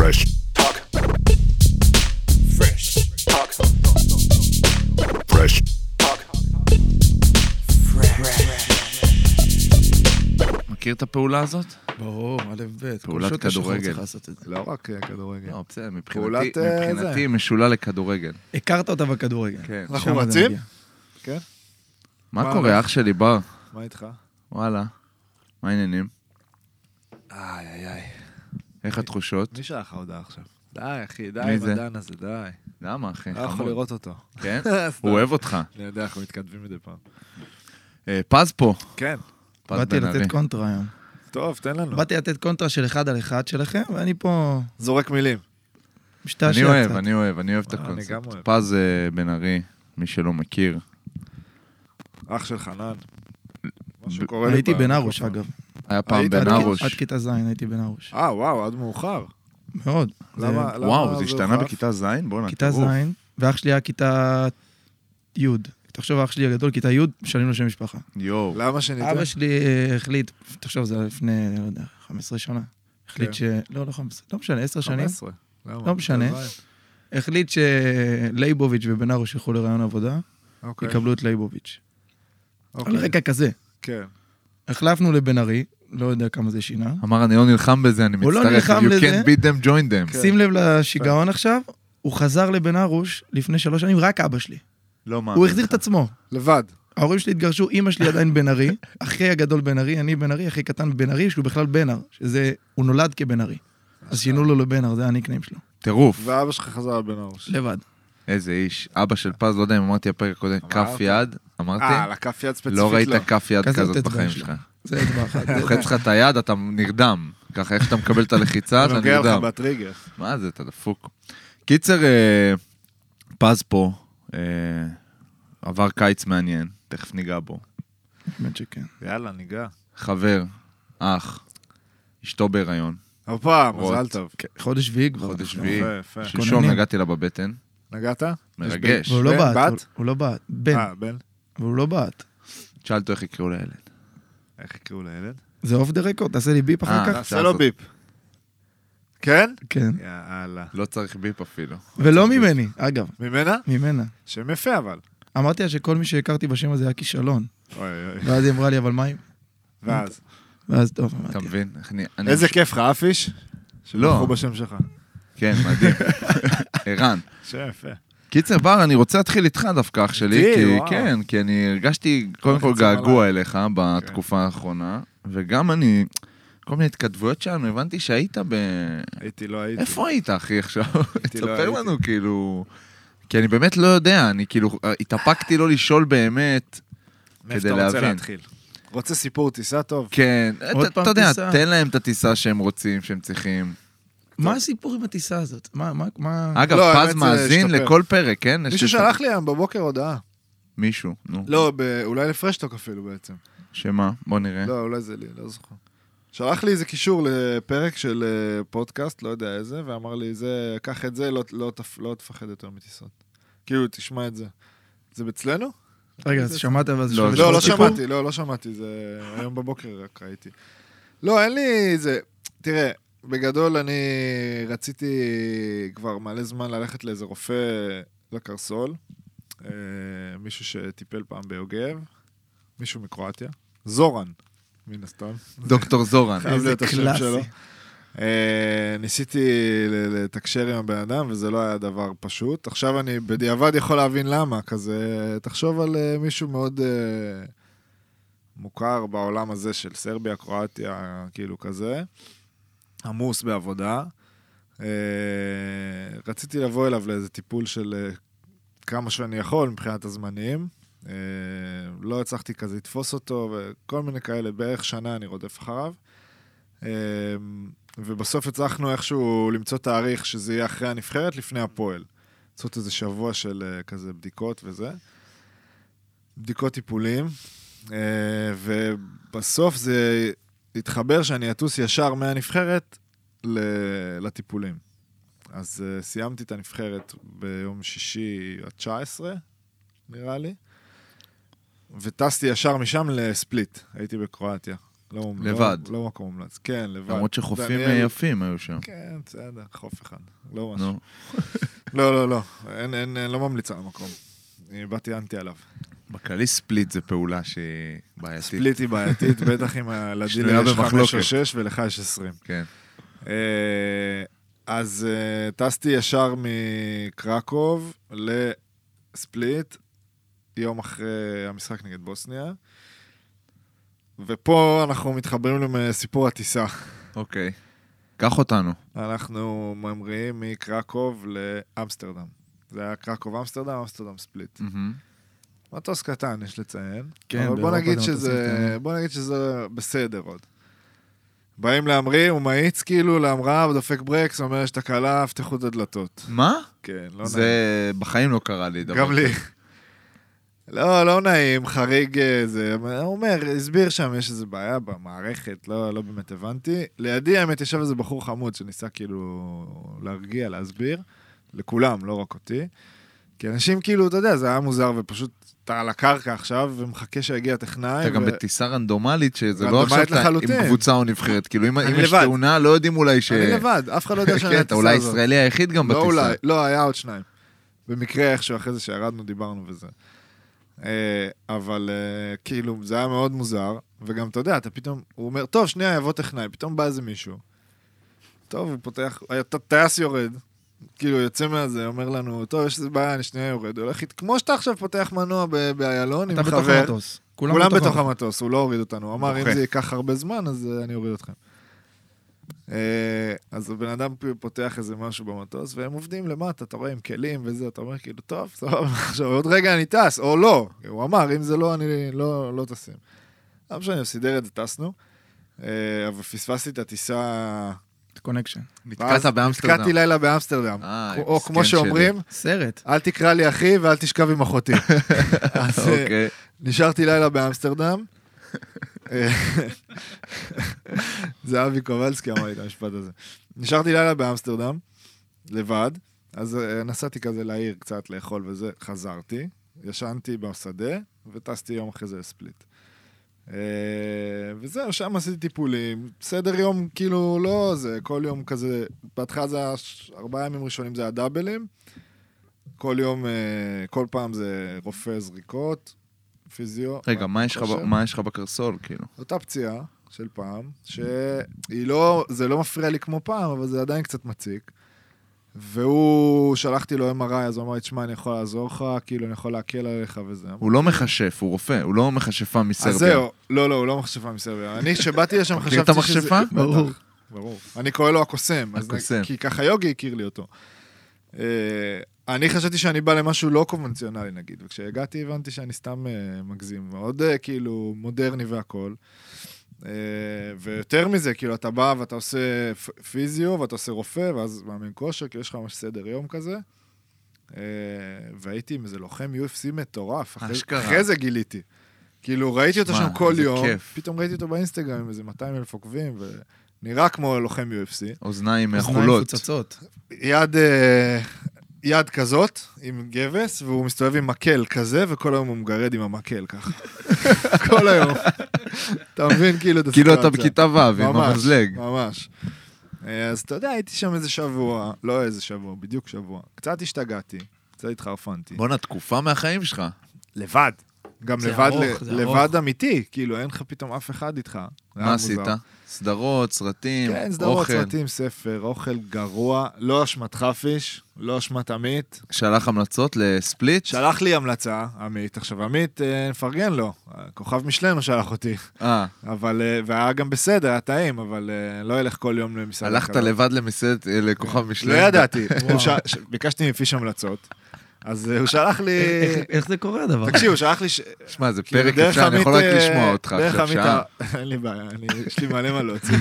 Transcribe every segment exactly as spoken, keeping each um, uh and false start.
Fresh talk. Fresh talk. Fresh talk. מכיר את הפעולה הזאת? ברור, א' ב'. פעולת כדורגל. לא רק כדורגל. לא, בסדר, פעולת, מבחינתי, אה, מבחינתי משולה לכדורגל. הכרת אותה בכדורגל. כן. אנחנו שם זה רצים? מגיע. כן? מה מה קורה, הולך? אח שלי, בר? מה איתך? וואלה. מה העניינים? איי, איי, איי. איך התחושות? מי שלח לך הודעה עכשיו? די, אחי, די מי עם זה? הדן הזה, די. למה, אחי? לא יכול חמוד. לראות אותו. כן? סתם. הוא אוהב אותך. אני יודע, אנחנו מתכתבים מדי פעם. אה, פז פה. כן. פז באתי בן ארי. לתת קונטרה היום. טוב, תן לנו. באתי לתת קונטרה של אחד על אחד שלכם, ואני פה זורק מילים. משתעשע אני אוהב, קצת. אני אוהב, אני אוהב את אה, אני הקונספט. גם אוהב. פז אה, בן ארי, מי שלא מכיר. אח של חנן. ב- משהו קורה לי הייתי ב- בן ארוש, בכל פעם. אגב. היה פעם היית בן עד- ארוש. עד כיתה ז' הייתי בן ארוש. אה, וואו, עד מאוחר. מאוד. למה? למה וואו, זה השתנה הוחלף? בכיתה ז'? בוא'נה, כיתה ז', טירוף. ואח שלי היה כיתה י'. תחשוב, אח שלי הגדול, כיתה י', משלמים לו שם משפחה. יואו. למה שניתן? אבא שלי אה, החליט, תחשוב, זה היה לפני, לא יודע, חמש עשרה שנה. החליט כן. ש... לא, לא חמש עשרה, לא משנה, עשר שנים. חמש עשרה. למה? לא משנה. החליט שלייבוביץ' ובן ארוש ילכו לרעיון עבודה, אוקיי. יקבלו את לייבוביץ'. אוקיי. על רקע כזה. כן. החלפנו לבן ארי, לא יודע כמה זה שינה. אמר, אני לא נלחם בזה, אני הוא לא מצטרף. נלחם You לזה. can't beat them, join them. כן. שים לב לשיגעון עכשיו, הוא חזר לבן ארוש לפני שלוש שנים, רק אבא שלי. לא מאמין. הוא החזיר את עצמו. לבד. ההורים שלי התגרשו, אמא שלי עדיין בן ארי, אחי הגדול בן ארי, אני בן ארי, אחי קטן בן ארי, שהוא בכלל בנר, שזה, הוא נולד כבן ארי. אז שינו לו לבנר, זה הניקניים שלו. טירוף. ואבא שלך חזר על בן ארוש. לבד. איזה איש. אבא של פז, לא יודע אם אמרתי הפרק הקודם, כף אמרת. יד. אמרתי? אה, על הכף יד ספציפית לא ראית לא. כף יד כזאת כזאת אצבע בחיים שלו. שלך. זה אצבע אחת. לוחץ לך את היד, אתה נרדם. ככה, איך שאתה מקבל את הלחיצה, אתה נוגע לך נרדם. בטריגר. מה זה, אתה דפוק. קיצר, אה, פז פה, אה, עבר קיץ מעניין, תכף ניגע בו. באמת שכן. יאללה, ניגע. חבר, אח, אשתו בהיריון, הופה, רוט. מזל טוב. חודש שביעי כבר. חודש אנחנו- שביעי. יפה, יפה. שלשום כוננים. נגעתי לה בבטן, נגעת? מרגש. והוא לא בן, בעט. בת? הוא- הוא לא בעט. בן. אה, בן. והוא לא בעט. שאלת אותו איך יקראו לילד. איך יקראו לילד? זה אוף דה רקורד, תעשה לי ביפ אחר אה, כך. תעשה לו ביפ. כן? כן. יאללה. לא צריך ביפ אפילו. ולא ממני, אגב, ממנה? ממנה. שם יפה אבל. אמרתי לה שכל מי שהכרתי בשם הזה היה כישלון. אוי אוי. ואז היא אמרה לי, אבל מה אם? ואז. ואז טוב, אתה אמרתי. מבין? איך אני- אני- איזה כיף לך, אפיש? לא. שבחרו בשם שלך. כן, מדהים. ערן. שם יפה. קיצר, בר, אני רוצה להתחיל איתך דווקא, אח שלי, איתי, כי וואו. כן, כי אני הרגשתי קודם כל חצי מלא. געגוע אליך בתקופה האחרונה, וגם אני, כל מיני התכתבויות שלנו, הבנתי שהיית ב... הייתי, לא הייתי. איפה היית, אחי, עכשיו? לא תספר הייתי. לנו, כאילו... כי אני באמת לא יודע, אני כאילו, התאפקתי לא לשאול באמת, מאיפה כדי אתה רוצה להבין. להתחיל? רוצה סיפור טיסה טוב? כן, עוד אתה פעם אתה יודע, טיסה. תן להם את הטיסה שהם רוצים, שהם צריכים. מה הסיפור עם הטיסה הזאת? מה, מה, מה... אגב, לא, האמת פז זה מאזין השתפר. לכל פרק, כן? יש מישהו לי- שלח לי היום בבוקר הודעה. מישהו, נו. לא, ב- אולי לפרשטוק אפילו בעצם. שמה? בוא נראה. לא, אולי זה לי, לא זוכר. שלח לי איזה קישור לפרק של אה, פודקאסט, לא יודע איזה, ואמר לי, זה, קח את זה, לא, לא, תפ- לא תפחד יותר מטיסות. כאילו, תשמע את זה. זה אצלנו? רגע, אז שמעת ואז... לא, יש לא, עוד לא סיפור? שמעתי, לא, לא שמעתי, זה היום בבוקר רק ראיתי. לא, אין לי זה, תראה, בגדול אני רציתי כבר מלא זמן ללכת לאיזה רופא לקרסול, אה, מישהו שטיפל פעם ביוגב, מישהו מקרואטיה, זורן, מן הסתם. דוקטור זורן. חייב איזה להיות השם קלאסי. שלו. אה, ניסיתי ל- לתקשר עם הבן אדם, וזה לא היה דבר פשוט. עכשיו אני בדיעבד יכול להבין למה, כזה, תחשוב על אה, מישהו מאוד אה, מוכר בעולם הזה של סרביה, קרואטיה, כאילו כזה, עמוס בעבודה. אה, רציתי לבוא אליו לאיזה טיפול של אה, כמה שאני יכול מבחינת הזמנים. אה, לא הצלחתי כזה לתפוס אותו, וכל מיני כאלה, בערך שנה אני רודף אחריו. ובסוף הצלחנו איכשהו למצוא תאריך שזה יהיה אחרי הנבחרת, לפני הפועל. לעשות איזה שבוע של כזה בדיקות וזה. בדיקות טיפולים. ובסוף זה התחבר שאני אטוס ישר מהנבחרת לטיפולים. אז סיימתי את הנבחרת ביום שישי ה-תשע עשרה, נראה לי. וטסתי ישר משם לספליט. הייתי בקרואטיה. לא, לבד. לא, לא מקום מומלץ. כן, לבד. למרות שחופים דניאל... יפים היו שם. כן, בסדר, חוף אחד. לא משהו. נו. לא, לא, לא. אין, אין, אין, לא ממליץ על המקום. אני באתי אנטי עליו. בכללי ספליט זה פעולה שהיא בעייתית. ספליט היא בעייתית, בטח אם לדילה שנויה יש חמש במחלוקת. או שש ולך יש עשרים. כן. אה, אז אה, טסתי ישר מקרקוב לספליט, יום אחרי המשחק נגד בוסניה, ופה אנחנו מתחברים לסיפור הטיסה. אוקיי. קח אותנו. אנחנו ממריאים מקרקוב לאמסטרדם. זה היה קרקוב אמסטרדם, אמסטרדם ספליט. מהמם. מטוס קטן, יש לציין. כן, אבל בוא באירופה נגיד זה שזה, מטוסים קטנים. בוא נגיד שזה בסדר עוד. באים להמריא, הוא מאיץ כאילו להמראה, ודופק ברקס, אומר יש תקלה, פתחו את הדלתות. מה? כן, לא נעים. זה בחיים לא קרה לי דבר. גם לי. לא, לא נעים, חריג זה. הוא אומר, הסביר שם, יש איזו בעיה במערכת, לא, לא באמת הבנתי. לידי האמת ישב איזה בחור חמוד שניסה כאילו להרגיע, להסביר. לכולם, לא רק אותי. כי אנשים כאילו, אתה יודע, זה היה מוזר, ופשוט אתה על הקרקע עכשיו, ומחכה שיגיע טכנאי. אתה גם ו... בטיסה רנדומלית, שזה לא רנדומלית עכשיו אתה לחלוטין. עם קבוצה או נבחרת. כאילו אם אם יש לבד. תאונה, לא יודעים אולי ש... אני לבד, אף אחד לא יודע שאני כן, אתה אולי הישראלי היחיד גם לא בטיסה. אולי, לא, היה עוד שניים. במקרה איכשהו אחרי זה שירדנו, דיברנו וזה. אבל כאילו, זה היה מאוד מוזר, וגם אתה יודע, אתה פתאום, הוא אומר, טוב, שנייה, יבוא טכנאי, פתאום בא איזה מישהו. טוב, הוא פותח, טייס יורד, כאילו יוצא מהזה, אומר לנו, טוב, יש איזה בעיה, אני שנייה יורד, הוא הולך, כמו שאתה עכשיו פותח מנוע באיילון עם אתה בתוך חבר, המטוס. כולם בתוך המטוס, הוא לא הוריד אותנו, הוא אמר, אם בוכה. זה ייקח הרבה זמן, אז אני אוריד אתכם. אז הבן אדם פותח איזה משהו במטוס, והם עובדים למטה, אתה רואה עם כלים וזה, אתה אומר כאילו, טוב, סבבה, עכשיו עוד רגע אני טס, או לא, הוא אמר, אם זה לא, אני לא, לא טסים. לא משנה, סידר את זה, טסנו, אבל פספסתי את הטיסה... קונקשן. נתקעת באמסטרדם. נתקעתי לילה באמסטרדם, אה, או מסכן כמו שאומרים, סרט. אל תקרא לי אחי ואל תשכב עם אחותי. אז אוקיי. נשארתי לילה באמסטרדם, זה אבי קובלסקי אמר לי את המשפט הזה. נשארתי לילה באמסטרדם, לבד, אז נסעתי כזה לעיר קצת לאכול וזה, חזרתי, ישנתי בשדה, וטסתי יום אחרי זה לספליט. וזהו, שם עשיתי טיפולים, סדר יום כאילו לא זה, כל יום כזה, בהתחלה זה ארבעה ימים ראשונים זה הדאבלים, כל יום, כל פעם זה רופא זריקות, פיזיו. רגע, מה יש לך ב- מה יש לך בקרסול, כאילו? אותה פציעה של פעם, שהיא לא, זה לא מפריע לי כמו פעם, אבל זה עדיין קצת מציק. והוא, שלחתי לו אם אר איי, אז הוא אמר לי, תשמע, אני יכול לעזור לך, כאילו, אני יכול להקל עליך וזה. הוא לא מחשף, הוא רופא, הוא לא מחשפה מסרביה. אז זהו, לא, לא, הוא לא מכשפה מסרביה. אני, כשבאתי לשם, מכיר את חשבתי שזה... המכשפה? ברור. בטח, ברור. אני קורא לו הקוסם. אז הקוסם. כי ככה יוגי הכיר לי אותו. אה, אני חשבתי שאני בא למשהו לא קונבנציונלי, נגיד, וכשהגעתי הבנתי שאני סתם אה, מגזים, מאוד אה, כאילו מודרני והכל. אה, ויותר מזה, כאילו, אתה בא ואתה עושה פ- פיזיו, ואתה עושה רופא, ואז מאמן כושר, כאילו יש לך ממש סדר יום כזה. אה, והייתי עם איזה לוחם יו אף סי מטורף. אחרי, אשכרה. אחרי זה גיליתי. כאילו, ראיתי אותו שמע, שם כל איזה יום, כיף. פתאום ראיתי אותו באינסטגרם עם איזה מאתיים אלף עוקבים, ונראה כמו לוחם יו אף סי. אוזניים אוזניים חולות. מפוצצות. יד, אה, יד כזאת, עם גבס, והוא מסתובב עם מקל כזה, וכל היום הוא מגרד עם המקל ככה. כל היום. אתה מבין כאילו את כאילו אתה הסיטואציה. בכיתה ו' עם ממש, המזלג. ממש. אה, אז אתה יודע, הייתי שם איזה שבוע, לא איזה שבוע, בדיוק שבוע. קצת השתגעתי, קצת התחרפנתי. בואנה, תקופה מהחיים שלך. לבד. גם זה לבד, ארוך, ל- זה לבד ארוך. אמיתי, כאילו אין לך פתאום אף אחד איתך. זה היה מה מוזר. עשית? סדרות, סרטים, כן, סדרות, אוכל. סרטים, ספר, אוכל גרוע, לא אשמת חפיש, לא אשמת עמית. שלח המלצות לספליט? שלח לי המלצה, עמית. עכשיו, עמית, אה, נפרגן לו. כוכב משלנו שלח אותי. אה, אבל, אה, והיה גם בסדר, היה טעים, אבל אה, לא ילך כל יום למסעדה. הלכת כזאת. לבד למסעדת אה, לכוכב משלם? לא ידעתי. וואו. הוא ש- ש- ביקשתי מפיש המלצות, אז אה, הוא שלח לי... איך- איך זה קורה הדבר? תקשיב, הוא שלח לי... ש- שמע, זה כאילו, פרק דרך אפשר, אני עמית, יכול רק אה, לשמוע אותך דרך עכשיו עמית שעה. ה- אין לי בעיה, אני- יש לי מלא מה להוציא.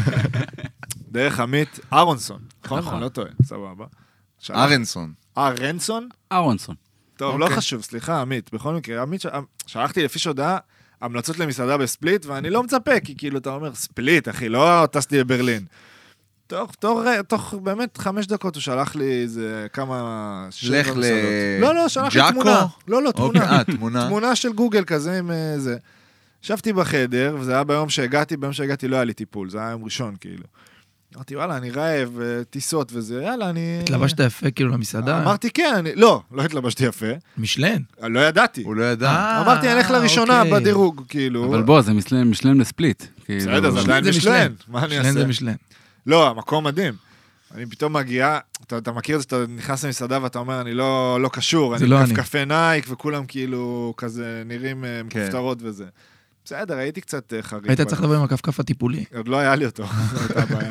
דרך עמית אהרונסון. נכון, נכון. אני לא טועה, סבבה. שלח- ארנסון. אהרנסון? אהרונסון. טוב, לא אוקיי. חשוב, סליחה, עמית. בכל מקרה, עמית, ש- שלחתי לפיש הודעה, המלצות למסעדה בספליט, ואני לא מצפה, כי כאילו אתה אומר, ספליט, אחי, לא טסתי לברלין. תוך, תוך, תוך באמת חמש דקות הוא שלח לי איזה כמה... שבע לך ל... מסעדות. לא, לא, שלח לי ג'אקו? תמונה. לא, לא, אוקיי, תמונה. אה, תמונה. תמונה של גוגל כזה עם אה, זה. ישבתי בחדר, וזה היה ביום שהגעתי, ביום שהגעתי לא היה לי טיפול, זה היה יום ראשון, כאילו. אמרתי, וואלה, אני רעב, טיסות וזה, יאללה, אני... התלבשת יפה כאילו למסעדה? אמרתי, כן, אני... לא, לא התלבשתי יפה. משלן? לא ידעתי. הוא לא ידע. אמרתי, אני אלך לראשונה בדירוג, כאילו. אבל בוא, זה משלן לספליט. בסדר, זה עדיין משלן. מה אני אעשה? משלן זה משלן. לא, המקום מדהים. אני פתאום מגיע, אתה, אתה מכיר את זה, אתה נכנס למסעדה ואתה אומר, אני לא, לא קשור, אני לא קף אני. קפה נייק, וכולם כאילו כזה נראים כן. מכופתרות וזה. בסדר, הייתי קצת חריג. היית צריך לבוא עם הכפכף הטיפולי. עוד לא היה לי אותו, זו הייתה הבעיה.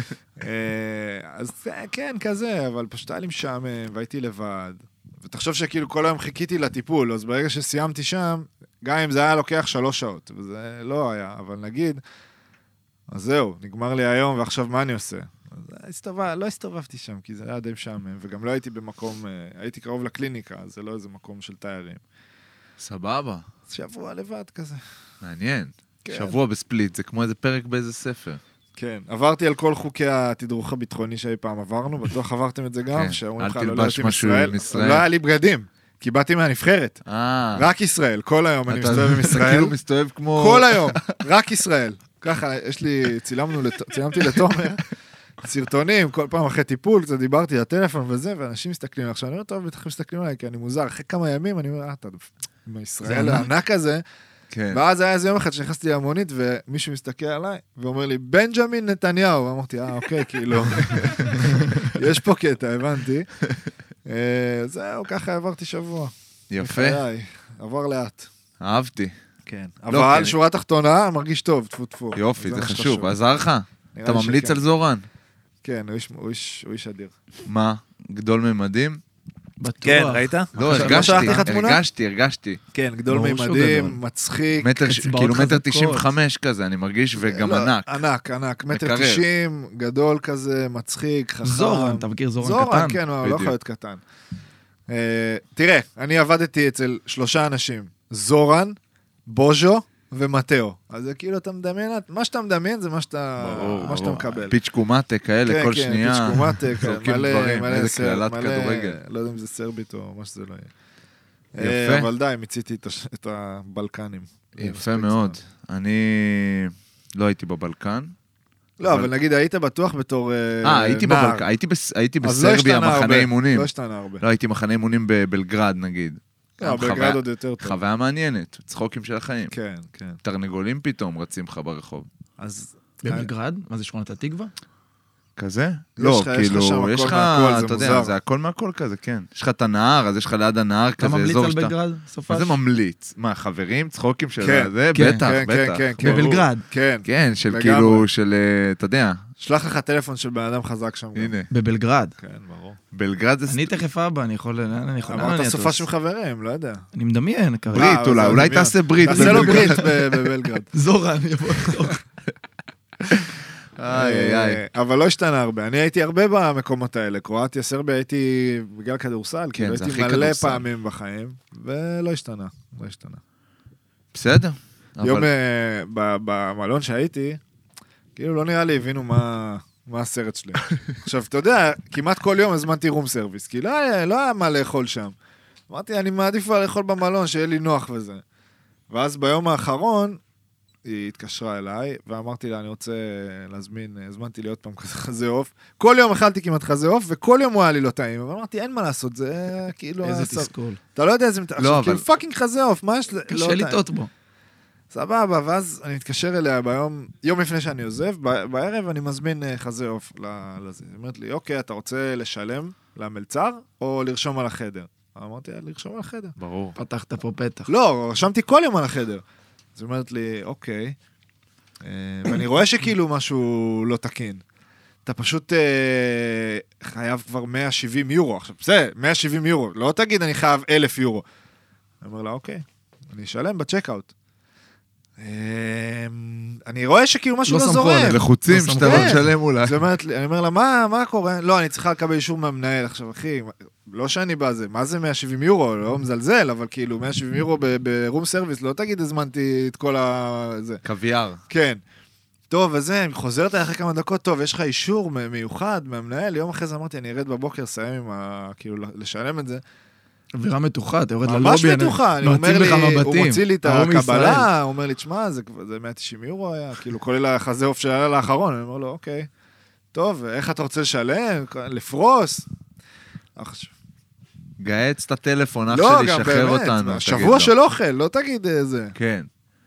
אז כן, כזה, אבל פשוט היה לי משעמם, והייתי לבד. ותחשוב שכאילו כל היום חיכיתי לטיפול, אז ברגע שסיימתי שם, גם אם זה היה לוקח שלוש שעות, וזה לא היה, אבל נגיד, אז זהו, נגמר לי היום, ועכשיו מה אני עושה? הסתובב, לא הסתובבתי שם, כי זה היה די משעמם, וגם לא הייתי במקום, הייתי קרוב לקליניקה, אז זה לא איזה מקום של תיירים. סבבה. שבוע לבד כזה. מעניין. כן. שבוע בספליט, זה כמו איזה פרק באיזה ספר. כן, עברתי על כל חוקי התדרוך הביטחוני שאי פעם עברנו, בטוח עברתם את זה גם, כן. שאומרים אל לך לא להיות תלבש עם משהו ישראל. עם ישראל. לא היה לי בגדים, כי באתי מהנבחרת. אה. רק ישראל, כל היום אני אתה- מסתובב עם אתה ישראל. כאילו מסתובב כמו... כל היום, רק ישראל. ככה, יש לי, צילמנו, לת- צילמתי לתומר, סרטונים, כל פעם אחרי טיפול, קצת דיברתי לטלפון וזה, ואנשים מסתכלים, עכשיו אני אומר, טוב, בטח מסתכלים עליי, כי אני מוזר, אחרי כמה ימים, אני אומר, אה, אתה, עם הישראל הענק הזה, כן. ואז היה איזה יום אחד שנכנסתי למונית, ומישהו מסתכל עליי, ואומר לי, בנג'מין נתניהו, ואמרתי, אה, אוקיי, כאילו, יש פה קטע, הבנתי. אה, זהו, ככה עברתי שבוע. יפה, בחיי, עבר לאט. אהבתי. כן. לא, אבל כן. שורה תחתונה, מרגיש טוב, טפו טפו. יופי, זה מה חשוב. שחשוב. עזר לך? נראה אתה לי ממליץ שכן. על זורן? כן, הוא איש- הוא איש- הוא איש אדיר. מה? גדול ממדים? בטוח. לא, עכשיו, הרגשתי, שלחתי לך תמונה? הרגשתי, הרגשתי. כן, גדול ברור שהוא מימדים, גדול. מצחיק. מטר, אצבעות כאילו מטר חזקות. תשעים וחמש כזה, אני מרגיש, וגם לא, ענק. ענק, ענק. מטר מקרר. תשעים, גדול כזה, מצחיק, חכם. זורן, אתה מכיר זורן זורן, קטן? כן, הוא לא בדיוק. יכול להיות קטן. אה, תראה, אני עבדתי אצל שלושה אנשים. זורן, בוז'ו ומטאו. אז זה כאילו אתה מדמיין, מה שאתה מדמיין זה מה שאתה ברור, מה שאתה ברור. מקבל. פיץ' קומטה כאלה, כן, כל כן, שנייה. פיצ'קומטה, זורקים מלא, דברים, מלא איזה סר- קללת מלא- כדורגל. לא יודע אם זה סרבית או מה שזה לא יהיה. יפה. אה, אבל די, מיציתי את הש- את הבלקנים. יפה מאוד. אני לא הייתי בבלקן. לא, אבל- אבל נגיד היית בטוח בתור אה, אה, הייתי נער. בבלקן, הייתי בס- הייתי אז לא בסרביה, השתנה מחנה הרבה, אימונים. לא השתנה הרבה. לא, הייתי מחנה אימונים בבלגרד, נגיד. לא, גם בלגרד חוויה- עוד יותר טוב. חוויה מעניינת, צחוקים של החיים. כן, כן. תרנגולים פתאום רצים לך ברחוב. אז... בבלגרד? מה זה שכונת התקווה? כזה? יש לא, לך- יש לך שם כאילו, הכל יש לך, מהכל, זה אתה יודע, מוזר. זה הכל מהכל כזה, כן. יש לך את הנהר, אז יש לך ליד הנהר אתה כזה ממליץ אזור על שאתה... בלגרד? סופש? מה זה ממליץ? מה, חברים? צחוקים של כן, זה? כן, בטח, כן, כן, בטח. כן, כן. בבלגרד. כן. כן, של לגמרי. כאילו, של, אה, אתה יודע, שלח לך טלפון של בן אדם חזק שם. גם. הנה, בבלגרד. כן, ברור. בלגרד זה אני תכף אבא, אני יכול... לאן אני יכול? לאן אני אמרת אטוס? סופה של חברים, לא יודע. אני מדמיין, כרגע. ברית, אה, אולי, אז אולי אני תעשה ברית. תעשה לו בבלגרד. ברית ב- בבלגרד. זורן, יבוא. איי, איי, איי. אה, אבל לא השתנה הרבה. אני הייתי הרבה במקומות האלה. קרואטיה, סרביה, הייתי בגלל כדורסל, כאילו זה הייתי הכי מלא כדורסל. פעמים בחיים, ולא השתנה, לא השתנה. בסדר. יום אבל- אה, ב- במלון שהייתי, כאילו לא נראה לי הבינו מה... מה הסרט שלי. עכשיו, אתה יודע, כמעט כל יום הזמנתי רום סרוויס, כי לא היה, לא היה מה לאכול שם. אמרתי, אני מעדיף לאכול במלון, שיהיה לי נוח וזה. ואז ביום האחרון, היא התקשרה אליי, ואמרתי לה, אני רוצה להזמין, הזמנתי לי עוד פעם כזה חזה עוף. כל יום אכלתי כמעט חזה עוף, וכל יום הוא היה לי לא טעים. אבל אמרתי, אין מה לעשות, זה כאילו... איזה הסב- תסכול. אתה לא יודע איזה... עכשיו, אבל- כאילו פאקינג חזה עוף, מה יש... ל- לא קשה טעים. לטעות בו. סבבה, ואז אני מתקשר אליה ביום, יום לפני שאני עוזב, ב- בערב אני מזמין אה, חזה עוף ל- לזה. היא אומרת לי, אוקיי, אתה רוצה לשלם למלצר, או לרשום על החדר? אמרתי, לרשום על החדר. ברור. פתחת פה פתח. לא, רשמתי כל יום על החדר. אז היא אומרת לי, אוקיי, אה, ואני רואה שכאילו משהו לא תקין. אתה פשוט אה, חייב כבר מאה ושבעים יורו. עכשיו, בסדר, מאה ושבעים יורו. לא תגיד, אני חייב אלף יורו. אני אומר לה, אוקיי, אני אשלם בצ'קאוט. אה, אני רואה שכאילו משהו לא לא סמכו זורם. עליך. לחוצים לא שאתה לא כן. משלם אולי. אז היא אומרת לי, אני אומר לה, מה, מה קורה? לא, אני צריכה לקבל אישור מהמנהל. עכשיו, אחי, לא שאני בזה, מה זה מאה ושבעים יורו? לא מזלזל, אבל כאילו, מאה ושבעים יורו ב- ברום סרוויס, לא תגיד, הזמנתי את כל ה... זה. קוויאר. כן. טוב, וזה, אני חוזרת אחרי כמה דקות, טוב, יש לך אישור מיוחד מהמנהל, יום אחרי זה אמרתי, אני ארד בבוקר, סיים עם ה... כאילו, לשלם את זה. אווירה מתוחה, אתה יורד ממש ללובי, מתוחה, אני אומר מרצים לי, לך הוא מבטים. מוציא לי את ההוא מישראל. הקבלה, הוא אומר לי, תשמע, זה כבר- זה מאה ותשעים יורו היה, כאילו, כולל החזה עוף שהיה לאחרון, אני אומר לו, אוקיי, טוב, איך אתה רוצה לשלם? לפרוס? לא חשוב. גאץ את הטלפון, אח לא, שלי, גם שחרר באמת, אותנו. תגיד שבוע לו. של אוכל, לא תגיד איזה. כן.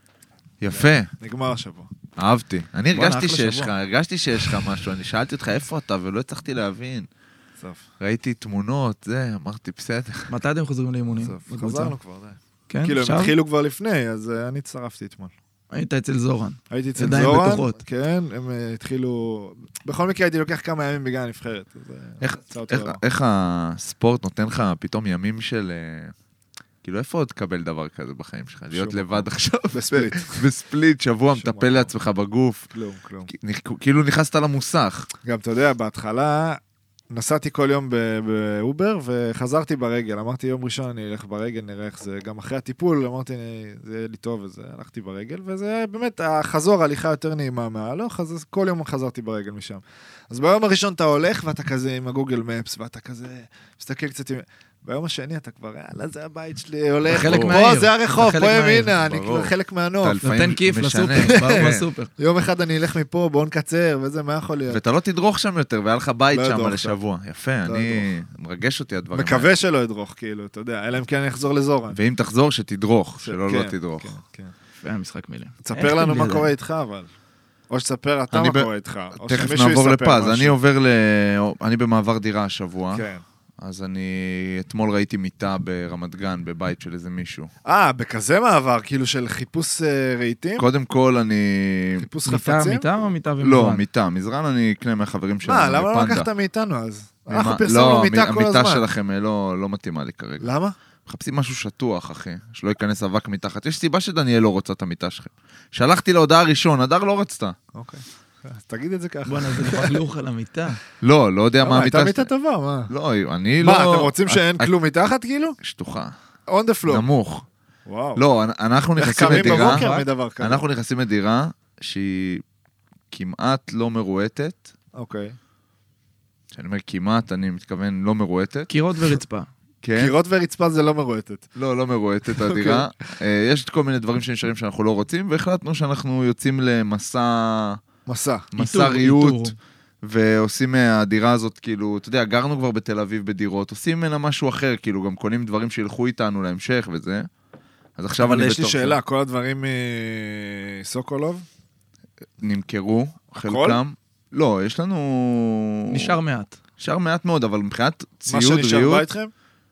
יפה, נגמר השבוע. אהבתי. אני בואנה, הרגשתי אחלה שיש שבוע. לך, הרגשתי שיש לך משהו, אני שאלתי אותך איפה אתה ולא הצלחתי להבין. סוף. ראיתי תמונות, זה, אמרתי בסדר. מתי אתם חוזרים לאימונים? סוף. בקבוצה? חזרנו כבר, די. כן, כאילו, הם עכשיו? התחילו כבר לפני, אז אה, אני הצטרפתי אתמול. היית אצל זורן. הייתי אצל ידיים זורן, בטוחות. כן, הם אה, התחילו... בכל מקרה הייתי לוקח כמה ימים בגלל הנבחרת. אז, אה, איך- יצא אותי איך- רע. איך הספורט נותן לך פתאום ימים של... אה, כאילו, איפה עוד תקבל דבר כזה בחיים שלך? להיות שום לבד עכשיו? בספליט. בספליט, שבוע שום מטפל מקום. לעצמך בגוף. כלום, כלום. כ- כאילו נכנסת למוסך. גם, אתה יודע, בהתחלה נסעתי כל יום ב- באובר וחזרתי ברגל. אמרתי, יום ראשון אני אלך ברגל, נראה איך זה. גם אחרי הטיפול, אמרתי, זה יהיה לי טוב וזה. הלכתי ברגל, וזה באמת, החזור, הליכה יותר נעימה מההלוך, אז כל יום חזרתי ברגל משם. אז ביום הראשון אתה הולך, ואתה כזה עם הגוגל מפס, ואתה כזה מסתכל קצת עם... ביום השני אתה כבר, יאללה, זה הבית שלי, הולך, חלק פה מהעיר. זה הרחוב, אתה פה חלק מהעיר. ימינה, אני ברור. כבר חלק מהנוף. אתה לפעמים נותן כיף משנה. לסופר, ברור כן. בסופר. יום אחד אני אלך מפה, בואו נקצר, וזה, מה יכול להיות? ואתה לא תדרוך שם יותר, והיה לך בית לא שם אדרוך לשבוע. יפה, לא אני... מרגש אותי הדברים האלה. מקווה שלא אדרוך, כאילו, אתה יודע, אלא אם כן אני אחזור לזורן. ואם תחזור, שתדרוך, שלא כן, לא תדרוך. כן, כן. יפה, משחק מילים. תספר לנו איך מה אתה קורה איתך, אבל. או שתספר אתה אני מה ב- קורה איתך. או תכף שמישהו נעבור יספר לפז, משהו. אני עובר ל... אני במעבר דירה השבוע, כן. אז אני אתמול ראיתי מיטה ברמת גן, בבית של איזה מישהו. אה, בכזה מעבר, כאילו של חיפוש אה, רהיטים? קודם כל אני... חיפוש מיטה, חפצים? מיטה או מיטה ומזרן? לא, מיטה, מזרן אני אקנה מהחברים שלנו, מה, למה לא בפנדה. לקחת מאיתנו אז? ממה- אנחנו פרסמנו לא, מיטה המ- כל המיטה הזמן. שלכם אה, לא לא מתאימה לי כרגע. למה? מחפשים משהו שטוח, אחי, שלא ייכנס אבק מתחת. יש סיבה שדניאל לא רוצה את המיטה שלכם. שלחתי להודעה ראשון, הדר לא רצתה. אוקיי. אז תגיד את זה ככה. בוא'נה, זה נפח לוח על המיטה. לא, לא יודע מה למה, המיטה הייתה שלי. מיטה טובה, מה? לא, אני לא... מה, אתם רוצים שאין אה, כלום מתחת כאילו? שטוחה. on the floor. נמוך. וואו. לא, אנחנו איך נכנסים קמים לדירה, בבוקר מדבר כזה? אנחנו נכנסים לדירה שהיא כמעט לא מרועטת. אוקיי. כשאני אומר כמעט, אני מתכוון לא מרועטת. קירות ורצפה. כן? קירות ורצפה זה לא מרועטת. לא, לא מרועטת הדירה. אה, יש כל מיני דברים שנשארים שאנחנו לא רוצים, והחלטנו שאנחנו יוצאים למסע... מסע. מסע איתור, ריהוט, איתור. ועושים מהדירה הזאת, כאילו, אתה יודע, גרנו כבר בתל אביב בדירות, עושים ממנה משהו אחר, כאילו, גם קונים דברים שילכו איתנו להמשך וזה. אז עכשיו אבל אני יש לי בתוך שאלה, כל הדברים מסוקולוב? זה. נמכרו, חלקם. לא, יש לנו... נשאר מעט. נשאר מעט מאוד, אבל מבחינת מה ציוד שנשאר בא ריהוט... איתכם?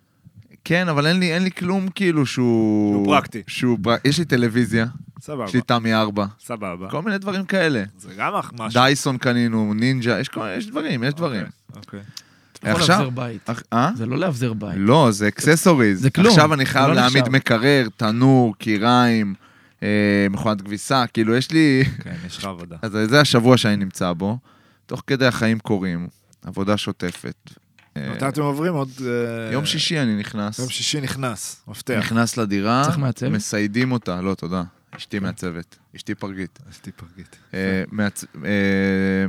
כן, אבל אין לי, אין לי כלום, כאילו, שהוא... שהוא פרקטי. שהוא פר... יש לי טלוויזיה, סבבה. יש לי תמי ארבע, סבבה. כל מיני דברים כאלה. זה גם משהו. דייסון קנינו, נינג'ה, יש, כל... יש דברים, יש דברים. אוקיי. אתה יכול עכשיו- להבזר בית. אח- אה? זה לא להבזר בית. לא, זה אקססוריז. זה כלום, עכשיו אני חייב זה לא להעמיד נחשב. מקרר, תנור, קיריים, אה, מכונת כביסה, כאילו יש לי... כן, יש לך עבודה. אז זה השבוע שאני נמצא בו, תוך כדי החיים קורים, עבודה שוטפת. אה, מתי אתם עוברים עוד... אה, יום שישי אני נכנס, יום שישי נכנס, מפתח. נכנס לדירה, צריך מעצב? מסיידים אותה, לא, תודה, אשתי מעצבת, אשתי פרגית. אז תיפרגית. אה, מעצ- אה,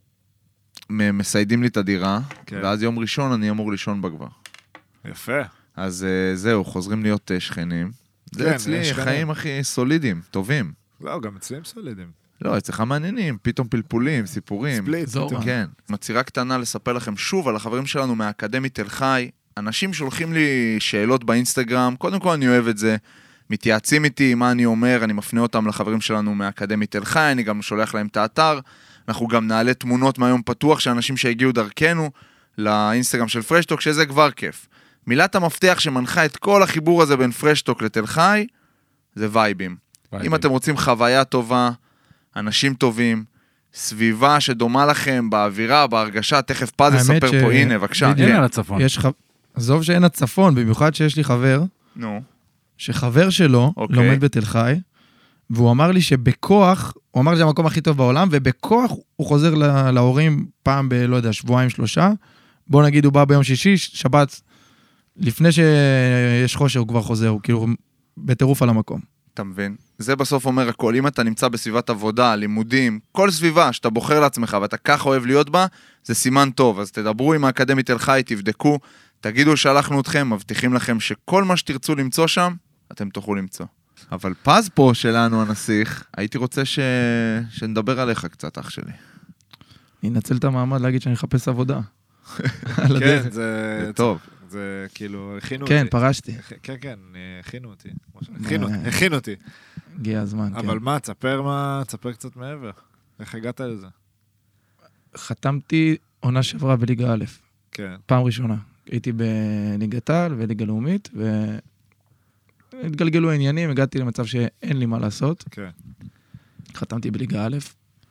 מ- מסיידים לי את הדירה, כן. ואז יום ראשון אני אמור לישון בה כבר. יפה. אז אה, זהו, חוזרים להיות אה, שכנים. זה כן, אצלי שכנים. חיים הכי סולידיים, טובים. לא, גם אצלם סולידים. לא, אצלך מעניינים, פתאום פלפולים, סיפורים. ספליט. זורן. פתאום. כן. מצירה קטנה לספר לכם שוב על החברים שלנו מהאקדמית תל חי. אנשים שולחים לי שאלות באינסטגרם, קודם כל אני אוהב את זה. מתייעצים איתי מה אני אומר, אני מפנה אותם לחברים שלנו מהאקדמית תל חי, אני גם שולח להם את האתר. אנחנו גם נעלה תמונות מהיום פתוח של אנשים שהגיעו דרכנו לאינסטגרם של פרשטוק, שזה כבר כיף. מילת המפתח שמנחה את כל החיבור הזה בין פרשטוק לתל חי, זה וייבים. אם אתם רוצים חוויה טובה, אנשים טובים, סביבה שדומה לכם, באווירה, בהרגשה, תכף פז האמת יספר ש- פה, הנה, בבקשה. בדיוק. אין כן. על הצפון. יש ח... עזוב שאין הצפון, במיוחד שיש לי חבר, נו, שחבר שלו אוקיי. לומד בתל חי, והוא אמר לי שבכוח, הוא אמר שזה המקום הכי טוב בעולם, ובכוח הוא חוזר לה, להורים פעם ב, לא יודע, שבועיים, שלושה. בוא נגיד, הוא בא ביום שישי, שבת, לפני שיש חושר הוא כבר חוזר, הוא כאילו בטירוף על המקום. אתה מבין? זה בסוף אומר הכל. אם אתה נמצא בסביבת עבודה, לימודים, כל סביבה שאתה בוחר לעצמך ואתה כך אוהב להיות בה, זה סימן טוב. אז תדברו עם האקדמית תל חי, תבדקו, תגידו שלחנו אתכם, מבטיחים לכם שכל מה שתרצו למצוא שם, אתם תוכלו למצוא. אבל פז פה שלנו, הנסיך, הייתי רוצה ש... שנדבר עליך קצת, אח שלי. אני אנצל את המעמד להגיד שאני אחפש עבודה. כן, זה... זה טוב. זה כאילו, הכינו אותי. כן, פרשתי. כן, כן, הכינו אותי. הכינו, הכינו אותי. הגיע הזמן, כן. אבל מה, תספר מה, תספר קצת מעבר. איך הגעת לזה? חתמתי עונה שעברה בליגה א', כן. פעם ראשונה. הייתי בליגת העל וליגה לאומית, והתגלגלו העניינים, הגעתי למצב שאין לי מה לעשות. כן. חתמתי בליגה א',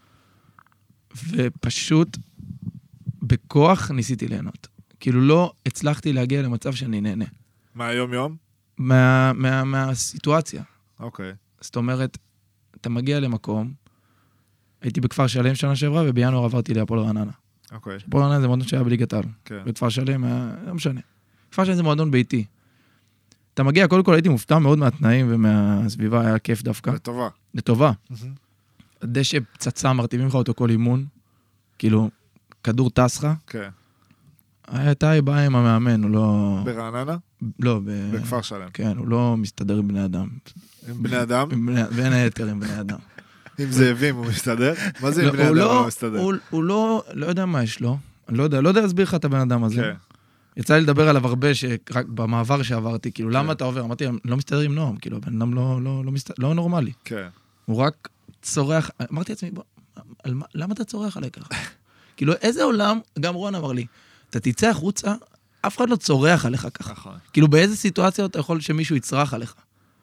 ופשוט בכוח ניסיתי ליהנות. כאילו לא הצלחתי להגיע למצב שאני נהנה. מה, יום יום? מה, מה, מהסיטואציה. אוקיי. זאת אומרת, אתה מגיע למקום, הייתי בכפר שלם שנה שעברה, ובינואר עברתי להפועל רעננה. אוקיי. הפועל רעננה זה מועדון שהיה בליגת העל. כן. בכפר שלם, לא משנה. כפר שלם זה מועדון ביתי. אתה מגיע, קודם כל הייתי מופתע מאוד מהתנאים ומהסביבה, היה כיף דווקא. לטובה. לטובה. דשא פצצה, מרטיבים לך אותו כל אימון, כאילו, כדור טס לך. כן. הייתה באה עם המאמן, הוא לא... ברעננה? לא, ב... בכפר שלם. כן, הוא לא מסתדר עם בני אדם. עם בני אדם? בין היתר עם בני אדם. עם זאבים הוא מסתדר? מה זה עם בני אדם הוא מסתדר? הוא לא, לא יודע מה יש לו. אני לא יודע, לא יודע להסביר לך את הבן אדם הזה. כן. יצא לי לדבר עליו הרבה, שרק במעבר שעברתי, כאילו, למה אתה עובר? אמרתי, לא מסתדר עם נועם, כאילו, הבן אדם לא נורמלי. כן. הוא רק צורח, אמרתי לעצמי, למה אתה צורח עליי ככה? כאילו, איזה עולם, גם רון אמר לי, אתה תצא החוצה, אף אחד לא צורח עליך ככה. כאילו, באיזה סיטואציה אתה יכול שמישהו יצרח עליך?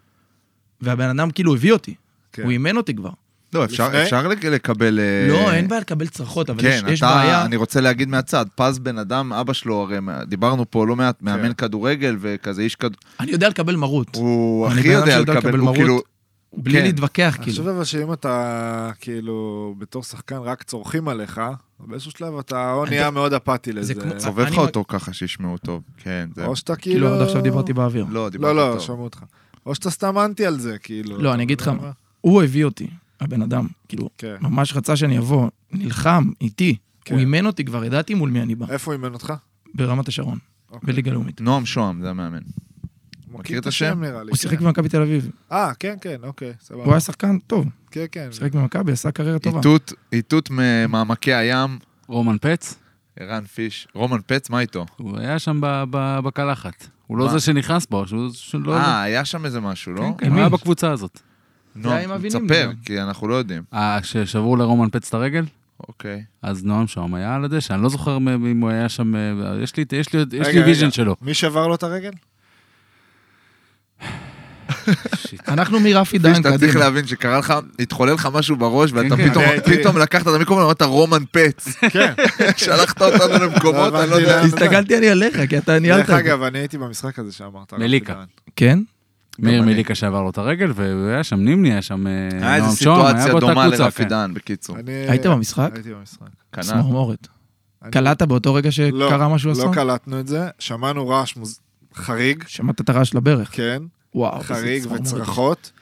והבן אדם כאילו הביא אותי, הוא אימן אותי כבר. לא, אפשר לקבל... לא, אין בעיה לקבל צרחות, אבל כן, יש בעיה... אני רוצה להגיד מהצד, פז בן אדם, אבא שלו, הרי דיברנו פה לא מעט, מאמן כדורגל וכזה איש כדורגל. אני יודע לקבל מרות. הוא הכי יודע לקבל, הוא כאילו... בלי להתווכח, כאילו. אני חושב אבל שאם אתה, כאילו, בתור שחקן רק צורכים עליך, באיזשהו שלב אתה או נהיה מאוד אפאתי לזה. צובב לך אותו ככה שישמעו טוב, כן. או שאתה כאילו... כאילו, עד עכשיו דיברתי באוויר. לא, דיברתי טוב. טוב. לא, לא, שמעו אותך. או שאתה סתם אנטי על זה, כאילו. לא, אני אגיד לך, הוא הביא אותי, הבן אדם, כאילו, ממש רצה שאני אבוא, נלחם איתי, הוא אימן אותי כבר, ידעתי מול מי אני בא. איפה הוא אימן אותך? ברמת השרון, בליגה לאומית. נועם שוהם, זה המאמן. מכיר את השם? הוא שיחק במכבי תל אביב. אה, כן, כן, אוקיי, סבבה. הוא היה שחקן טוב. כן, כן. שיחק במכבי, עשה קריירה טובה. איתות ממעמקי הים. רומן פץ? ערן פיש. רומן פץ, מה איתו? הוא היה שם בקלחת. הוא לא זה שנכנס בו. אה, היה שם איזה משהו, לא? כן, הוא היה בקבוצה הזאת. נועם, תספר, כי אנחנו לא יודעים. אה, כששברו לרומן פץ את הרגל? אוקיי. אז נועם שם היה על הדשא, אני לא זוכר אם הוא היה שם, יש לי, יש לי, יש לי ויז'ן שלו. מי שבר לו את הרגל? אנחנו מרפי דן, אתה צריך להבין שקרה לך, התחולל לך משהו בראש, ואתה פתאום לקחת את המיקרופון ואמרת רומן פץ. כן. שלחת אותנו למקומות, אני לא יודע. הסתכלתי אני עליך, כי אתה ניהלת. דרך אגב, אני הייתי במשחק הזה שאמרת. מליקה. כן? מאיר מליקה שעבר לו את הרגל, והוא היה שם נימני, היה שם היה איזו סיטואציה דומה לרפי דן, בקיצור. היית במשחק? הייתי במשחק. צמרמורת. קלטת באותו רגע שקרה משהו אסון? לא קלטנו את זה, שמענו רעש חריג. שמעת את הרעש לברך? כן. וואו. חריג וצרחות.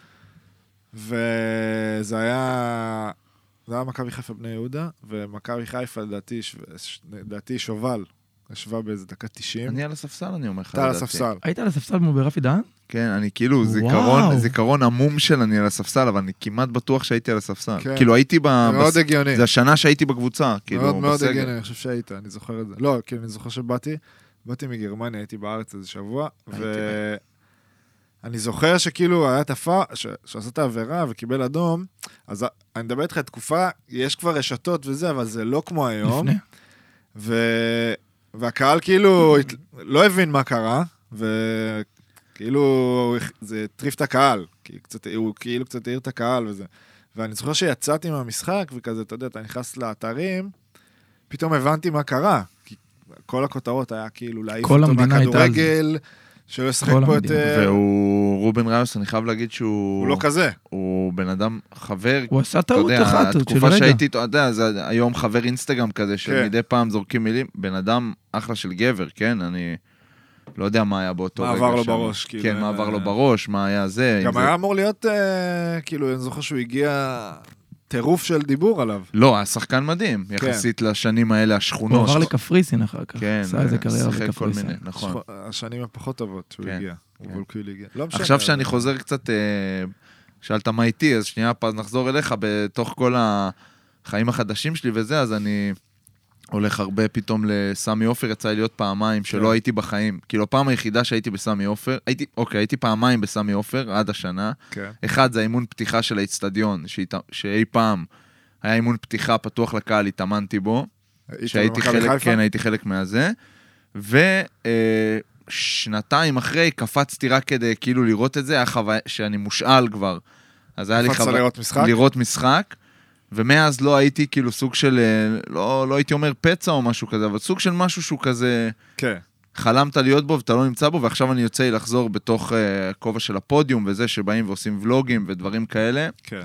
וזה היה... זה היה מכבי חיפה בני יהודה, ומכבי חיפה, לדעתי, שובל. ישבה באיזה דקה תשעים. אני על הספסל, אני אומר לך. אתה על הספסל. היית על הספסל כמו ברפי דן? כן, אני כאילו, זיכרון, זיכרון עמום של אני על הספסל, אבל אני כמעט בטוח שהייתי על הספסל. כאילו הייתי ב... מאוד הגיוני. זה השנה שהייתי בקבוצה, כאילו, מאוד מאוד הגיוני, אני חושב שהיית, אני זוכר את זה. לא, כאילו, אני זוכר שבאתי, באתי מגרמניה, הייתי בארץ איזה שבוע, ואני זוכר שכאילו היה תפה, שעשה את העבירה וקיבל אדום, אז אני מדבר איתך, תקופה, יש כבר רשתות וזה, אבל זה לא כמו היום. ו... והקהל כאילו לא הבין מה קרה, וכאילו זה טריף את הקהל, כי קצת, הוא כאילו קצת העיר את הקהל וזה. ואני זוכר שיצאתי מהמשחק, וכזה, אתה יודע, אתה נכנס לאתרים, פתאום הבנתי מה קרה, כי כל הכותרות היה כאילו להעיף אותו מהכדורגל, שלא ישחק פה יותר. והוא, רובן ראיוס, אני חייב להגיד שהוא... הוא לא כזה. הוא בן אדם חבר. הוא עשה טעות אחת, התקופה שהייתי, אתה יודע, זה היום חבר אינסטגרם כזה, שמדי פעם זורקים מילים, בן אדם אחלה של גבר, כן? אני לא יודע מה היה באותו רגע. מה עבר לו בראש. כן, מה עבר לו בראש, מה היה זה. גם היה אמור להיות, כאילו, אני זוכר שהוא הגיע טירוף של דיבור עליו. לא, השחקן מדהים, יחסית לשנים האלה, הוא השכונות. עבר לקפריסין אחר כך. כן, עשה איזה קריירה שיחק כל בקפריסין. מיני, נכון. השנים הפחות טובות שהוא כן, הגיע. כן. הוא כאילו הגיע. לא משנה. עכשיו שאני חוזר קצת, אה, שאלת מה איתי, אז שנייה, אז נחזור אליך בתוך כל החיים החדשים שלי וזה, אז אני הולך הרבה פתאום לסמי עופר, יצא לי להיות פעמיים שלא הייתי בחיים. כאילו, הפעם היחידה שהייתי בסמי עופר, הייתי, אוקיי, הייתי פעמיים בסמי עופר עד השנה. כן. אחד זה האימון פתיחה של האצטדיון, שאי פעם היה אימון פתיחה פתוח לקהל, התאמנתי בו. שהייתי חלק, כן, הייתי חלק מהזה. ושנתיים אחרי קפצתי רק כדי כאילו לראות את זה, היה חוויה שאני מושאל כבר. אז היה לי חוויה... לראות משחק? לראות משחק. ומאז לא הייתי כאילו סוג של, לא, לא הייתי אומר פצע או משהו כזה, אבל סוג של משהו שהוא כזה, כן. חלמת להיות בו ואתה לא נמצא בו, ועכשיו אני יוצא לי לחזור בתוך כובע של הפודיום וזה, שבאים ועושים ולוגים ודברים כאלה. כן.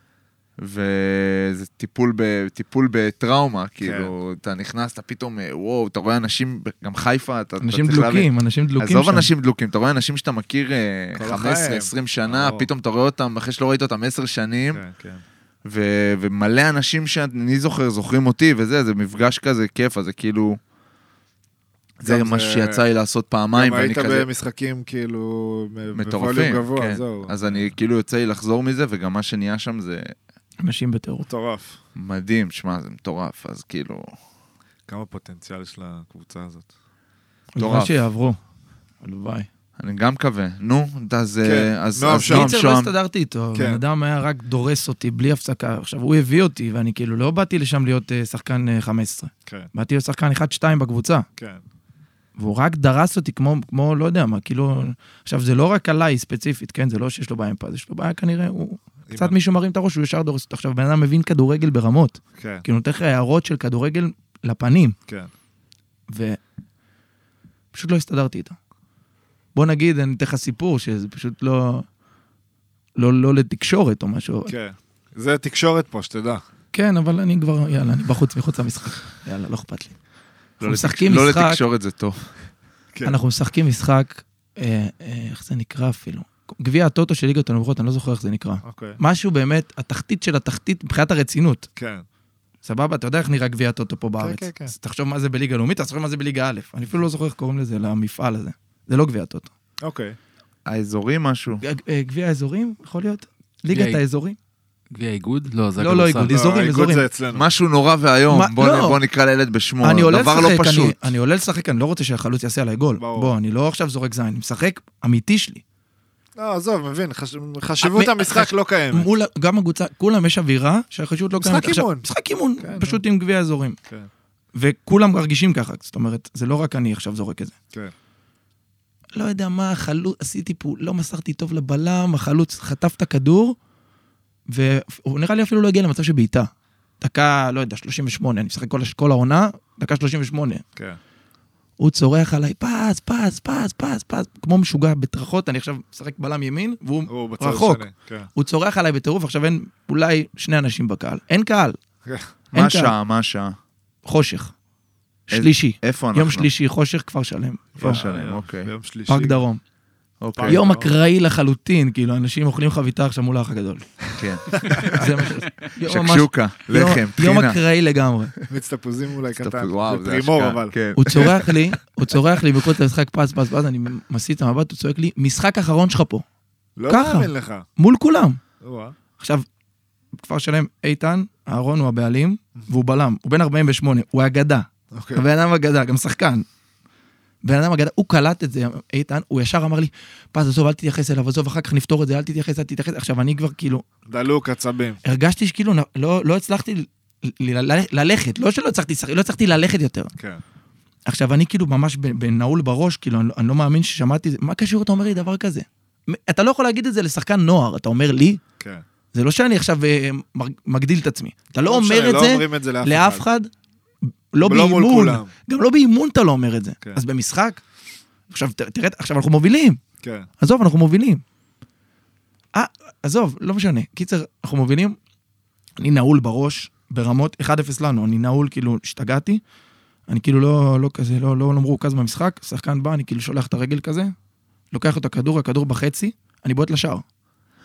וזה טיפול, ב, טיפול בטראומה, כאילו, אתה נכנס, אתה פתאום, וואו, אתה רואה אנשים, גם חיפה, אתה, אנשים אתה צריך דלוקים, להבין. אנשים דלוקים עזוב שם. אנשים דלוקים, אתה רואה אנשים שאתה מכיר חמש עשרה עשרים שנה, או. פתאום אתה רואה אותם, אחרי שלא ראית אותם עשר שנים, כן, כן. ו- ומלא אנשים שאני זוכר, זוכרים אותי, וזה, זה מפגש כזה כיף, אז זה כאילו, זה מה שיצא לי לעשות פעמיים, גם ואני היית כזה, במשחקים כאילו, מטורפים, בווליום גבוה, כן. זהו. אז אני כאילו יוצא לי לחזור מזה, וגם מה שנהיה שם זה אנשים בטירוף. מטורף. מדהים, שמע, זה מטורף, אז כאילו, כמה פוטנציאל יש לקבוצה הזאת. מטורף. הלוואי שיעברו. הלוואי. אני גם מקווה. נו, אז כן, אז נועם אז שוהם. קיצר לא הסתדרתי איתו, כן. בן אדם היה רק דורס אותי בלי הפסקה. עכשיו, הוא הביא אותי, ואני כאילו לא באתי לשם להיות אה, שחקן אה, חמש עשרה. כן, באתי להיות שחקן אחד שתיים בקבוצה. כן. והוא רק דרס אותי כמו, כמו, לא יודע מה, כאילו... עכשיו, זה לא רק עליי ספציפית, כן? זה לא שיש לו בעיה עם פז, יש לו בעיה כנראה, הוא... קצת מישהו מרים את הראש, הוא ישר דורס אותו. עכשיו, בן אדם מבין כדורגל ברמות. כן, כאילו, נותן לך הערות של כדורגל לפנים. כן. ופשוט לא הסתדרתי איתו. בוא נגיד, אני אתן לך סיפור, שזה פשוט לא... לא, לא לתקשורת או משהו. כן. זה תקשורת פה, שתדע. כן, אבל אני כבר, יאללה, אני בחוץ, מחוץ למשחק. יאללה, לא אכפת לי. אנחנו משחקים לא משחק, לתקשורת זה טוב. כן. אנחנו משחקים משחק, אה, אה, איך זה נקרא אפילו? גביע הטוטו של ליגת הנבחרות, אני לא זוכר איך זה נקרא. אוקיי. משהו באמת, התחתית של התחתית, מבחינת הרצינות. כן. סבבה, אתה יודע איך נראה גביע הטוטו פה בארץ. כן, כן. אז תחשוב מה זה בליגה לאומית, תחשוב מה זה בליגה א'. אני אפילו לא זוכר איך קוראים לזה, למפעל הזה. זה לא גביע הטוטו. אוקיי. האזורי משהו. גביע האזורים, יכול להיות? ליגת גביע- האזורים? גביע איגוד? לא, זה לא, לא הכדורסל. איגוד, אזורים, האיגוד אזורים. זה אצלנו. משהו נורא והיום, מה- בוא נ- לא. בוא נקרא לילד בשמו, אני עולה דבר לא לשחק, אני- פשוט. אני עולה לשחק, אני לא רוצה שהחלוץ יעשה עליי גול. ברור. בוא, אני לא עכשיו זורק זין, אני משחק אמיתי שלי. לא, עזוב, מבין, חש- חשיבות מ- המשחק חש- לא קיימת. מול, גם הקבוצה, כולם יש אווירה שהחשיבות לא משחק קיימת. עכשיו, אימון. משחק אימון, כן, פשוט עם גביע האזורים. כן, וכולם מרגישים ככה, זאת אומרת, זה לא רק אני עכשיו זורק את זה. כן. לא יודע מה, החלוץ, עשיתי פה, לא מסרתי טוב לבלם, החלוץ חטף את הכדור, והוא נראה לי אפילו לא הגיע למצב שבעיטה. דקה, לא יודע, שלושים ושמונה, אני משחק כל, כל העונה, דקה שלושים ושמונה. כן. הוא צורח עליי, פס, פס, פס, פס, פס, כמו משוגע בתרחות, אני עכשיו משחק בלם ימין, והוא הוא בצד רחוק. השני, כן. הוא צורח עליי בטירוף, עכשיו אין אולי שני אנשים בקהל. אין קהל, כן. אין מה קהל. השעה, מה השעה? חושך. איזה- שלישי. איפה אנחנו? יום שלישי, חושך, כפר שלם. כפר שלם, אוקיי. ביום שלישי. פארק דרום. אוקיי. יום אקראי לחלוטין, כאילו, אנשים אוכלים חביתה עכשיו מול האח הגדול. כן. זה מה ש... יום ממש- שקשוקה, יום- לחם, יום טחינה. אקראי לגמרי. מיץ תפוזים אולי קטן. תפוז, וואו, זה זה פרימור השקעה, אבל. כן. הוא צורח לי, הוא צורח לי בכל המשחק פס פס פס, אני מסיט את המבט, הוא צועק לי, משחק אחרון שלך פה, לא ככה. מאמין לך. מול כולם. או-אה. עכשיו, כפר שלם, איתן, אהרון הוא הבעלים, והוא בלם, הוא בן ארבעים ושמונה, הוא אגדה. אוקיי. הבן אדם אגדה, גם שחקן. בן אדם אגדה, הוא קלט את זה, איתן, הוא ישר אמר לי, פס, עזוב, אל תתייחס אליו, עזוב, אחר כך נפתור את זה, אל תתייחס, אל תתייחס. עכשיו, אני כבר כאילו, דלוק עצבים. הרגשתי שכאילו, לא, לא הצלחתי ל- ל- ללכת, לא שלא הצלחתי, לשחק, לא הצלחתי ללכת יותר. כן. עכשיו, אני כאילו ממש בנעול בראש, כאילו, אני, אני לא מאמין ששמעתי, מה קשור אתה אומר לי דבר כזה? אתה לא יכול להגיד את זה לשחקן נוער, אתה אומר לי, כן. זה לא שאני עכשיו אה, מר- מגדיל את עצמי. אתה לא משנה, אומר את לא זה אומרים את זה לאף לאף אחד. אחד, לא ולא מול באימון, כולם. גם לא באימון אתה לא אומר את זה. כן. אז במשחק, עכשיו ת- תראה, עכשיו אנחנו מובילים, כן. עזוב, אנחנו מובילים. אה, עזוב, לא משנה. קיצר, אנחנו מובילים, אני נעול בראש, ברמות, אחד אפס לנו, אני נעול, כאילו, השתגעתי, אני כאילו לא, לא כזה, לא, לא, לא מרוכז במשחק, שחקן בא, אני כאילו שולח את הרגל כזה, לוקח את הכדור, הכדור בחצי, אני בועט לשער.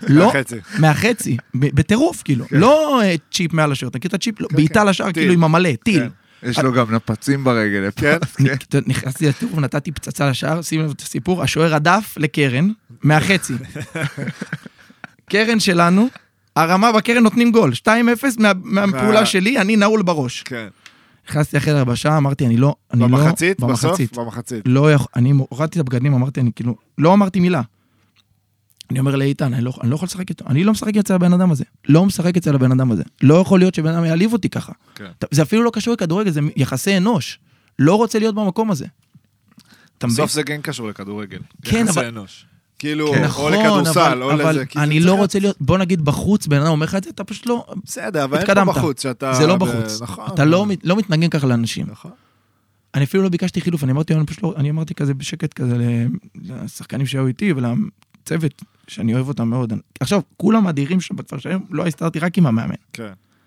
לא, מהחצי. מהחצי, ב- בטירוף, כאילו. לא אה, צ'יפ מעל השאר, אתה מכיר את הצ'יפ? לא, בעיטה לשאר, טיל. כאילו עם המלא, טיל. כן. יש לו גם נפצים ברגל. כן? כן. נכנסתי לטירוף, נתתי פצצה לשער, שים לב את הסיפור, השוער הדף לקרן, מהחצי. קרן שלנו, הרמה בקרן נותנים גול, שתיים אפס מה- מהפעולה שלי, אני נעול בראש. כן. נכנסתי אחרי ארבע שעה, אמרתי, אני לא... אני לא- במחצית? בסוף? במחצית. במחצית. לא יכול, אני הורדתי את הבגדים, אמרתי, אני כאילו, לא אמרתי מילה. אני אומר לאיתן, אני לא, אני לא יכול לשחק איתו, אני לא משחק אצל הבן אדם הזה. לא משחק אצל הבן אדם הזה. לא יכול להיות שבן אדם יעליב אותי ככה. כן. זה אפילו לא קשור לכדורגל, זה יחסי אנוש. לא רוצה להיות במקום הזה. אתה מבין? בסוף זה כן קשור לכדורגל. כן, יחסי אבל- אנוש. כאילו, כן, או נכון, לכדורסל, אבל, או אבל לזה. כי זה אני צריך לא להיות- רוצה להיות, בוא נגיד בחוץ, בן אדם אומר לך את זה, אתה פשוט לא, בסדר, אבל אין התקדמת. פה בחוץ, שאתה... זה לא ב- בחוץ. נכון. אתה לא, מת- לא מתנגן ככה לאנשים. נכון. אני אפילו לא ביקשתי חילוף, אני אמרתי, אני פשוט לא, אני אמרתי כזה בשקט כזה ל- לשחקנים שהיו איתי ולצוות שאני אוהב אותם מאוד. עכשיו, כולם אדירים שם בכפר שלהם, לא הסתרתי רק עם המאמן. כן.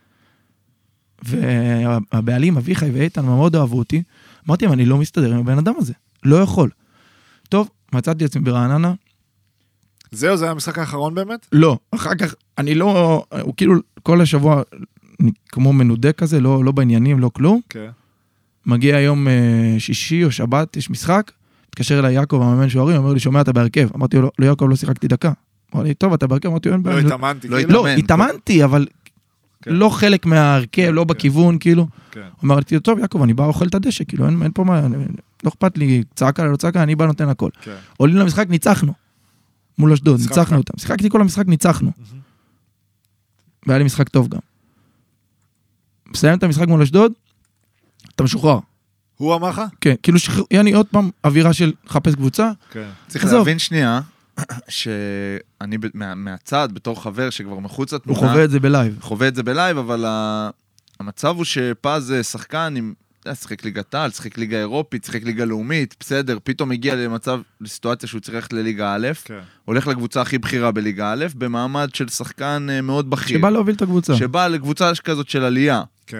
והבעלים, אביחי ואיתן, מאוד אהבו אותי. אמרתי, אבל אני לא מסתדר עם הבן אדם הזה. לא יכול. טוב, מצאתי עצמי ברעננה. זהו, זה היה המשחק האחרון באמת? לא. אחר כך, אני לא, הוא כאילו כל השבוע כמו מנודה כזה, לא, לא בעניינים, לא כלום. כן. מגיע היום אה, שישי או שבת, יש משחק, התקשר אליי יעקב, המאמן שוערים, אומר לי, שומע, אתה בהרכב. אמרתי לו, לא, יעקב, לא שיחקתי דקה. אמר לי, טוב, אתה בהרכב, אמרתי, אין לא בעיה. התאמנתי. לא כאילו? לא, התאמן. התאמנתי, אבל כן. לא חלק מההרכב, לא כן. בכיוון, כאילו. כן. הוא אמר לי, טוב, יעקב, אני בא אוכל את הדשא, כאילו, אין, אין פה מה, לא אכפת לי, צעקה, לא צעקה, אני בא נותן הכל. כן. עולים למשחק, ניצחנו. מול אשדוד, שיחקת. ניצחנו אותם. שיחקתי כל המשחק, ניצחנו. והיה לי משחק טוב גם. מסיים את המשחק מול אשדוד, אתה משוחרר. הוא אמר לך? כן, כאילו, שחרר- יעני עוד פעם אווירה של חפש קבוצה. כן. צריך עזוב. להבין שנייה, שאני ב- מה- מהצד, בתור חבר שכבר מחוץ הוא לתמונה, חווה את זה בלייב. חווה את זה בלייב, אבל ה- המצב הוא שפז שחקן עם... אתה יודע, שחק ליגת העל, שחק ליגה אירופית, שחק ליגה לאומית, בסדר, פתאום הגיע למצב, לסיטואציה שהוא צריך ללכת לליגה א', כן. הולך לקבוצה הכי בכירה בליגה א', במעמד של שחקן אה, מאוד בכיר. שבא להוביל את הקבוצה. שבא לקבוצה כזאת של עלייה. כן.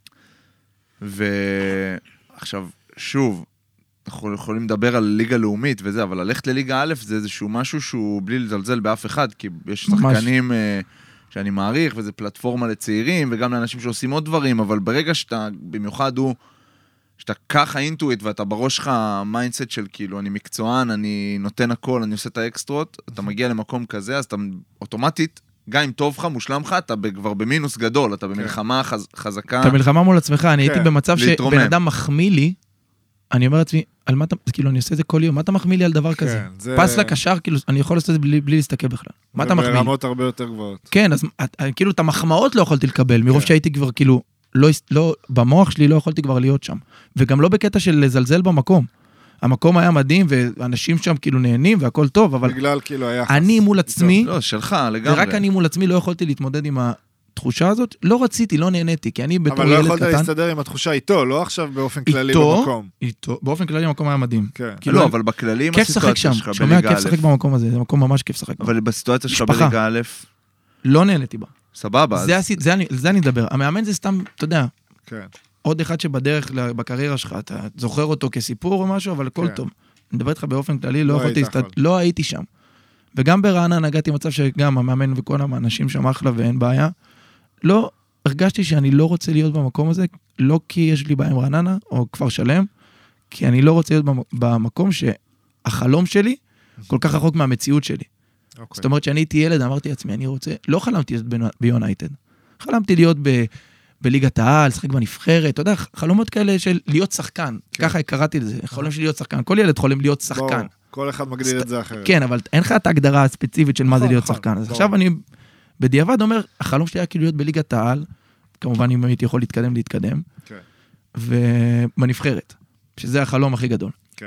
ועכשיו, שוב, אנחנו יכולים לדבר על ליגה לאומית וזה, אבל ללכת לליגה א' זה איזשהו משהו שהוא בלי לזלזל באף אחד, כי יש ממש. שחקנים אה, שאני מעריך, וזה פלטפורמה לצעירים, וגם לאנשים שעושים עוד דברים, אבל ברגע שאתה, במיוחד הוא, שאתה ככה אינטואיט, ואתה בראש שלך מיינדסט של כאילו, אני מקצוען, אני נותן הכל, אני עושה את האקסטרות, אתה מגיע למקום כזה, אז אתה אוטומטית, גם אם טוב לך, מושלם לך, אתה כבר במינוס גדול, אתה במלחמה חז, חזקה. אתה מלחמה מול עצמך, אני הייתי כן, במצב להתרומם. שבן אדם מחמיא לי, אני אומר לעצמי, על מה אתה, כאילו אני עושה את זה כל יום, מה אתה מחמיא לי על דבר כזה? זה- פס לקשר, כאילו, אני יכול לעשות את זה בלי בלי להסתכל בכלל. מה אתה מחמיא לי? ברמות הרבה יותר גבוהות. כן, אז את- כאילו את המחמאות לא יכולתי לקבל, מרוב כן. שהייתי כבר כאילו, לא, הס- לא, במוח שלי לא יכולתי כבר להיות שם. וגם לא בקטע של לזלזל במקום. המקום היה מדהים, ואנשים שם כאילו נהנים, והכל טוב, אבל בגלל כאילו היחס. אני מול עצמי, לא, שלך, לגמרי. ורק אני מול עצמי לא יכולתי להתמודד עם התחושה הזאת. לא רציתי, לא נהניתי, כי אני בתור אבל לא ילד יכולת קטן, להסתדר עם התחושה איתו, לא עכשיו באופן כללי איתו, במקום. איתו, באופן כללי המקום היה מדהים. כן. כאילו, לא, אבל בכללי עם כיף לשחק הסיטואציה שם, שלך שומע, בליגה כיף א', לשחק במקום הזה, זה מקום ממש כיף לשחק בו. אבל בסיטואציה שלך משפחה. בליגה א', לא נהניתי בה. סבבה. אז- זה הסי- זה אני- זה אני מדבר. המאמן זה סתם, אתה יודע, כן. עוד אחד שבדרך ל- בקריירה שלך, אתה זוכר אותו כסיפור או משהו, אבל הכל כן. טוב. אני מדבר איתך באופן כללי, לא לא יכולתי היית להסתד... יכול. לא הייתי שם. וגם ברעננה הגעתי למצב שגם המאמן וכל האנשים שם אחלה ואין בעיה. לא, הרגשתי שאני לא רוצה להיות במקום הזה, לא כי יש לי בעיה עם רעננה או כפר שלם, כי אני לא רוצה להיות במ- במקום שהחלום שלי כל כך רחוק מהמציאות שלי. אוקיי. זאת אומרת שאני הייתי ילד, אמרתי לעצמי, אני רוצה, לא חלמתי להיות ב- ביונייטד. חלמתי להיות ב... בליגת העל, לשחק בנבחרת, אתה יודע, חלומות כאלה של להיות שחקן. כן. ככה קראתי לזה, חלום של להיות שחקן. כל ילד חולם להיות ברור, שחקן. כל אחד מגדיר את זה אחרת. כן, אבל אין לך את ההגדרה הספציפית של מה זה נכון, להיות נכון, שחקן. אז ברור. עכשיו אני בדיעבד אומר, החלום שלי היה כאילו להיות בליגת העל, כמובן אם הייתי יכול להתקדם, להתקדם, כן. ובנבחרת, שזה החלום הכי גדול. כן.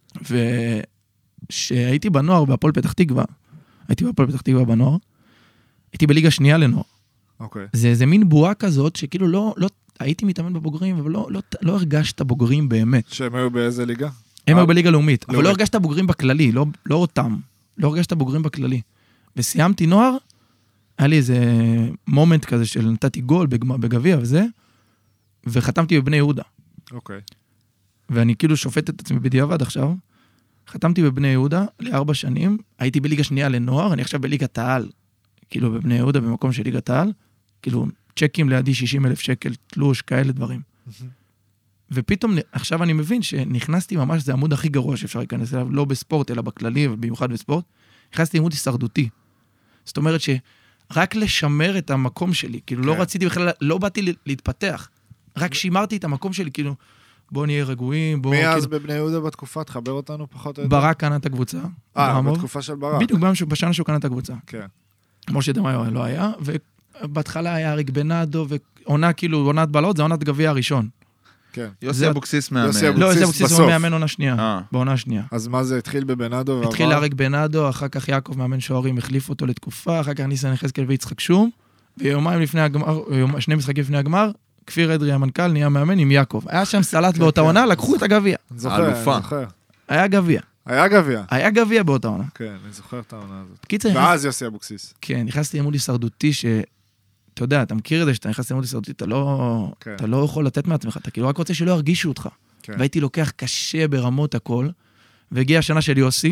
וכשהייתי בנוער, בהפועל פתח תקווה, הייתי בהפועל פתח תקווה בנוער, הייתי בליגה שנייה לנוער. אוקיי. זה איזה מין בועה כזאת, שכאילו לא, לא, הייתי מתאמן בבוגרים, אבל לא, לא, לא הרגשת בוגרים באמת. שהם היו באיזה ליגה? הם אה, היו בליגה לאומית, אבל לאומית. לא הרגשת בוגרים בכללי, לא, לא אותם. לא הרגשת בוגרים בכללי. וסיימתי נוער, היה לי איזה מומנט כזה של נתתי גול בגמ- בגביע וזה, וחתמתי בבני יהודה. אוקיי. ואני כאילו שופט את עצמי בדיעבד עכשיו, חתמתי בבני יהודה לארבע שנים, הייתי בליגה שנייה לנוער, אני עכשיו בליגת העל כאילו בבני יהודה, במקום של ליגת העל, כאילו צ'קים לידי שישים אלף שקל, תלוש, כאלה דברים. ופתאום, עכשיו אני מבין שנכנסתי ממש, זה העמוד הכי גרוע שאפשר להיכנס אליו, לא בספורט, אלא בכללי, ובמיוחד בספורט, נכנסתי לעמוד הישרדותי. זאת אומרת שרק לשמר את המקום שלי, כאילו לא רציתי בכלל, לא באתי להתפתח, רק שימרתי את המקום שלי, כאילו, בוא נהיה רגועים, בוא... מי אז בבני יהודה בתקופה, תחבר אותנו פחות או יותר? ברק קנה את הקבוצה. אה, בתקופה של ברק. בדיוק, בשנה שהוא קנה את הקבוצה. כן. כמו שדמיון לא היה, ובהתחלה היה אריק בנאדו, ועונה כאילו, עונת בלעות, זה עונת גביע הראשון. כן. יוסי אבוקסיס מאמן. לא, יוסי אבוקסיס הוא מאמן עונה שנייה, בעונה השנייה. אז מה זה, התחיל בבנאדו ועבר? התחיל אריק בנאדו, אחר כך יעקב מאמן שוערים החליף אותו לתקופה, אחר כך ניסן יחזקאל ויצחק שום, ויומיים לפני הגמר, שני משחקים לפני הגמר, כפיר אדרי המנכ"ל נהיה מאמן עם יעקב. היה שם סלט באותה עונה, לקחו את הגביע. אלופה. היה גביע. היה גביע. היה גביע באותה עונה. כן, אני זוכר את העונה הזאת. קיצר, ואז יוסי אבוקסיס. כן, נכנסתי לעמוד הישרדותי ש... אתה יודע, אתה מכיר את זה שאתה נכנס לעמוד הישרדותי, אתה לא... אתה לא יכול לתת מעצמך, אתה כאילו רק רוצה שלא ירגישו אותך. והייתי לוקח קשה ברמות הכל, והגיעה השנה של יוסי,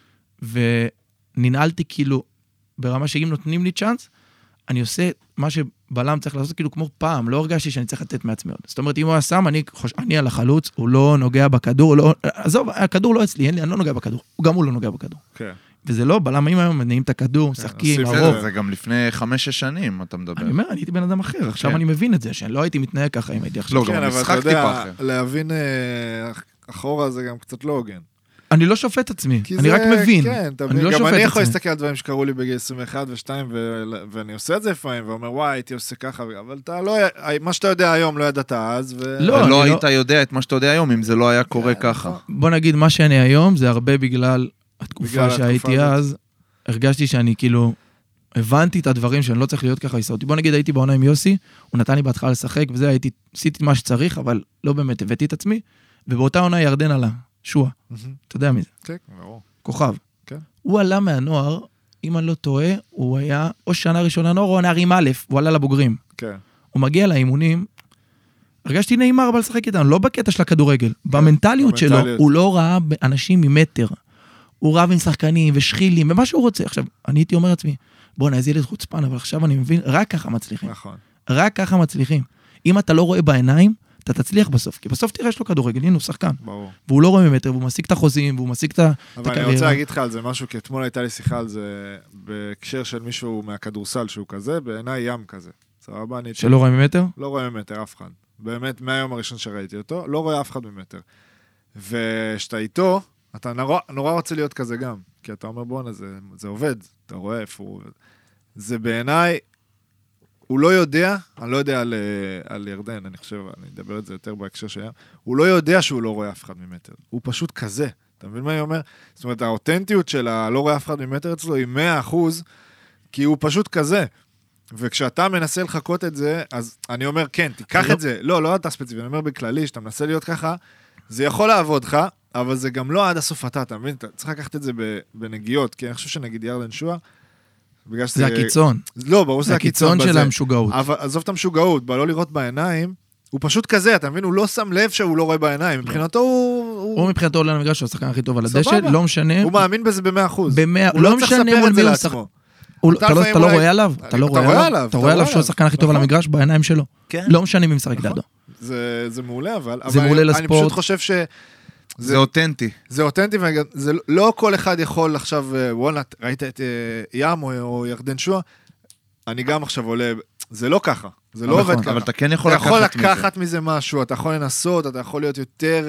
וננעלתי כאילו, ברמה שאם נותנים לי צ'אנס, אני עושה מה שבלם צריך לעשות כאילו כמו פעם, לא הרגשתי שאני צריך לתת מעצמי עוד. זאת אומרת, אם הוא היה שם, אני, אני על החלוץ, הוא לא נוגע בכדור, לא, עזוב, הכדור לא אצלי, אני לא נוגע בכדור, גם הוא לא נוגע בכדור. כן. וזה לא, בלמים היום מנעים את הכדור, משחקים, הרוב. זה גם לפני חמש-שש שנים, אתה מדבר. אני אומר, אני הייתי בן אדם אחר, עכשיו אני מבין את זה, שאני לא הייתי מתנהג ככה אם הייתי עכשיו. לא, גם המשחק טיפה אחר. להבין אחורה זה גם קצת לא הוגן. אני לא שופט עצמי, אני רק מבין. כן, גם אני יכול להסתכל על דברים שקראו לי בגיל עשרים ואחת ו-שתיים, ואני עושה את זה לפעמים, ואומר, וואי, הייתי עושה ככה, אבל אתה לא, מה שאתה יודע היום לא ידעת אז, ולא היית יודע את מה שאתה יודע היום, אם זה לא היה קורה ככה. בוא נגיד, מה שאני היום, זה הרבה בגלל התקופה שהייתי אז, הרגשתי שאני כאילו, הבנתי את הדברים שאני לא צריך להיות ככה הישרדותי. בוא נגיד, הייתי בעונה עם יוסי, הוא נתן לי בהתחלה לשחק, וזה הייתי, עשיתי מה שצריך, אבל לא באמת הבאתי את עצמי, ובאותה עונה ירדן עלה. שואה, אתה יודע מי זה? כן, ברור. כוכב. כן. הוא עלה מהנוער, אם אני לא טועה, הוא היה או שנה ראשונה נוער או נער עם א', הוא עלה לבוגרים. כן. הוא מגיע לאימונים, הרגשתי נעימר בא לשחק איתנו, לא בקטע של הכדורגל, במנטליות שלו, הוא לא ראה אנשים ממטר. הוא רב עם שחקנים ושחילים, ומה שהוא רוצה. עכשיו, אני הייתי אומר לעצמי, בוא נעזי ילד חוצפן, אבל עכשיו אני מבין, רק ככה מצליחים. נכון. רק ככה מצליחים. אם אתה לא רואה בעיניים, אתה תצליח בסוף, כי בסוף תראה יש לו כדורגל, הנה הוא שחקן. ברור. והוא לא רואה ממטר, והוא משיג את החוזים, והוא משיג את הקריירה. אבל אני רוצה להגיד לך על זה משהו, כי אתמול הייתה לי שיחה על זה, בהקשר של מישהו מהכדורסל שהוא כזה, בעיניי ים כזה. סבבה? שלא רואה ממטר? לא רואה ממטר אף אחד. באמת, מהיום הראשון שראיתי אותו, לא רואה אף אחד ממטר. ושאתה איתו, אתה נורא, נורא רוצה להיות כזה גם, כי אתה אומר, בואנה, זה, זה עובד, אתה רואה איפה הוא עובד. זה בעיניי, הוא לא יודע, אני לא יודע על, על ירדן, אני חושב, אני אדבר את זה יותר בהקשר שהיה, הוא לא יודע שהוא לא רואה אף אחד ממטר, הוא פשוט כזה, אתה מבין מה אני אומר? זאת אומרת, האותנטיות של הלא רואה אף אחד ממטר אצלו היא מאה אחוז, כי הוא פשוט כזה, וכשאתה מנסה לחכות את זה, אז אני אומר, כן, תיקח את זה, לא, לא אתה ספציפי, אני אומר בכללי, שאתה מנסה להיות ככה, זה יכול לעבוד לך, אבל זה גם לא עד הסוף אתה, אתה מבין? אתה צריך לקחת את זה בנגיעות, כי אני חושב שנגיד ירדן שואה, זה הקיצון. לא, ברור שזה הקיצון של המשוגעות. אבל עזוב את המשוגעות, בא לא לראות בעיניים, הוא פשוט כזה, אתה מבין? הוא לא שם לב שהוא לא רואה בעיניים, מבחינתו הוא... הוא מבחינתו עולה למגרש, הוא השחקן הכי טוב על הדשא, לא משנה. הוא מאמין בזה במאה אחוז. הוא לא משנה מול מי הוא שחק. אתה לא רואה עליו? אתה לא רואה עליו? אתה רואה עליו שהוא השחקן הכי טוב על המגרש בעיניים שלו. לא משנה מי משחק לידו. זה מעולה, אבל... זה מעולה לספורט. אני פשוט חושב ש... זה אותנטי. זה אותנטי, ולא כל אחד יכול עכשיו, וואלה, ראית את ים או ירדן שואה, אני גם עכשיו עולה, זה לא ככה, זה לא עובד ככה. אבל אתה כן יכול לקחת מזה. אתה יכול לקחת מזה משהו, אתה יכול לנסות, אתה יכול להיות יותר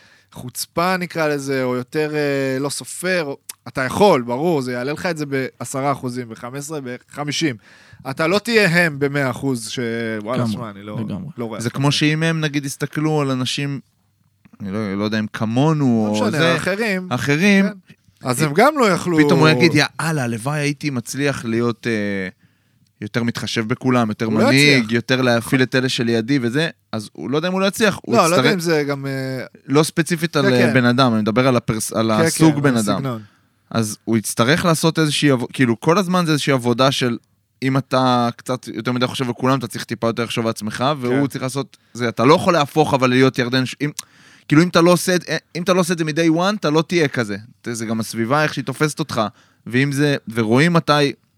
חוצפה נקרא לזה, או יותר לא סופר, אתה יכול, ברור, זה יעלה לך את זה ב-עשרה אחוזים, ב-חמש עשרה, ב-חמישים. אתה לא תהיה הם ב-מאה אחוז, שוואלה, שמה, אני לא רואה. זה כמו שאם הם נגיד הסתכלו על אנשים אני לא, לא יודע אם כמונו או זה, אחרים, אחרים, כן. אז הם גם לא יכלו... פתאום הוא יגיד, יאללה, הלוואי הייתי מצליח להיות אה, יותר מתחשב בכולם, יותר מנהיג, יותר להפעיל את אלה שלידי וזה, אז הוא לא יודע אם הוא לא יצליח. לא, לא יודע אם זה גם... לא ספציפית על כן, בן אדם, אני מדבר על, הפרס, על כן, הסוג כן, בן אדם. סגנון. אז הוא יצטרך לעשות איזושהי, כאילו כל הזמן זה איזושהי עבודה של, אם אתה קצת יותר מדי חושב בכולם, אתה צריך טיפה יותר לחשוב לעצמך, והוא כן. צריך לעשות, זה, אתה לא יכול להפוך אבל להיות ירדן, אם... כאילו אם אתה לא עושה, אם אתה לא עושה את זה מ-day one, אתה לא תהיה כזה. זה גם הסביבה, איך שהיא תופסת אותך. ואם זה, ורואים מתי,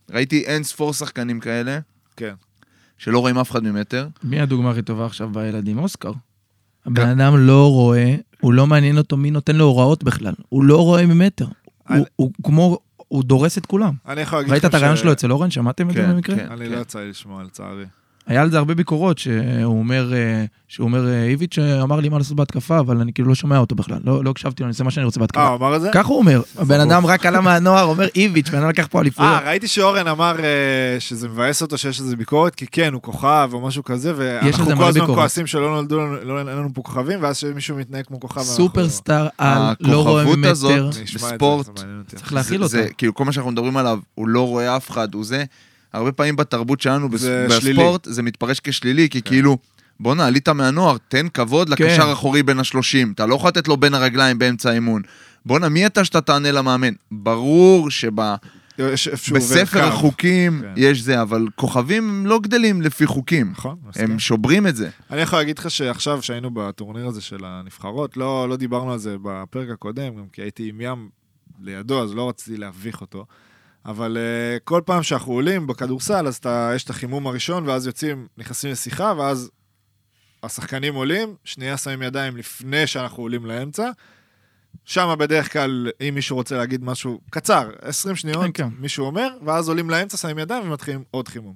ראיתי אין ספור שחקנים כאלה, כן. שלא רואים אף אחד ממטר. מי הדוגמה הכי טובה עכשיו בילדים? אוסקר. הבן אדם לא רואה, הוא לא מעניין אותו מי נותן לו הוראות בכלל. הוא לא רואה ממטר. אני- הוא- הוא כמו, הוא דורס את כולם. אני יכול להגיד ראית לכם את הרעיון ש- שלו אצל אורן? שמעתם את זה כן, במקרה? כן. אני לא יצא לי לשמוע, לצערי. היה על זה הרבה ביקורות, שהוא אומר, אה, שהוא אומר, אה, איביץ' אמר לי מה לעשות בהתקפה, אבל אני כאילו לא שומע אותו בכלל. לא לא הקשבתי לו, אני עושה מה שאני רוצה אה, בהתקפה. הוא אמר את זה? ככה הוא אומר. הבן אדם רק עלה מהנוער, אומר איביץ', בן אדם לקח פה אליפויות. אה, ראיתי שאורן אמר אה, שזה מבאס אותו שיש איזה ביקורת, כי כן, הוא כוכב או משהו כזה, ואנחנו לזה כל מלא הזמן ביקורת. כועסים שלא נולדו לנו, לא אין לנו פה כוכבים, ואז שמישהו מתנהג כמו כוכב. ואנחנו- סופרסטאר על, לא רואה הכוכבות ממטר. הזאת אני אשמע את זה, בספורט, זה מעניין אותי. צריך להכיל זה- אותה. זה, כאילו, כל מה שאנחנו מדברים עליו, הוא לא רואה אף אחד, הוא זה. הרבה פעמים בתרבות שלנו, בס- זה בספורט, זה מתפרש כשלילי, כי כאילו, בוא נעלית מהנוער, תן כבוד כן. לקשר האחורי בין השלושים, אתה לא יכול לתת לו בין הרגליים באמצע האימון. בוא נע, מי אתה שאתה תענה למאמן? ברור שבספר יש איפשהו עובר קו. החוקים כן. יש זה, אבל כוכבים הם לא גדלים לפי חוקים. נכון, מסכים. הם שוברים את זה. אני יכול להגיד לך שעכשיו, שהיינו בטורניר הזה של הנבחרות, לא, לא דיברנו על זה בפרק הקודם, גם כי הייתי עם ים לידו, אז לא רציתי להביך אותו. אבל uh, כל פעם שאנחנו עולים בכדורסל, אז אתה, יש את החימום הראשון, ואז יוצאים, נכנסים לשיחה, ואז השחקנים עולים, שנייה שמים ידיים לפני שאנחנו עולים לאמצע. שם בדרך כלל, אם מישהו רוצה להגיד משהו קצר, עשרים שניות, כן, כן. מישהו אומר, ואז עולים לאמצע, שמים ידיים ומתחילים עוד חימום.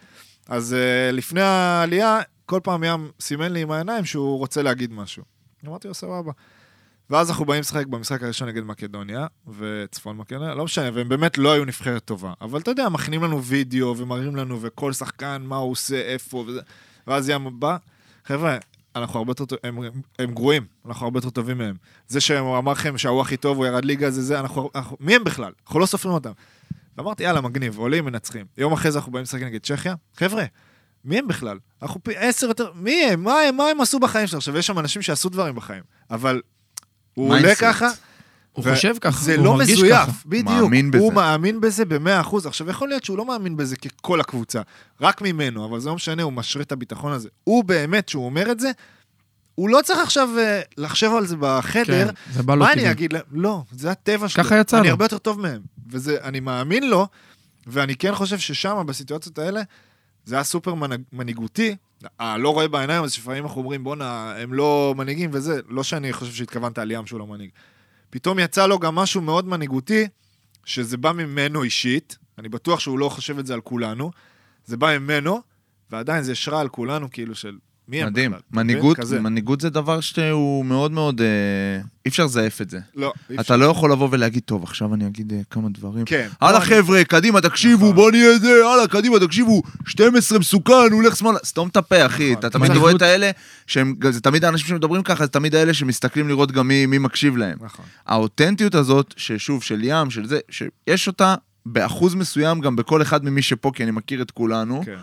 אז uh, לפני העלייה, כל פעם ים סימן לי עם העיניים שהוא רוצה להגיד משהו. אמרתי לו, סבבה. ואז אנחנו באים לשחק במשחק הראשון נגד מקדוניה, וצפון מקדוניה, לא משנה, והם באמת לא היו נבחרת טובה. אבל אתה יודע, מכינים לנו וידאו, ומראים לנו, וכל שחקן, מה הוא עושה, איפה, וזה. ואז ים בא, חבר'ה, אנחנו הרבה יותר טובים, הם, הם גרועים, אנחנו הרבה יותר טובים מהם. זה שהוא אמר לכם שההוא הכי טוב, הוא ירד ליגה, זה זה, אנחנו, אנחנו, מי הם בכלל? אנחנו לא סופרים אותם. ואמרתי, יאללה, מגניב, עולים, מנצחים. יום אחרי זה אנחנו באים לשחק נגד צ'כיה, חבר'ה, מי הם בכלל? אנחנו פי עשר יותר, מי הם? מה הם? מה הם עשו בחיים שלנו? עכשיו, יש שם אנשים שעשו דברים בחיים, אבל הוא עולה ככה, הוא ו- חושב ככה, זה הוא לא מרגיש מזויף, ככה. בדיוק, מאמין הוא בזה. מאמין בזה ב-מאה אחוז. עכשיו, יכול להיות שהוא לא מאמין בזה ככל הקבוצה, רק ממנו, אבל זה לא משנה, הוא משרה את הביטחון הזה. הוא באמת, שהוא אומר את זה, הוא לא צריך עכשיו אה, לחשוב על זה בחדר, כן, זה בא לו מה טבעי. אני אגיד להם? לא, זה הטבע שלו. ככה יצא אני לו. הרבה יותר טוב מהם, ואני מאמין לו, ואני כן חושב ששם, בסיטואציות האלה, זה היה סופר מנהיג- מנהיגותי, אה, לא רואה בעיניים, אז שפעמים אנחנו אומרים, בונה, הם לא מנהיגים וזה, לא שאני חושב שהתכוונת על ים שהוא לא מנהיג. פתאום יצא לו גם משהו מאוד מנהיגותי, שזה בא ממנו אישית, אני בטוח שהוא לא חושב את זה על כולנו, זה בא ממנו, ועדיין זה שרה על כולנו, כאילו של מי הם מדהים. בכלל. מנהיגות, כזה. מנהיגות זה דבר שהוא מאוד מאוד, אה, אי אפשר לזייף את זה. לא, אי אפשר. אתה לא יכול לבוא ולהגיד, טוב, עכשיו אני אגיד אה, כמה דברים. כן. הלאה לא, חבר'ה, קדימה, תקשיבו, נכון. בוא נהיה זה, הלאה, קדימה, תקשיבו, שתים עשרה מסוכן, הוא הולך שמאלה, סתום את הפה, אחי, נכון. אתה תמיד מנהיגות- רואה את האלה, שהם- זה תמיד האנשים שמדברים ככה, זה תמיד האלה שמסתכלים לראות גם מי מי מקשיב להם. נכון. האותנטיות הזאת, ששוב, של ים, של זה, שיש אותה באחוז מסוים גם בכל אחד ממי שפה, כי אני מכיר את כולנו, כן.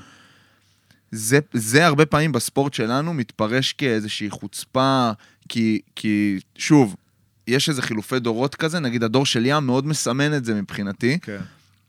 זה, זה הרבה פעמים בספורט שלנו מתפרש כאיזושהי חוצפה, כי, כי שוב, יש איזה חילופי דורות כזה, נגיד הדור של ים מאוד מסמן את זה מבחינתי, כן,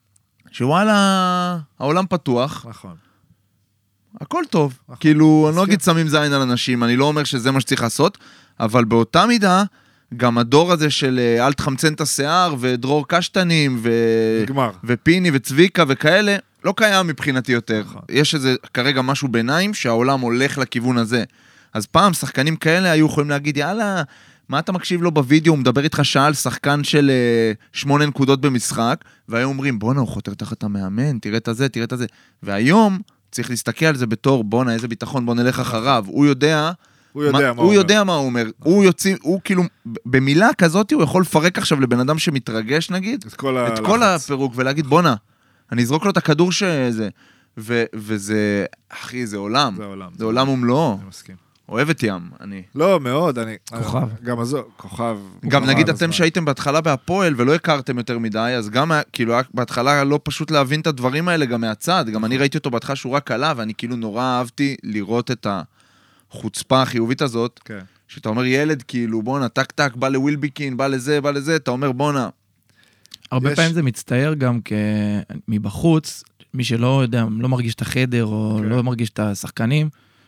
שוואלה, העולם פתוח, נכון. הכל טוב. נכון. כאילו, אני לא מסכים. אגיד שמים זין על אנשים, אני לא אומר שזה מה שצריך לעשות, אבל באותה מידה, גם הדור הזה של אה, אל תחמצן את השיער, ודרור קשטנים, ו... נגמר. ופיני וצביקה וכאלה, לא קיים מבחינתי יותר. נכון. יש איזה כרגע משהו ביניים שהעולם הולך לכיוון הזה. אז פעם שחקנים כאלה היו יכולים להגיד, יאללה, מה אתה מקשיב לו בווידאו? הוא מדבר איתך שעה על שחקן של אה, שמונה נקודות במשחק, והיו אומרים, בונה, הוא חותר תחת המאמן, תראה את הזה, תראה את הזה. והיום צריך להסתכל על זה בתור, בונה, איזה ביטחון, בוא נלך אחריו. הוא יודע... הוא יודע מה הוא הוא יודע מה הוא אומר. הוא יוצא, הוא כאילו, במילה כזאת הוא יכול לפרק עכשיו לבן אדם שמתרגש נגיד, את כל את הלחץ. כל הפירוק ולהגיד בונה, אני אזרוק לו את הכדור שזה, ו- וזה, אחי, זה עולם. זה עולם. זה עולם ומלואו. אני מסכים. אוהב את ים, אני. לא, מאוד, אני... כוכב. גם הזו, כוכב. גם כוכב נגיד הזמן. אתם שהייתם בהתחלה בהפועל ולא הכרתם יותר מדי, אז גם היה- כאילו היה בהתחלה לא פשוט להבין את הדברים האלה גם מהצד, גם אני ראיתי אותו בהתחלה שורה קלה, ואני כאילו נורא אהבתי לראות את החוצפה החיובית הזאת, כן. שאתה אומר ילד כאילו בונה, טק טק, בא לווילביקין, בא לזה, בא לזה, אתה אומר בונה, הרבה יש- פעמים זה מצטייר גם כ... מבחוץ, מי שלא יודע, לא מרגיש את החדר, או כן. לא מרגיש את השחקנים,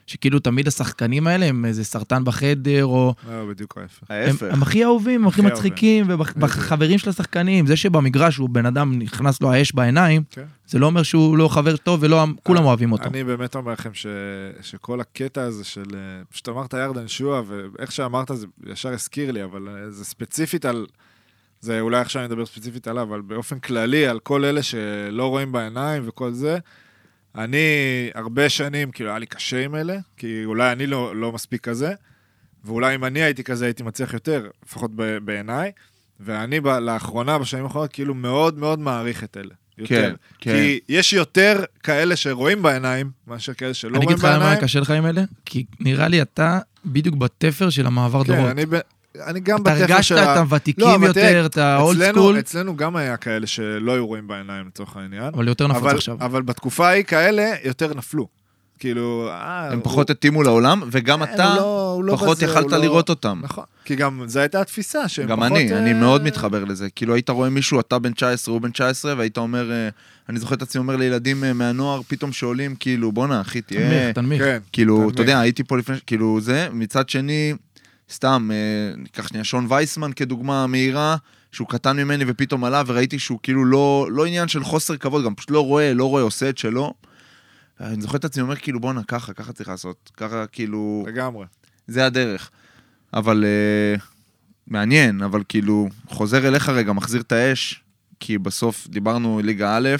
שכאילו תמיד השחקנים האלה הם איזה סרטן בחדר, או... לא, בדיוק ההפך. הם, ההפך. הם הכי אהובים, הם הכי הכי מצחיקים, ובחברים של השחקנים, זה שבמגרש הוא בן אדם נכנס לו האש בעיניים, כן. זה לא אומר שהוא לא חבר טוב ולא כולם אוהבים אותו. אני באמת אומר לכם ש... שכל הקטע הזה של... פשוט אמרת ירדן שועה, ואיך שאמרת זה ישר הזכיר לי, אבל זה ספציפית על... זה אולי עכשיו אני אדבר ספציפית עליו, אבל באופן כללי, על כל אלה שלא רואים בעיניים וכל זה, אני הרבה שנים, כאילו, היה לי קשה עם אלה, כי אולי אני לא, לא מספיק כזה, ואולי אם אני הייתי כזה, הייתי מצליח יותר, לפחות בעיניי, ואני ב, לאחרונה, בשנים האחרונות, כאילו מאוד מאוד מעריך את אלה. יותר. כן, כן. כי יש יותר כאלה שרואים בעיניים, מאשר כאלה שלא אני רואים אגיד לך למה בעיניים. היה קשה לך עם אלה? כי נראה לי אתה בדיוק בתפר של המעבר כן, דורות. אני, ב... אני גם אתה בתפר הרגשת של ה... את הוותיקים לא, אבל יותר, תראה, את האולד אצלנו, סקול, אצלנו גם היה כאלה שלא היו רואים בעיניים לצורך העניין. אבל יותר נפוץ אבל, עכשיו. אבל בתקופה ההיא כאלה יותר נפלו. כאילו, אה, הם הוא- פחות התאימו לעולם, וגם כן, אתה הוא לא- הוא לא פחות בזה, יכלת הוא לא- לראות אותם. נכון. כי גם זו הייתה התפיסה שהם גם פחות... אני, אני אה, מאוד מתחבר לזה. כאילו היית רואה מישהו, אתה בן תשע עשרה, הוא בן תשע עשרה, והיית אומר, אה, אני זוכר את עצמי אומר לילדים אה, מהנוער, פתאום שעולים, כאילו, בואנה, אחי, תהיה... תנמיך, תנמיך. כן. כאילו, תנמיך. אתה יודע, הייתי פה לפני, כאילו, זה, מצד שני, סתם, אה, ניקח שנייה, שון וייסמן כדוגמה מהירה, שהוא קטן ממני ופתאום עלה, וראיתי שהוא כאילו לא, לא עניין של חוסר כבוד, גם פשוט לא רואה, לא רואה, עושה את שלו. אני זוכר את עצמי אומר, כאילו, בואנה, ככה, ככה צריך לעשות. ככה, כאילו, לגמרי. זה הדרך. אבל, uh, מעניין, אבל כאילו, חוזר אליך רגע, מחזיר את האש, כי בסוף דיברנו ליגה א',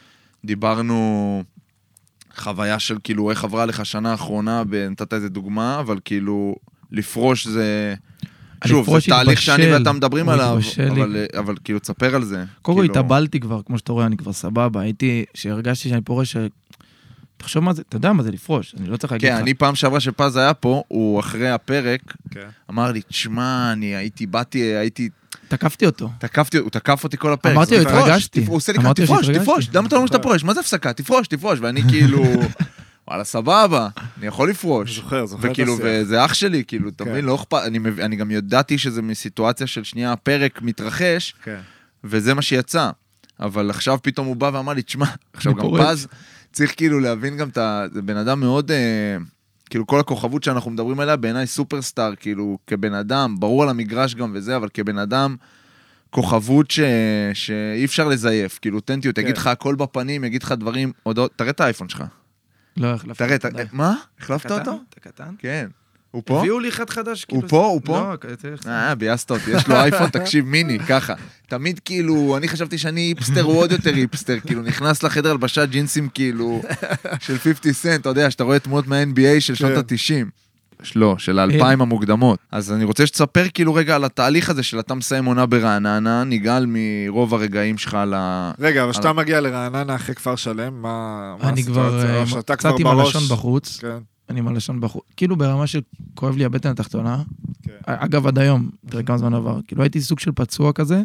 דיברנו חוויה של כאילו, איך עברה לך שנה האחרונה, נתת איזה דוגמה, אבל כאילו, לפרוש זה... שוב, זה לפרוש תהליך התבשל, שאני ואתה מדברים הוא עליו, התבשל לי. אבל, אבל כאילו, תספר על זה. קודם כל כאילו- התאבלתי כבר, כמו שאתה רואה, אני כבר סבבה. הייתי, שהרגשתי שאני פורש, תחשוב מה זה, אתה יודע מה זה לפרוש, אני לא צריך להגיד כן, לך. אני פעם שעברה שפז היה פה, הוא אחרי הפרק, כן. אמר לי, תשמע, אני הייתי, באתי, הייתי... תקפתי אותו. תקפתי, הוא תקף אותי כל הפרק. אמרתי לו, תפרוש, התרגשתי. תפרוש, הוא עושה לי ככה, אמרתי לו תפרוש, שהתרגשתי. תפרוש, למה אתה לא אומר שאתה פורש? מה זה הפסקה? תפרוש, תפרוש, ואני כאילו, וואלה, סבבה, אני יכול לפרוש. זוכר, זוכר את וכאילו, השיח. וזה אח שלי, כאילו, אתה כן. מבין, לא אכפת, אני מב- אני גם ידעתי שזה מסיטואציה של שנייה, הפרק מתרחש, כן. וזה מה שיצא. אבל עכשיו פתאום הוא בא ואמר לי, תשמע, עכשיו אני גם פורש. פז, צריך כאילו להבין גם את ה... זה בן אדם מאוד... אה, כאילו כל הכוכבות שאנחנו מדברים עליה, בעיניי סופרסטאר, כאילו כבן אדם, ברור על המגרש גם וזה, אבל כבן אדם, כוכבות ש... שאי אפשר לזייף, כאילו אותנטיות, יגיד לך הכל בפנים, יגיד לך דברים, עוד... תראה את האייפון שלך. לא, החלפתי. תראה, ת... די. מה? החלפת קטן? אותו? אתה קטן? כן. הוא פה? הביאו לי אחד חדש. הוא כאילו, פה? הוא פה? לא, כזה... אה, ביאסת אותי, יש לו אייפון, תקשיב, מיני, ככה. תמיד כאילו, אני חשבתי שאני היפסטר, הוא עוד יותר היפסטר, כאילו, נכנס לחדר הלבשה ג'ינסים, כאילו, של חמישים סנט, אתה יודע, שאתה רואה תמונות מה-אן בי איי של שנות ה-תשעים. לא, של האלפיים המוקדמות. אז אני רוצה שתספר כאילו רגע על התהליך הזה של אתה מסיים עונה ברעננה, נגעל מרוב הרגעים שלך על ה... רגע, אבל כשאתה מגיע לרעננה אחרי כפר שלם, מה מה אני כבר... הסיטואציה? או שאתה כבר קצת עם בראש? הלשון בחוץ. כן. אני עם הלשון בחוץ. כאילו ברמה של כואב לי הבטן התחתונה. כן. אגב, עד היום, תראה כמה זמן עבר. כאילו הייתי סוג של פצוע כזה,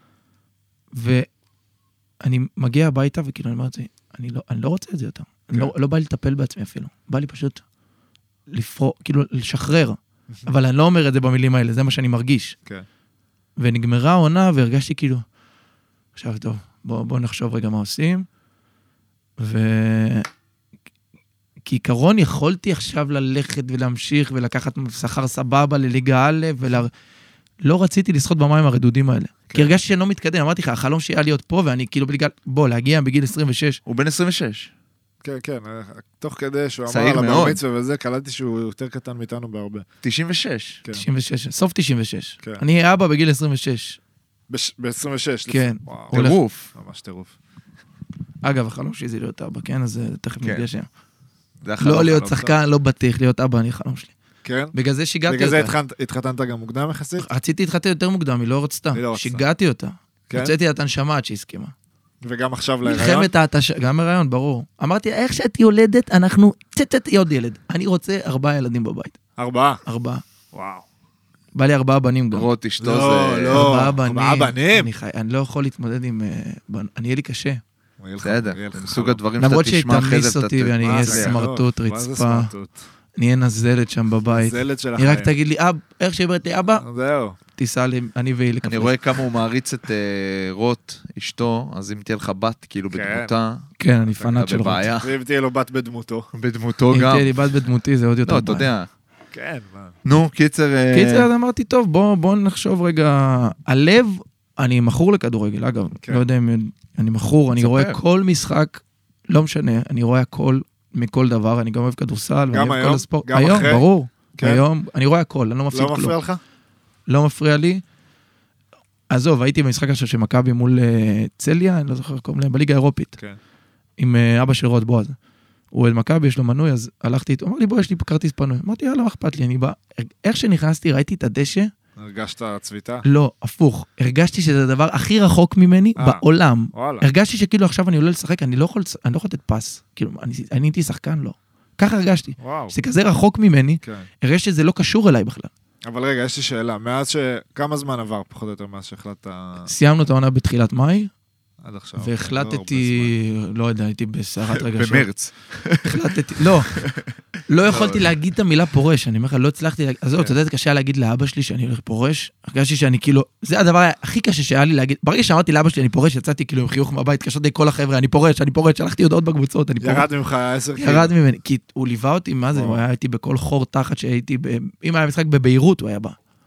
ואני מגיע הביתה וכאילו אני אומר את זה, אני לא, אני לא רוצה את זה יותר. אני לא, לא בא לי לטפל בעצמי אפילו. בא לי פשוט לפרוק, כאילו לשחרר. אבל אני לא אומר את זה במילים האלה, זה מה שאני מרגיש. כן. ונגמרה העונה והרגשתי כאילו, עכשיו טוב, בוא, בוא נחשוב רגע מה עושים. ו... כעיקרון יכולתי עכשיו ללכת ולהמשיך ולקחת שכר סבבה לליגה א' ולא לא רציתי לשחות במים הרדודים האלה. כן. כי הרגשתי שאני לא מתקדם, אמרתי לך, החלום שהיה להיות פה ואני כאילו בליגה, בוא, להגיע בגיל עשרים ושש. הוא בן עשרים ושש. כן, כן, תוך כדי שהוא אמר צעיר על הבר מאוד. מצווה וזה, קלטתי שהוא יותר קטן מאיתנו בהרבה. תשעים ושש. כן. תשעים ושש, סוף תשעים ושש. כן. אני אבא בגיל עשרים ושש. ב-עשרים ושש. כן. וואו, הולך- טירוף. ממש טירוף. אגב, החלום שלי זה להיות אבא, כן? אז אה, תכף כן. נפגש שם. זה החלום. לא להיות חלום שחקן, לא בטיח, להיות אבא, אני החלום שלי. כן? בגלל זה שיגעתי בגלל זה אותה. התחנת- התחתנת גם מוקדם יחסית? רציתי להתחתן יותר מוקדם, היא לא רצתה. היא לא רצתה. שיגעתי אותה. כן? הוצאתי לה את הנשמה עד שהסכימה. וגם עכשיו להיריון? מלחמת ההתשה, גם הריון, ברור. אמרתי, איך שאת יולדת, אנחנו, צ'ט, עוד ילד. אני רוצה ארבעה ילדים בבית. ארבעה. ארבעה. וואו. בא לי ארבעה בנים גם. רוט אשתו לא, זה... לא. ארבעה בנים. ארבעה בנים? אני חי- אני לא יכול להתמודד עם... אה, בנ- אני אהיה לי קשה. בסדר, יהיה לך זה מסוג חלום. הדברים שאתה למרות תשמע אחרי זה. שתמיס אותי אתה- ואני מה אהיה זה? סמרטוט, מה זה רצפה. סמרטוט? אני אהיה נזלת שם בבית. זלת של היא החיים. רק תגיד לי, אב, איך שברת לי, אבא, זהו. תיסע לי, אני והיא לקפריסין. אני רואה כמה הוא מעריץ את אה, רוט, אשתו, אז אם תהיה לך בת, כאילו כן. בדמותה, כן, אני פנאט אתה של רוט. בבעיה. ואם תהיה לו בת בדמותו. בדמותו אם גם. תהיה לי בת בדמותי, זה עוד יותר לא, אתה בעיה. יודע. כן, מה? נו, קיצר... אה, קיצר, אז אמרתי, טוב, בוא, בוא נחשוב רגע. הלב, אני מכור לכדורגל, אגב. כן. לא יודע אם... אני מכור, אני תספר. רואה כל משחק, לא משנה, אני רואה הכל מכל דבר, אני גם אוהב כדורסל, ואני גם אוהב היום? כל הספורט. גם היום, אחרי? ברור. כן. היום, אני רואה הכל, אני לא מפסיד לא כלום. מפריע לך? לא מפריע לי. עזוב, הייתי במשחק עכשיו של מכבי מול אה, צליה, אני לא זוכר איך קוראים להם, בליגה האירופית, כן. עם אה, אבא של רוט בועז. הוא אל מכבי, יש לו מנוי, אז הלכתי איתו, אמר לי, בוא, יש לי פה כרטיס פנוי. אמרתי, יאללה, מה אכפת לי, אני בא. איך שנכנסתי, ראיתי את הדשא, הרגשת צביטה? לא, הפוך. הרגשתי שזה הדבר הכי רחוק ממני אה. בעולם. וואלה. הרגשתי שכאילו עכשיו אני עולה לשחק, אני לא יכול, אני לא יכול לתת פס. כאילו, אני, אני הייתי שחקן, לא. ככה הרגשתי. וואו. שזה כזה רחוק ממני, כן. הרגשתי שזה לא קשור אליי בכלל. אבל רגע, יש לי שאלה. מאז ש... כמה זמן עבר, פחות או יותר, מאז שהחלטת סיימנו את העונה בתחילת מאי, עד עכשיו? לא והחלטתי, לא יודע, הייתי בסערת רגשות. במרץ. החלטתי, לא, לא יכולתי להגיד את המילה פורש, אני אומר לך, לא הצלחתי להגיד, אז אתה יודע, זה קשה להגיד לאבא שלי שאני הולך פורש, הרגשתי שאני כאילו, זה הדבר הכי קשה שהיה לי להגיד, ברגע שאמרתי לאבא שלי אני פורש, יצאתי כאילו עם חיוך מהבית, התקשרתי כל החבר'ה, אני פורש, אני פורש, שלחתי הודעות בקבוצות, אני פורש. ירד ממך עשר קילו. ירד ממני, כי הוא ליווה אותי, מה זה, הוא היה איתי בכל חור תחת שהייתי, אם היה משחק בביירות הוא היה בא.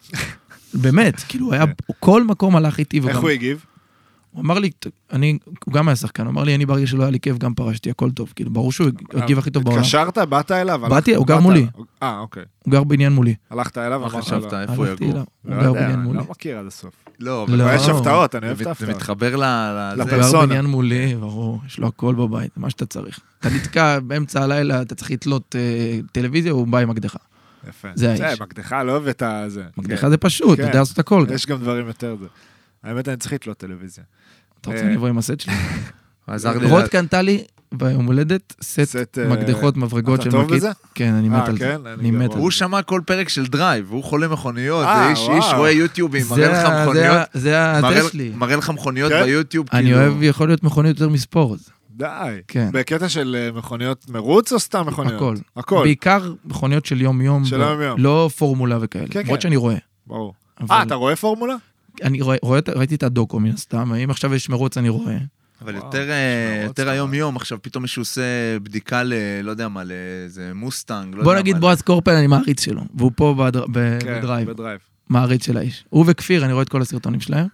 באמת, כאילו, הוא היה, כל מקום הלך איתי, איך הוא הגיב? הוא אמר לי, אני, הוא גם היה שחקן, הוא אמר לי, אני ברגע שלא היה לי כיף, גם פרשתי, הכל טוב, כאילו, ברור שהוא הגיב הכי טוב בעולם. התקשרת? באת אליו? באתי, הוא גר באת מולי. אליו. אה, אוקיי. הוא גר בעניין מולי. הלכת אליו? מה אמרת חשבת? לו? איפה הוא הלכתי יגור? אליו, הוא לא גר יודע, בעניין אני מולי. לא מכיר עד הסוף. לא, לא. אבל יש הפתעות, אני אוהב את זה ההפתעות. מתחבר ל... ל- הוא זה. גר פרסונה. בעניין מולי, ברור, יש לו הכל בבית, מה שאתה צריך. אתה נתקע באמצע הלילה, אתה צריך לתלות אה, טלוויזיה, הוא בא עם מקדחה. יפה. זה האיש. זה, מקדחה לא אוהב את זה. מקדחה זה פשוט, אתה כן. יודע לעשות הכל. גם. יש גם דברים יותר זה. האמת, אני צריך לתלות טלוויזיה. אתה רוצה לבוא עם הסט שלי? עזר לי... רוט קנתה לי ביום הולדת סט סט, אה, מקדחות מברגות אתה של טוב מקית. בזה? כן, אני מת אה, על זה. כן? אני מת על הוא זה. שמע כל פרק של דרייב, הוא חולה מכוניות, אה, זה איש וואו. איש רואה יוטיובים, זה מראה לך ה- זה מכוניות, ה- זה מראה- הטסט שלי. מראה לך מכוניות כן? ביוטיוב, אני כאילו... אוהב, יכול להיות מכוניות יותר מספורט. די. כן. בקטע של אה, מכוניות מרוץ או סתם מכוניות? הכל. הכל. בעיקר מכוניות של יום-יום. של לא- יום-יום. לא פורמולה וכאלה. כן, למרות כן. שאני רואה. ברור. אבל אה, אתה רואה פורמולה? אני רואה, רואה, ראיתי את הדוקו מן הסתם, אם עכשיו יש מרוץ אני רואה. אבל וואו, יותר, אה, שמע, יותר עוד היום יום, עכשיו פתאום מישהו עושה בדיקה ל... לא יודע מה, לאיזה מוסטנג, לא בוא יודע נגיד מה, בועז קורפל, אני מעריץ שלו, והוא פה בדר- ב- כן, בדרייב, בדרייב. מעריץ של האיש. הוא וכפיר, אני רואה את כל הסרטונים שלהם.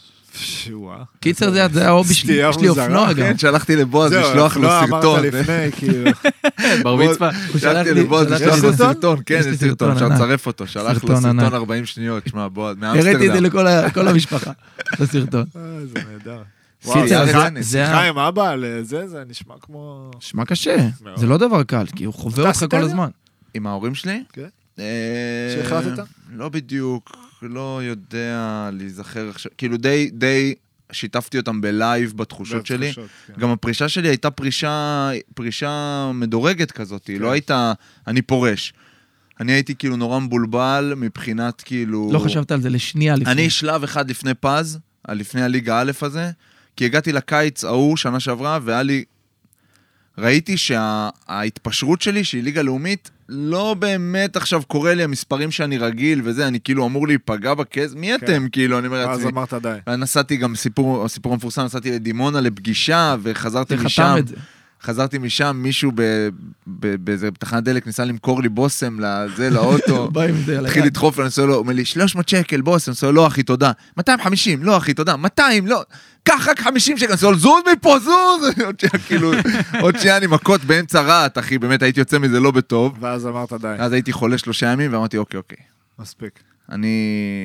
שואה. קיצר, זה זה ההובי שלי, סטייה יש לי מוזרה, אופנוע גם. כן, שלחתי לבועז זהו, לשלוח לו לא, סרטון. אמרת לפני, כאילו. בר מצווה. הוא שלח שלחתי לי- לבועז שלח לשלוח לי לו סרטון? סרטון, כן, יש לי יש סרטון, סרטון אפשר ענק. לצרף אותו, שלח לו סרטון סרטון ענק. ארבעים שניות, שמע, בועז, הראיתי את זה מאמסטרדם. לכל ה- כל המשפחה, בסרטון. אה, זה נהדר. וואו, קיצר, יאללה, זה- טניס. זה ה- שיחה עם אבא על זה, זה נשמע כמו... שמע קשה, מאוד. זה לא דבר קל, כי הוא חווה אתה אותך עשית כל את זה? הזמן. עם ההורים שלי? כן. אה, שהחלטת? לא בדיוק, לא יודע להיזכר עכשיו, כאילו די, די שיתפתי אותם בלייב בתחושות שלי. בתחושות, כן. גם הפרישה שלי הייתה פרישה, פרישה מדורגת כזאת, כן. לא הייתה, אני פורש. אני הייתי כאילו נורא מבולבל מבחינת כאילו... לא חשבת על זה לשנייה לפני. אני שלב אחד לפני פז, לפני הליגה א' הזה, כי הגעתי לקיץ ההוא שנה שעברה, והיה לי... ראיתי שההתפשרות שלי, שהיא ליגה לאומית, לא באמת עכשיו קורה לי המספרים שאני רגיל וזה, אני כאילו אמור להיפגע בכס, מי אתם כאילו, אני אומר אז לעצמי. אמרת די. נסעתי גם סיפור, הסיפור המפורסם, נסעתי לדימונה לפגישה, וחזרתי זה משם. חתם את זה. חזרתי משם, מישהו ב- ב- באיזה תחנת דלק ניסה למכור לי בושם לזה, לאוטו. בא עם זה על התחיל היד. לדחוף, אני עושה לו, הוא אומר לי, שלוש מאות שקל בושם, אני עושה לו, לא אחי, תודה. מאתיים וחמישים, לא אחי, תודה. מאתיים, לא. קח רק חמישים שקל, אני עושה לו, זוז מפה, זוז. עוד שנייה, כאילו, עוד שנייה אני מכות באמצע רעת, אחי, באמת הייתי יוצא מזה לא בטוב. ואז אמרת די. אז הייתי חולה שלושה ימים, ואמרתי, אוקיי, אוקיי. מספיק. אני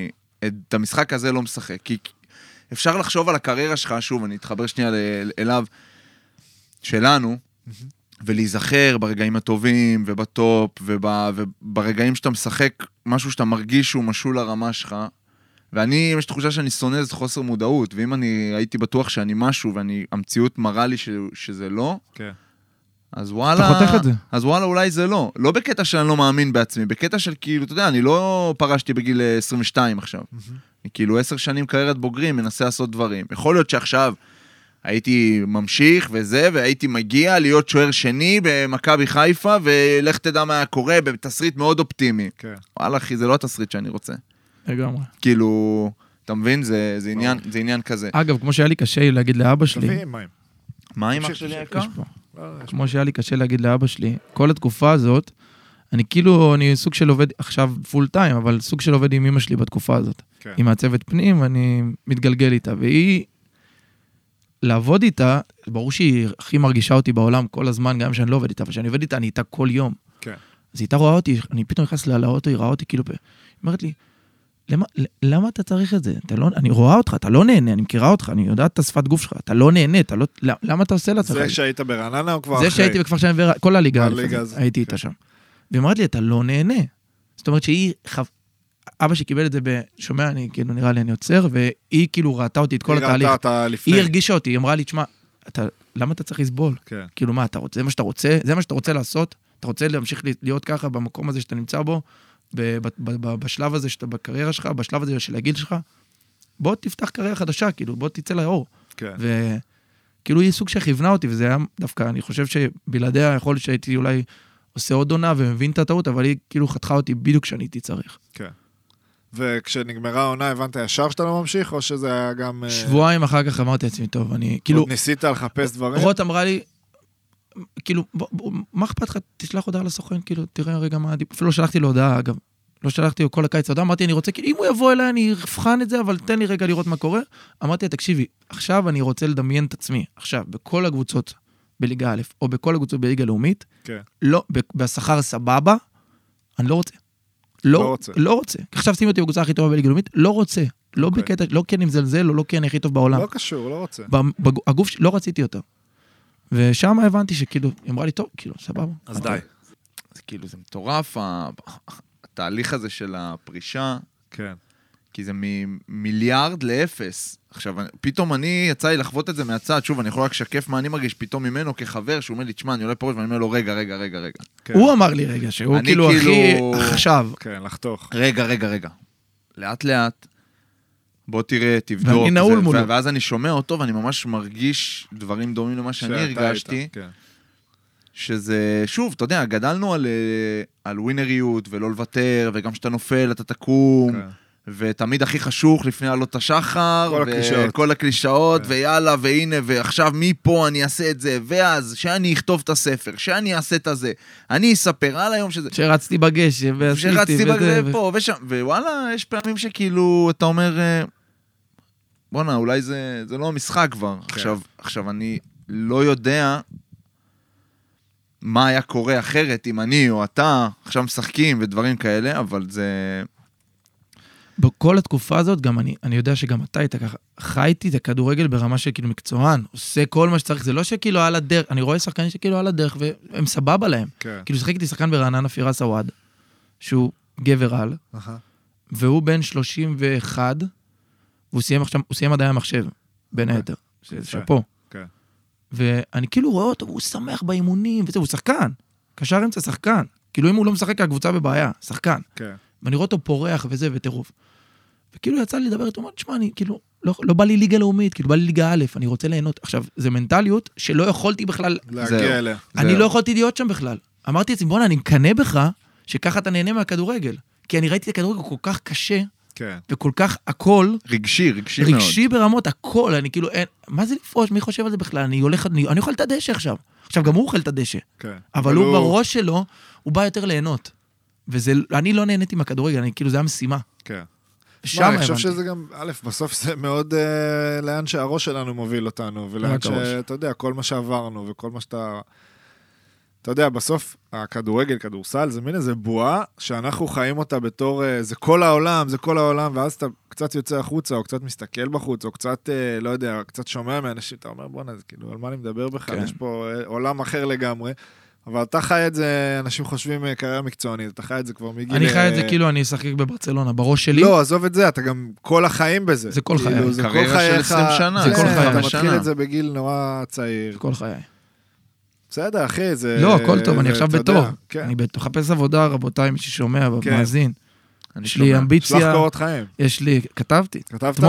את המשחק הזה לא משחק, כי אפשר לחשוב על הקריירה שלך, שוב, אני אתחבר שנייה ל- אליו, שלנו, ולהיזכר ברגעים הטובים, ובטופ, וב- וברגעים שאתה משחק, משהו שאתה מרגיש שהוא משול לרמה שלך, ואני, יש תחושה שאני שונא איזה חוסר מודעות, ואם אני הייתי בטוח שאני משהו, והמציאות מראה לי ש- שזה לא, כן. אז וואלה, אתה חותך את זה. אז וואלה, אולי זה לא. לא בקטע שאני לא מאמין בעצמי, בקטע של כאילו, אתה יודע, אני לא פרשתי בגיל עשרים ושתיים עכשיו. אני כאילו עשר שנים קריירת בוגרים, מנסה לעשות דברים. יכול להיות שעכשיו הייתי ממשיך וזה, והייתי מגיע להיות שוער שני במכבי חיפה, ולך תדע מה היה קורה, בתסריט מאוד אופטימי. כן. וואלה, אחי, זה לא התסריט שאני רוצה. לגמרי. כאילו, אתה מבין? זה, זה עניין, זה עניין כזה. אגב, כמו שהיה לי קשה להגיד לאבא שלי... תביא מים. מה עם אח תמשיך, שלי תמשיך, היקר? יש פה. לא, יש כמו שהיה לי קשה להגיד לאבא שלי, כל התקופה הזאת, אני כאילו, אני סוג של עובד, עכשיו פול טיים, אבל סוג של עובד עם אמא שלי בתקופה הזאת. כן. עם הצוות פנים, אני מתגלגל איתה, והיא, לעבוד איתה, ברור שהיא הכי מרגישה אותי בעולם כל הזמן, גם שאני לא עובד איתה, אבל כשאני עובד איתה, אני איתה כל יום. כן. אז היא איתה רואה אותי, אני פתאום נכנס לה לאוטו, היא רואה אותי, כאילו, היא אומרת לי, למה, למה אתה צריך את זה? אתה לא, אני רואה אותך, אתה לא נהנה, אני מכירה אותך, אני יודעת את השפת גוף שלך, אתה לא נהנה, אתה לא, למה אתה עושה לעצמך? זה שהיית ברעננה או כבר אחרי? זה שהייתי בכפר שם, כל הליגה, בליגה הזאת. הייתי איתה שם. והיא אמרת לי, אתה לא נהנה. זאת אומרת שהיא, אבא שקיבל את זה בשומע, אני כאילו נראה לי אני עוצר, והיא כאילו ראתה אותי את כל היא התהליך. ראתה אותה לפני. היא הרגישה אותי, היא אמרה לי, תשמע, למה אתה צריך לסבול? כן. כאילו מה, אתה רוצה, זה מה שאתה רוצה, זה מה שאתה רוצה לעשות? אתה רוצה להמשיך להיות ככה במקום הזה שאתה נמצא בו, בשלב הזה שאתה בקריירה שלך, בשלב הזה של הגיל שלך? בוא תפתח קריירה חדשה, כאילו, בוא תצא לאור. כן. וכאילו היא סוג שכיוונה אותי, וזה היה דווקא, אני חושב שבלעדיה יכול שהייתי אולי עושה עוד עונה ומבין את הטעות, אבל היא כאילו חתכה אותי בדיוק כשאני הייתי צריך. כן. וכשנגמרה העונה, הבנת ישר שאתה לא ממשיך, או שזה היה גם... שבועיים אחר כך אמרתי לעצמי, טוב, אני כאילו... עוד ניסית לחפש דברים? רוט אמרה לי, כאילו, מה אכפת לך? תשלח הודעה לסוכן, כאילו, תראה רגע מה... אפילו לא שלחתי לו הודעה, אגב. לא שלחתי לו כל הקיץ הודעה, אמרתי, אני רוצה, כאילו, אם הוא יבוא אליי, אני אבחן את זה, אבל תן לי רגע לראות מה קורה. אמרתי, תקשיבי, עכשיו אני רוצה לדמיין את עצמי, עכשיו, בכל הקבוצות בליגה א', או בכל הקבוצות בליגה לאומית, כן. לא, בשכר סבבה, אני לא רוצה. לא, לא רוצה. לא רוצה. עכשיו שים אותי בקבוצה הכי טובה בליגה לאומית, לא רוצה. לא אוקיי. בקטע, לא כן עם זלזל, או לא כן הכי טוב בעולם. לא קשור, לא רוצה. בג- הגוף, ש- לא רציתי אותו. ושם הבנתי שכאילו, היא אמרה לי, טוב, כאילו, סבבה. אז די. זה כאילו, זה מטורף, ה- התהליך הזה של הפרישה, כן. כי זה ממיליארד לאפס. עכשיו, פתאום אני, יצא לי לחוות את זה מהצד, שוב, אני יכול רק לשקף מה אני מרגיש פתאום ממנו כחבר, שהוא אומר לי, תשמע, אני עולה פורש, ואני אומר לו, רגע, רגע, רגע, רגע. כן. הוא אמר לי רגע, שהוא אני כאילו הכי כאילו- עכשיו. כן, לחתוך. רגע, רגע, רגע. לאט לאט, בוא תראה, תבדוק. ואני נעול זה- מולו. ו- ואז אני שומע אותו, ואני ממש מרגיש דברים דומים למה שאני שאתה הרגשתי. היית, כן. שזה, שוב, אתה יודע, גדלנו על, אה, על ווינריות, ולא לוותר, וגם שאתה נופל, אתה תקום, כן. ותמיד הכי חשוך לפני עלות השחר, כל הקלישאות. וכל הקלישאות, כן. ויאללה, והנה, ועכשיו מפה אני אעשה את זה, ואז שאני אכתוב את הספר, שאני אעשה את הזה, אני אספר על היום שזה... שרצתי בגשם, ועשיתי שרצתי וזה, בגלל ו- פה ושם, ווואלה, יש פעמים שכאילו, אתה אומר, אה, בוא'נה, אולי זה, זה לא המשחק כבר. כן. עכשיו, עכשיו, אני לא יודע מה היה קורה אחרת אם אני או אתה עכשיו משחקים ודברים כאלה, אבל זה... בכל התקופה הזאת, גם אני, אני יודע שגם אתה היית ככה, חייתי את הכדורגל ברמה של כאילו מקצוען, עושה כל מה שצריך, זה לא שכאילו על הדרך, אני רואה שחקנים שכאילו על הדרך, והם סבבה להם. כן. כאילו שחק איתי שחקן ברעננה פירס עוואד, שהוא גבר על, אהה. והוא בן שלושים ואחת, והוא סיים עכשיו, הוא סיים מדעי המחשב, בין אוקיי. היתר, שזה יפה. שאפו. כן. ואני כאילו רואה אותו, והוא שמח באימונים, וזה, הוא שחקן, קשר אמצע שחקן, כאילו אם הוא לא משחק, הקבוצה בבעיה, שחקן. כן. ואני רואה אותו פורח וזה, וטירוף. וכאילו יצא לי לדבר איתו, אמרתי, תשמע, אני כאילו, לא, לא בא לי ליגה לאומית, כאילו בא לי ליגה א', אני רוצה ליהנות. עכשיו, זה מנטליות שלא יכולתי בכלל, זהו. להגיע אליה. אני זהו. לא יכולתי להיות שם בכלל. אמרתי לעצמי, בוא'נה, אני מקנה בך, שככה אתה נהנה מהכדורגל. כי אני ראיתי את הכדורגל כל כך קשה, כן. וכל כך הכל, רגשי, רגשי מאוד. רגשי ברמות, הכל, אני כאילו, אין, מה זה לפרוש? מי חושב על זה בכלל? אני הולך, אני, אני אוכל את הדשא עכשיו. עכשיו, גם הוא אוכל את הדשא. כן. אבל הוא בראש שלו, הוא בא יותר ליהנות. וזה, אני לא נהניתי מהכדורגל, אני כאילו, זה היה משימה. כן. ושם מה, אני חושב הבנתי. שזה גם, א', בסוף זה מאוד אה, לאן שהראש שלנו מוביל אותנו, ולאן רק הראש. שאתה יודע, כל מה שעברנו, וכל מה שאתה... אתה יודע, בסוף, הכדורגל, כדורסל, זה מין איזה בועה, שאנחנו חיים אותה בתור, אה, זה כל העולם, זה כל העולם, ואז אתה קצת יוצא החוצה, או קצת מסתכל בחוץ, או קצת, אה, לא יודע, קצת שומע מאנשים, אתה אומר, בוא'נה, זה כאילו, על מה אני מדבר בכלל? כן. יש פה אה, עולם אחר לגמרי. אבל אתה חי את זה, אנשים חושבים אה, קריירה מקצוענית, אתה חי את זה כבר מגיל... אני חי את זה אה, כאילו אני אשחק בברצלונה, בראש שלי, לא, עזוב את זה, אתה גם כל החיים בזה. זה כל כאילו, חיי. זה כל קריירה של חייך, עשרים שנה, זה כל כן, חיי. אתה מתחיל שנה. את זה בגיל נורא צעיר. כל חיי. בסדר, אחי, זה... לא, הכל טוב, אני זה, עכשיו אתה יודע, בטוב. כן, אני מחפש עבודה, רבותיי, מי ששומע, כן. מאזין. אני יש לי שומע. אמביציה, שלח קורות חיים. יש לי, כתבתי, כתבת? אתמול. כן.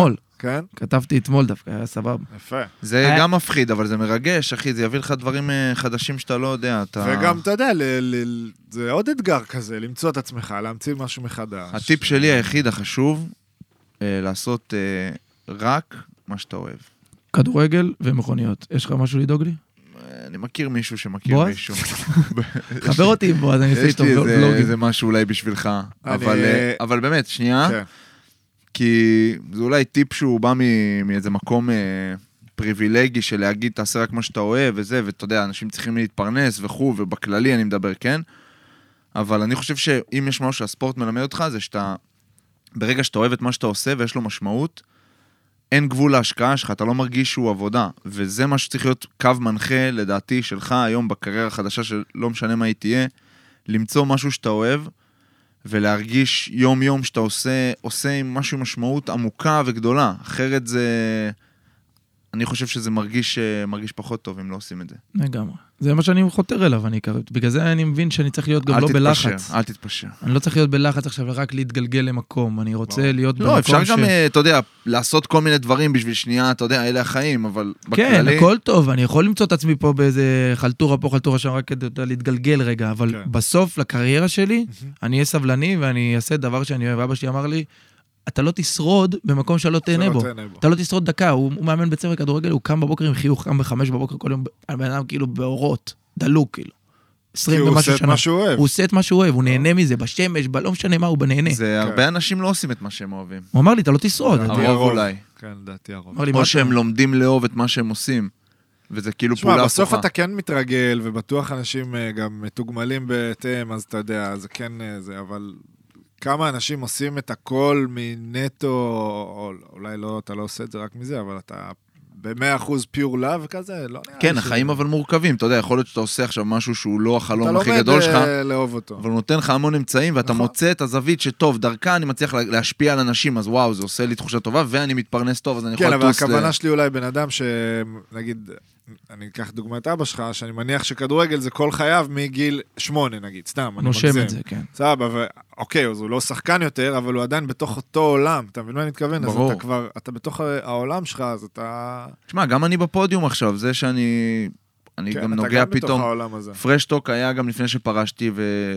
כן? כתבתי אתמול דווקא, היה סבבה. יפה. זה היה- גם מפחיד, אבל זה מרגש, אחי, זה יביא לך דברים אה, חדשים שאתה לא יודע. אתה... וגם, אתה יודע, ל- ל- זה עוד אתגר כזה, למצוא את עצמך, להמציא משהו מחדש. הטיפ שלי היחיד החשוב, אה, לעשות אה, רק מה שאתה אוהב. כדורגל ומכוניות. יש לך משהו לדאוג לי? אה, אני מכיר מישהו שמכיר בועז? מישהו. חבר אותי עם בועז, אני אעשה יש איתו לי איזה- ולוגים. איזה משהו אולי בשבילך. אבל, אה, אבל באמת, שנייה, כן. כי זה אולי טיפ שהוא בא מ- מאיזה מקום אה, פריבילגי של להגיד תעשה רק מה שאתה אוהב וזה, ואתה יודע, אנשים צריכים להתפרנס וכו', ובכללי אני מדבר, כן? אבל אני חושב שאם יש משהו שהספורט מלמד אותך, זה שאתה, ברגע שאתה אוהב את מה שאתה עושה ויש לו משמעות, אין גבול להשקעה שלך, אתה לא מרגיש שהוא עבודה, וזה מה שצריך להיות קו מנחה, לדעתי, שלך היום בקריירה החדשה, שלא משנה מה היא תהיה, למצוא משהו שאתה אוהב, ולהרגיש יום-יום שאתה עושה, עושה עם משהו עם משמעות עמוקה וגדולה. אחרת זה... אני חושב שזה מרגיש, מרגיש פחות טוב אם לא עושים את זה. לגמרי. זה מה שאני חותר אליו, אני קרוב. בגלל זה אני מבין שאני צריך להיות גם אל לא תתפשר, בלחץ. אל תתפשר. אני לא צריך להיות בלחץ עכשיו רק להתגלגל למקום. אני רוצה להיות במקום לא, ש... אפשר גם, אתה יודע, לעשות כל מיני דברים בשביל שנייה, אתה יודע, אלה החיים, אבל כן, בכללי... הכל טוב, אני יכול למצוא את עצמי פה באיזה חלטורה פה, חלטורה שם, רק כדי אתה יודע, להתגלגל רגע, אבל כן. בסוף, לקריירה שלי, אני אהיה סבלני ואני אעשה דבר שאני אוהב. אבא שלי אמר לי, אתה לא תשרוד במקום שלא תהנה בו. אתה לא תשרוד דקה, הוא, הוא מאמן בית ספר כדורגל, הוא קם בבוקר עם חיוך, קם בחמש בבוקר כל יום, הבן אדם כאילו באורות, דלוק כאילו. כי עשרים הוא ומשהו עושה את שנה. מה שהוא אוהב. הוא עושה את מה שהוא אוהב, הוא נהנה מזה, בשמש, בלא משנה מה, הוא בנהנה. זה הרבה אנשים לא עושים את מה שהם אוהבים. הוא אמר לי, אתה לא תשרוד. לדעתי אתה- הרוב אולי. כן, לדעתי הרוב. אמר לי, מה או אתה- שהם לומדים לאהוב את מה שהם עושים, וזה כאילו תשמע, פעולה בסוף הפוכה. אתה כן מתרגל, ובטוח אנשים אה, גם מתוגמלים בהתאם, אז אתה יודע, זה כן אה, זה, אבל כמה אנשים עושים את הכל מנטו, או אולי לא, אתה לא עושה את זה רק מזה, אבל אתה ב-מאה אחוז פיור לאו וכזה, לא נראה כן, לי החיים שזה- אבל מורכבים, אתה יודע, יכול להיות שאתה עושה עכשיו משהו שהוא לא אתה החלום הכי לומד גדול שלך, אה, לאהוב אותו. אבל הוא נותן לך המון אמצעים, ואתה נכון. מוצא את הזווית שטוב, דרכה אני מצליח לה- להשפיע על אנשים, אז וואו, זה עושה לי תחושה טובה, ואני מתפרנס טוב, אז אני יכול כן, אבל לטוס ל... הכוונה שלי אולי בן אדם שנגיד, אני אקח דוגמא את אבא שלך, שאני מניח שכדורגל זה כל חייו מגיל שמונה נגיד, סתם, אני נושם מגזים. את זה, כן. סבבה, ואוקיי, אז הוא לא שחקן יותר, אבל הוא עדיין בתוך אותו עולם, אתה מבין מה אני מתכוון? ברור. אז אתה כבר, אתה בתוך העולם שלך, אז אתה... תשמע, גם אני בפודיום עכשיו, זה שאני אני כן, גם אתה נוגע גם בתוך פתאום, העולם הזה. פרשטוק היה גם לפני שפרשתי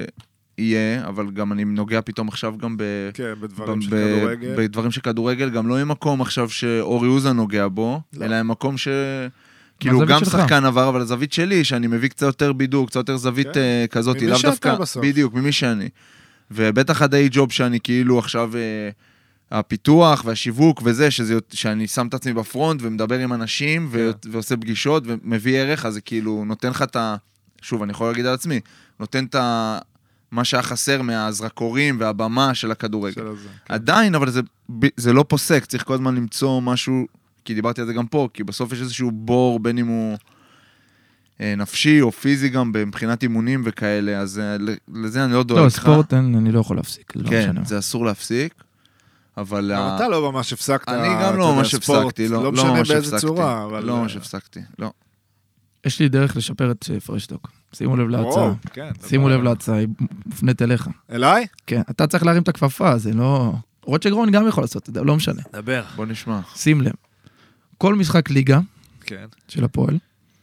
ויהיה, אבל גם אני נוגע פתאום עכשיו גם ב... כן, בדברים ב- של ב- כדורגל. בדברים של כדורגל, גם לא עם מקום עכשיו שאורי אוזן נוגע בו, לא. אלא עם מקום ש... כאילו מהזווית גם שלך. שחקן עבר, אבל הזווית שלי, שאני מביא קצת יותר בידור, קצת יותר זווית כן. אה, כזאת, ממי לאו שאתה דווקא, בסוף. בדיוק, ממי שאני. ובטח הדי ג'וב שאני כאילו עכשיו, אה, הפיתוח והשיווק וזה, שזה, שאני שם את עצמי בפרונט ומדבר עם אנשים ו- כן. ועושה פגישות ומביא ערך, אז זה כאילו נותן לך את ה... שוב, אני יכול להגיד על עצמי, נותן את ה... מה שהיה חסר מהזרקורים והבמה של הכדורגל. של הזה, כן. עדיין, אבל זה, זה לא פוסק, צריך כל הזמן למצוא משהו, כי דיברתי על זה גם פה, כי בסוף יש איזשהו בור, בין אם הוא אה, נפשי או פיזי גם, מבחינת אימונים וכאלה, אז אה, לזה אני לא דואג לא, לך. ספורט אין, אני לא יכול להפסיק, זה לא כן, משנה. זה אסור להפסיק, אבל... גם ה- אתה לא ממש הפסקת, אני גם אתה לא יודע, ממש ספורט, הפסקתי, לא לא לא משנה ממש באיזה הפסקתי, צורה, אבל... לא ממש הפסקתי, לא. יש לי דרך לשפר את אה, פרשטוק. שימו לב להצעה. וואו, כן, שימו דבר. לב להצעה, היא מופנית אליך. אליי? כן, אתה צריך להרים את הכפפה, זה לא... רוטשי גרון גם יכול לעשות את זה, לא משנה. דבר. בוא נשמע. שים לב, כל משחק ליגה כן. של הפועל,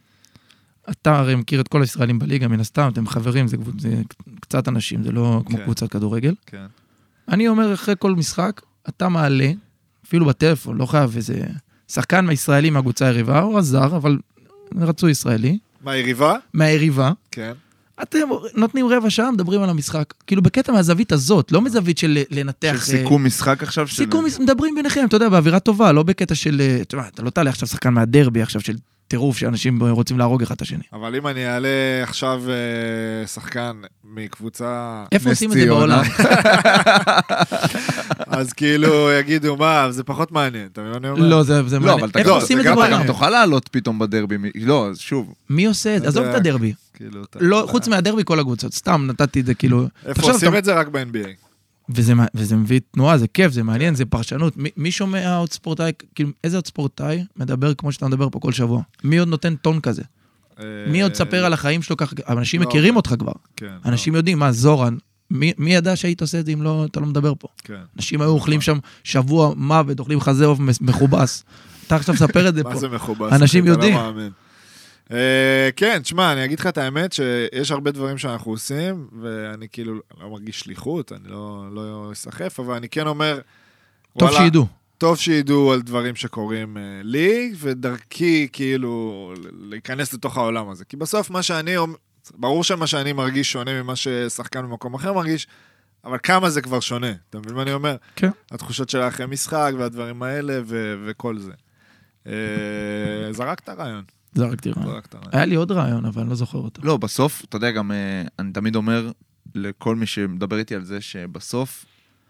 אתה הרי מכיר את כל הישראלים בליגה, מן הסתם, אתם חברים, זה, זה קצת אנשים, זה לא כמו כן. קבוצת כדורגל. כן. אני אומר, אחרי כל משחק, אתה מעלה, אפילו בטלפון, לא חייב איזה שחקן מהישראלי מהקבוצה היריבה, או הזר, אבל רצוי ישראלי, מה, יריבה? מהיריבה, כן. אתם נותנים רבע שעה, מדברים על המשחק. כאילו בקטע מהזווית הזאת, לא מזווית של לנתח... של סיכום משחק עכשיו? של- סיכום, מדברים ביניכם, אתה יודע, באווירה טובה, לא בקטע של... אתה יודע, אתה לא תעלה עכשיו שחקן מהדרבי, עכשיו של טירוף, שאנשים רוצים להרוג אחד את השני. אבל אם אני אעלה עכשיו אה, שחקן מקבוצה... איפה נס עושים את זה ציונה. בעולם? אז כאילו יגידו, מה, זה פחות מעניין, אתה מבין מה אני אומר? לא, זה זה לא, מעניין. אבל אתה איפה גם- עושים את זה זה גם- אתה בעולם? גם תוכל לעלות פתאום בדרבי, מ- לא, אז שוב, מי עושה את זה? עזוב את זה- הדרבי. כאילו, אתה- לא, חוץ מהדרבי כל הקבוצות, סתם נתתי את זה כאילו... איפה עכשיו עושים אתה- את זה? רק ב-אן בי איי. וזה, מה- וזה מביא תנועה, זה כיף, זה מעניין, זה פרשנות. מי, מי שומע עוד ספורטאי, כאילו, איזה עוד ספורטאי מדבר כמו שאתה מדבר פה כל שבוע? מי עוד נותן טון כזה? מי עוד ספר על החיים שלו ככה? אנשים לא, מכירים אבל- אותך כבר. כן. אנשים יודעים מה, זורן, מי, מי ידע שהיית עושה את זה אם לא, אתה לא מדבר פה? כן. אנשים היו אוכלים שם שבוע מוות, אוכלים חזה עוף מכובס. אתה עכשיו מספר את זה פה. מה זה מכובס? אנשים אתה לא יודעים. מאמין. אה, כן, תשמע, אני אגיד לך את האמת שיש הרבה דברים שאנחנו עושים, ואני כאילו לא מרגיש שליחות, אני לא, לא אסחף, אבל אני כן אומר, טוב וואלה, שידעו. טוב שידעו על דברים שקורים uh, לי, ודרכי כאילו להיכנס לתוך העולם הזה. כי בסוף מה שאני אומר, ברור שמה שאני מרגיש שונה ממה ששחקן במקום אחר מרגיש, אבל כמה זה כבר שונה, אתה מבין מה אני אומר? כן. התחושות של אחרי משחק והדברים האלה ו- וכל זה. Uh, זרקת רעיון. זרקתי רעיון. זרקת רעיון. היה לי עוד רעיון, אבל אני לא זוכר אותו. לא, בסוף, אתה יודע, גם אני תמיד אומר לכל מי שמדבר איתי על זה, שבסוף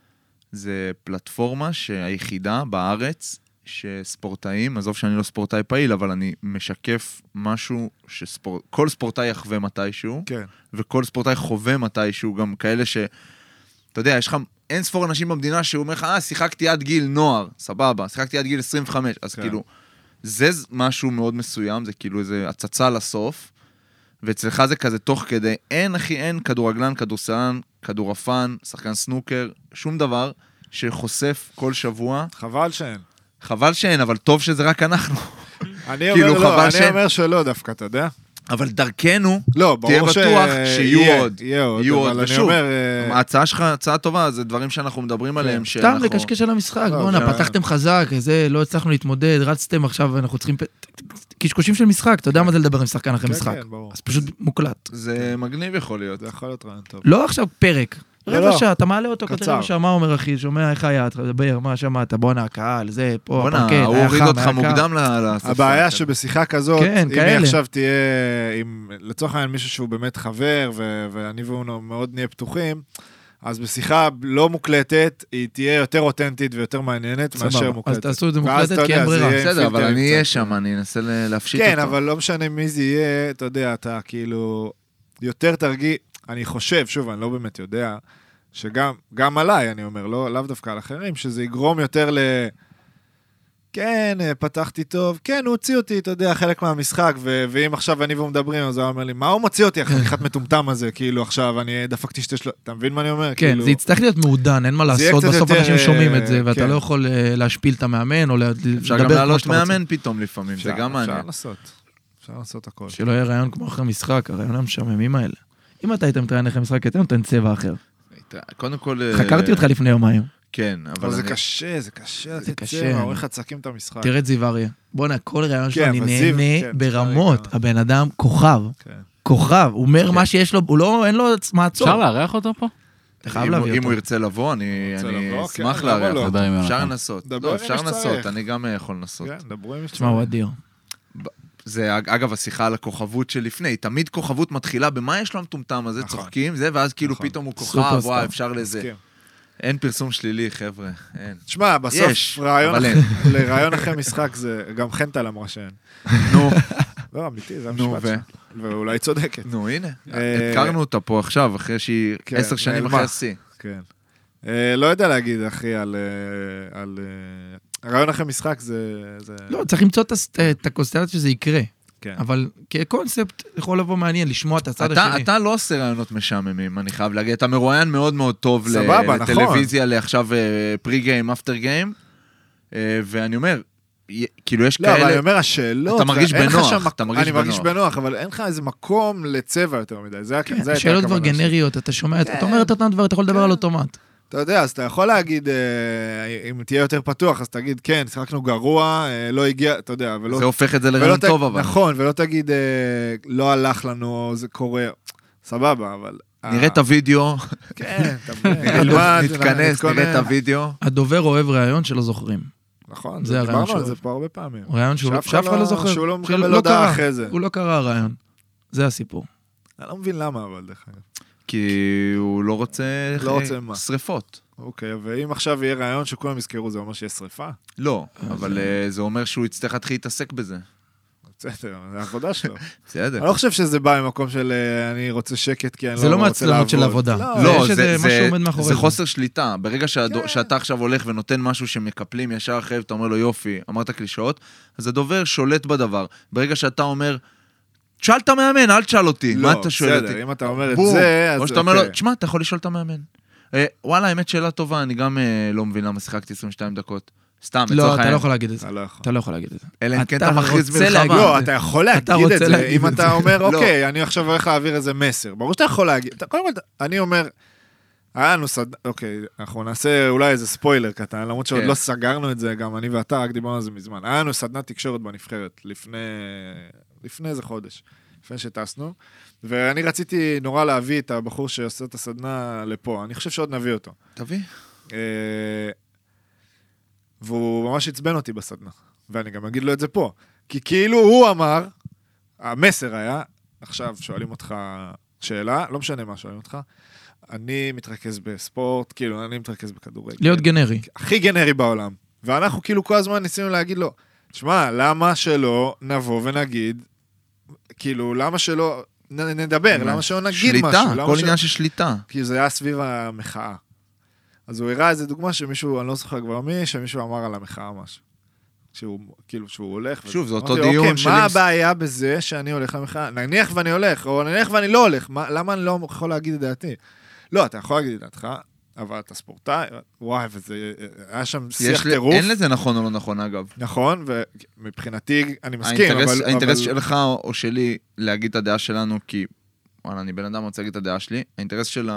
זה פלטפורמה שהיחידה בארץ, שספורטאים, עזוב שאני לא ספורטאי פעיל, אבל אני משקף משהו שכל ספורטאי יחווה מתישהו, כן. וכל ספורטאי חווה מתישהו, גם כאלה ש... אתה יודע, יש לך אין ספור אנשים במדינה שהוא אומר לך, אה, שיחקתי עד גיל נוער, סבבה, שיחקתי עד גיל עשרים וחמש, אז כן. כאילו, זה משהו מאוד מסוים, זה כאילו איזה הצצה לסוף, ואצלך זה כזה תוך כדי, אין אחי, אין כדורגלן, כדורסלן, כדורפן, שחקן סנוקר, שום דבר שחושף כל שבוע. חבל שאין. חבל שאין, אבל טוב שזה רק אנחנו. אני כאילו, אומר לא, חבל אני שאין. אומר שלא דווקא, אתה יודע? אבל דרכנו, לא, תהיה ברור בטוח ש- שיהיו יהיה- עוד. יהיה עוד, יהיו עוד, אבל אני ושוב, אומר... אה, ההצעה שלך, הצעה טובה, זה דברים שאנחנו מדברים עליהם, סתם שאנחנו... לקשקש על המשחק, לא, בואנה, זה- פתחתם חזק, זה, לא הצלחנו להתמודד, רצתם עכשיו, אנחנו צריכים... קשקושים של משחק, אתה יודע מה זה לדבר עם שחקן אחרי כן, משחק. כן, ברור. אז פשוט מוקלט. זה מגניב יכול להיות. זה יכול להיות רעיון טוב. לא עכשיו פרק. לא, רבע לא. שעה, אתה מעלה אותו, קצר. כותב רבע שעה, מה אומר אחי, שומע איך היה, אתה מדבר, מה שמעת, בואנה, הקהל, זה, פה, בוא'נה, הפרקט, הוא היה הוריד חם, אותך היה קר. מוקדם לספר. הבעיה שבשיחה כזאת, כן, אם היא כאלה. עכשיו תהיה, אם לצורך העניין מישהו שהוא באמת חבר, ו- ואני והוא מאוד נהיה פתוחים, אז בשיחה לא מוקלטת, היא תהיה יותר אותנטית ויותר מעניינת מאשר סבבה, אז מוקלטת. תעשו את זה ואז מוקלטת, אתה כי יודע, אין זה ברירה. יהיה עם בסדר, אבל פילטרים אני אהיה קצת. שם, אני אנסה ל- להפשיט אותו. כן, אבל לא משנה מי זה יהיה, אתה יודע, אתה כאילו, יותר תרגיע, אני חושב, שוב, אני לא באמת יודע, שגם גם עליי, אני אומר, לא, לאו דווקא על אחרים, שזה יגרום יותר ל... כן, פתחתי טוב, כן, הוא הוציא אותי, אתה יודע, חלק מהמשחק, ו- ואם עכשיו אני והוא מדברים, אז הוא אומר לי, מה הוא מוציא אותי, החתיכת מטומטם הזה, כאילו עכשיו אני דפקתי שתי שלו, אתה מבין מה אני אומר? כן, כאילו... זה יצטרך להיות מעודן, אין מה זה יהיה לעשות, קצת בסוף יותר, אנשים שומעים את זה, אה, ואתה כן. לא יכול אה, להשפיל את המאמן, או אפשר לדבר גם כמו לעלות שאתה רוצה. מאמן פתאום לפעמים, זה אפשר- גם מעניין. אפשר לעשות, אפשר לעשות הכל. שלא יהיה רעיון כמו אחרי משחק, הרעיון המשעממים האלה. אם אתה היית מתראיין אחרי משחק, אתה נותן צבע אחר. קודם כל... חקרתי אותך לפני יומיים. כן, אבל אבל זה אני... קשה, זה קשה, זה זה קשה. קשה, אומרים לך, צעקים את המשחק. תראה את זיו אריה. בוא'נה, כל רעיון שלו, כן, אני אבל זיו, נהנה כן, ברמות. צריך הבן אדם כוכב. כן. כוכב. הוא אומר מה שיש לו, הוא לא, אין לו מעצור. אפשר לארח אותו פה? אתה חייב אם להביא הוא- אם אותו. הוא ירצה לבוא, אני רוצה אני לבוא, אשמח כן, למה לארח לא? אותו. דבר עם אפשר יונתן. לנסות. דבר לא, עם אפשר מי שצריך. לנסות, אני גם יכול לנסות. כן, דברו עם תשמע, הוא אדיר. זה, אגב, השיחה על הכוכבות שלפני, תמיד כוכבות מתחילה במה יש לו המטומטם הזה, נכון. צוחקים, זה, ואז כאילו נכון. פתאום הוא כוכב, סופרסטאר. וואי, אפשר לזה. מסכים. אין פרסום שלילי, חבר'ה, אין. תשמע, בסוף יש, רעיון אבל אחרי- אין. לרעיון אחרי משחק זה, גם חנטל אמרה שאין. נו, לא, אמיתי, זה נו, המשפט ו? שלה. ואולי צודקת. נו, הנה, אה, הכרנו אותה פה עכשיו, אחרי שהיא כן, עשר שנים נעלמה. אחרי השיא. כן. אה, לא יודע להגיד, אחי, על... אה, על אה, רעיון אחרי משחק זה... זה- לא, צריך למצוא את הס- את הקונסטלציה שזה יקרה. כן. אבל כקונספט יכול לבוא מעניין, לשמוע את הצד אתה, השני. אתה לא עושה רעיונות משעממים, אני חייב להגיד, אתה מרואיין מאוד מאוד טוב סבבה, לטלוויזיה, לעכשיו פרי גיים, אפטר גיים, ואני אומר, י- כאילו יש לא, אבל אני כאלה, אומר, השאלות... אתה מרגיש ואין לך בנוח, שם- אתה מרגיש אני מרגיש בנוח. בנוח, אבל אין לך איזה מקום לצבע יותר מדי. זה כן, זה הייתה השאלות כבר הכוונה שלי. גנריות, אתה שומע, כן. אתה אומר את אותם דבר, אתה יכול לדבר על אוטומט. אתה יודע, אז אתה יכול להגיד, אה, אם תהיה יותר פתוח, אז תגיד, כן, שיחקנו גרוע, אה, לא הגיע, אתה יודע, ולא... זה הופך את זה ולא לרעיון ת- טוב, אבל. נכון, ולא תגיד, אה, לא הלך לנו, זה קורה, סבבה, אבל... נראה את הוידאו, כן, אתה מבין, נלמד, נתכנס, נתכונן. נראה את הוידאו. הדובר אוהב רעיון שלא זוכרים. נכון, זה זה הרעיון דיברנו על שהוא- זה פה הרבה פעמים. רעיון שהוא שאף אחד שאף אחד לא- לא זוכר. שהוא לא שלא- מקבל לא הודעה קרה. אחרי זה. הוא לא קרא הרעיון. זה הסיפור. אני לא מבין למה, אבל דרך אגב. כי הוא לא רוצה לא רוצה מה? שריפות. אוקיי, ואם עכשיו יהיה רעיון שכולם יזכרו, זה אומר שיש שריפה? לא, אבל אה, זה אומר שהוא יצטרך להתחיל להתעסק בזה. בסדר, זה העבודה שלו. בסדר. אני לא חושב שזה בא ממקום של אה, אני רוצה שקט, כי אני זה לא לא רוצה לעבוד. מעצלנות של עבודה. לא, לא, יש איזה זה, משהו זה, עומד מאחורי זה זה. חוסר שליטה. ברגע שהדו, כן. שאתה עכשיו הולך ונותן משהו שמקפלים ישר אחרי, אתה אומר לו יופי, אמרת קלישאות, אז הדובר שולט בדבר. ברגע שאתה אומר, תשאל את המאמן, אל תשאל אותי. מה לא, אתה שואל בסדר, אותי? אם אתה אומר את בום. זה, אז או שאתה אומר לו, אוקיי. תשמע, אתה יכול לשאול את המאמן. אה, וואלה, האמת שאלה טובה, אני גם אה, לא מבין למה שיחקתי עשרים ושתיים דקות. סתם, לא, לצורך אתה העניין. לא יכול להגיד את זה. אתה לא יכול. אתה לא יכול להגיד את זה. אלא אם כן אתה אתה מכריז רוצה מלחמה. להגיד- לא, אתה יכול אתה להגיד רוצה את זה, להגיד אם את אתה זה. אומר, לא. אוקיי, אני עכשיו הולך להעביר איזה מסר. ברור שאתה יכול להגיד, אתה- קודם כל, אני אומר, היה לנו סד... אוקיי, אנחנו נעשה אולי איזה ספוילר קטן, למרות שעוד כן. לא סגרנו את זה, גם אני ואתה רק דיברנו על זה מזמן. היה לנו סדנת תקשורת בנבחרת, לפני, לפני איזה חודש, לפני שטסנו, ואני רציתי נורא להביא את הבחור שעושה את הסדנה לפה, אני חושב שעוד נביא אותו. תביא. אה, והוא ממש עצבן אותי בסדנה, ואני גם אגיד לו את זה פה, כי כאילו הוא אמר, המסר היה, עכשיו שואלים אותך שאלה, לא משנה מה שואלים אותך, אני מתרכז בספורט, כאילו, אני מתרכז בכדורגל. להיות גנרי. הכי גנרי בעולם. ואנחנו כאילו כל הזמן ניסינו להגיד לו, תשמע, למה שלא נבוא ונגיד, כאילו, למה שלא נ- נדבר, למה שלא נגיד שליטה, משהו? למה כל שלא- עניין של שליטה. כי זה היה סביב המחאה. אז הוא הראה איזה דוגמה שמישהו, אני לא זוכר כבר מי, שמישהו אמר על המחאה משהו. שהוא, כאילו, שהוא הולך. שוב, זה אמרתי אותו לו, דיון אוקיי, של מה אם- הבעיה בזה שאני הולך למחאה? נניח ואני הולך, או נניח ואני לא הולך, מה, למה אני לא יכול להגיד את דעתי? לא, אתה יכול להגיד את דעתך, אבל אתה ספורטאי, וואי, וזה, היה שם שיח יש לי- טירוף. אין לזה נכון או לא נכון, אגב. נכון, ומבחינתי, אני מסכים, האינטרס, אבל... האינטרס אבל... שלך או שלי להגיד את הדעה שלנו, כי, וואלה, אני בן אדם רוצה להגיד את הדעה שלי, האינטרס של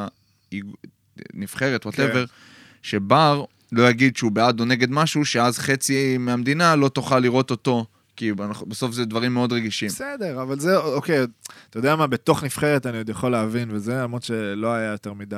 הנבחרת, whatever, שבר לא יגיד שהוא בעד או נגד משהו, שאז חצי מהמדינה לא תוכל לראות אותו, כי בסוף זה דברים מאוד רגישים. בסדר, אבל זה, אוקיי, אתה יודע מה, בתוך נבחרת אני עוד יכול להבין וזה, למרות שלא היה יותר מדי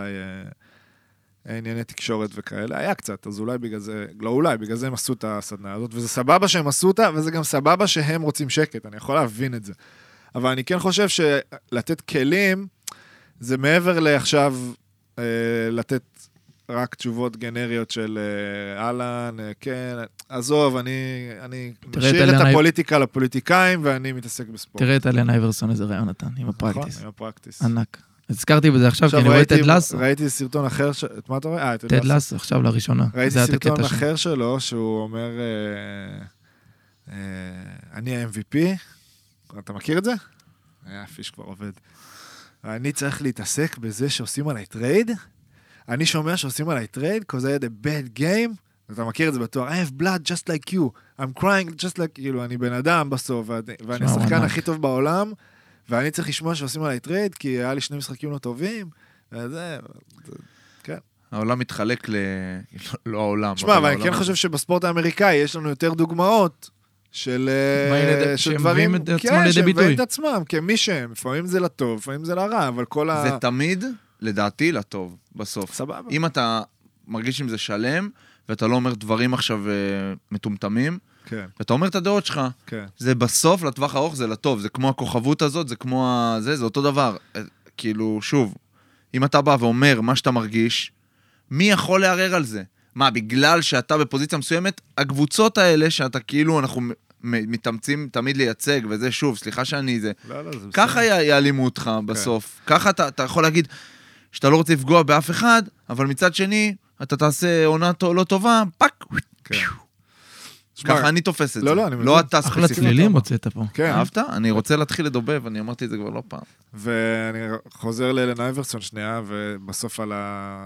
אה, ענייני תקשורת וכאלה, היה קצת, אז אולי בגלל זה, לא אולי, בגלל זה הם עשו את הסדנה הזאת, וזה סבבה שהם עשו אותה, וזה גם סבבה שהם רוצים שקט, אני יכול להבין את זה. אבל אני כן חושב שלתת כלים, זה מעבר לעכשיו אה, לתת רק תשובות גנריות של אה, אהלן, אה, כן, עזוב, אני, אני משאיר את אלן הפוליטיקה לפוליטיקאים, ואני מתעסק בספורט. תראה את אלן אייברסון איזה רעיון נתן, עם הפרקטיס. נכון, עם הפרקטיס. ענק. הזכרתי בזה עכשיו, כי עכשיו אני רואה את ראיתי, טד לסו. ראיתי סרטון אחר, ש... את מה אתה רואה? אה, את טד לסו, עכשיו לראשונה. ראיתי זה היה את סרטון הקטע שלו. אחר שלו, שהוא אומר, אה, אה, אני ה-אם וי פי, אתה מכיר את זה? היה פיש כבר עובד. אני צריך להתעסק בזה שעושים עליי טרייד, אני שומע שעושים עליי טרייד, because I had a bad game, אתה מכיר את זה בטוח, I have blood just like you, I'm crying just like, כאילו, אני בן אדם בסוף, ואני, ואני השחקן הכי טוב בעולם, ואני צריך לשמוע שעושים עליי טרייד, כי היה לי שני משחקים לא טובים, וזה, כן. העולם מתחלק ל... לא העולם. תשמע, אבל אני העולם כן חושב שבספורט האמריקאי יש לנו יותר דוגמאות של אה, של שהם דברים, מביאים את עצמם כן, לידי שהם ביטוי. מביאים את עצמם, כמי שהם, לפעמים זה לטוב, לפעמים זה לרע, אבל כל ה... זה תמיד, לדעתי, לטוב, בסוף. סבבה. אם אתה מרגיש עם זה שלם, ואתה לא אומר דברים עכשיו אה, מטומטמים, כן, ואתה אומר את הדעות שלך, כן. זה בסוף, לטווח הארוך, זה לטוב, זה כמו הכוכבות הזאת, זה כמו ה... זה, זה אותו דבר. אה, כאילו, שוב, אם אתה בא ואומר מה שאתה מרגיש, מי יכול לערער על זה? מה, בגלל שאתה בפוזיציה מסוימת, הקבוצות האלה שאתה כאילו, אנחנו מתאמצים תמיד לייצג, וזה שוב, סליחה שאני זה, לא, לא, זה בסדר. ככה יעלימו אותך בסוף. ככה אתה, אתה יכול להגיד שאתה לא רוצה לפגוע באף אחד, אבל מצד שני, אתה תעשה עונה לא טובה, פאק, כן. ככה אני תופס את לא, זה. לא, אני מבין. לא אתה אחלה ספציפית. צלילים הוצאת פה. כן, אהבת? אני רוצה להתחיל לדובב, אני אמרתי את זה כבר לא פעם. ואני חוזר לאלן אייברסון שנייה, ובסוף על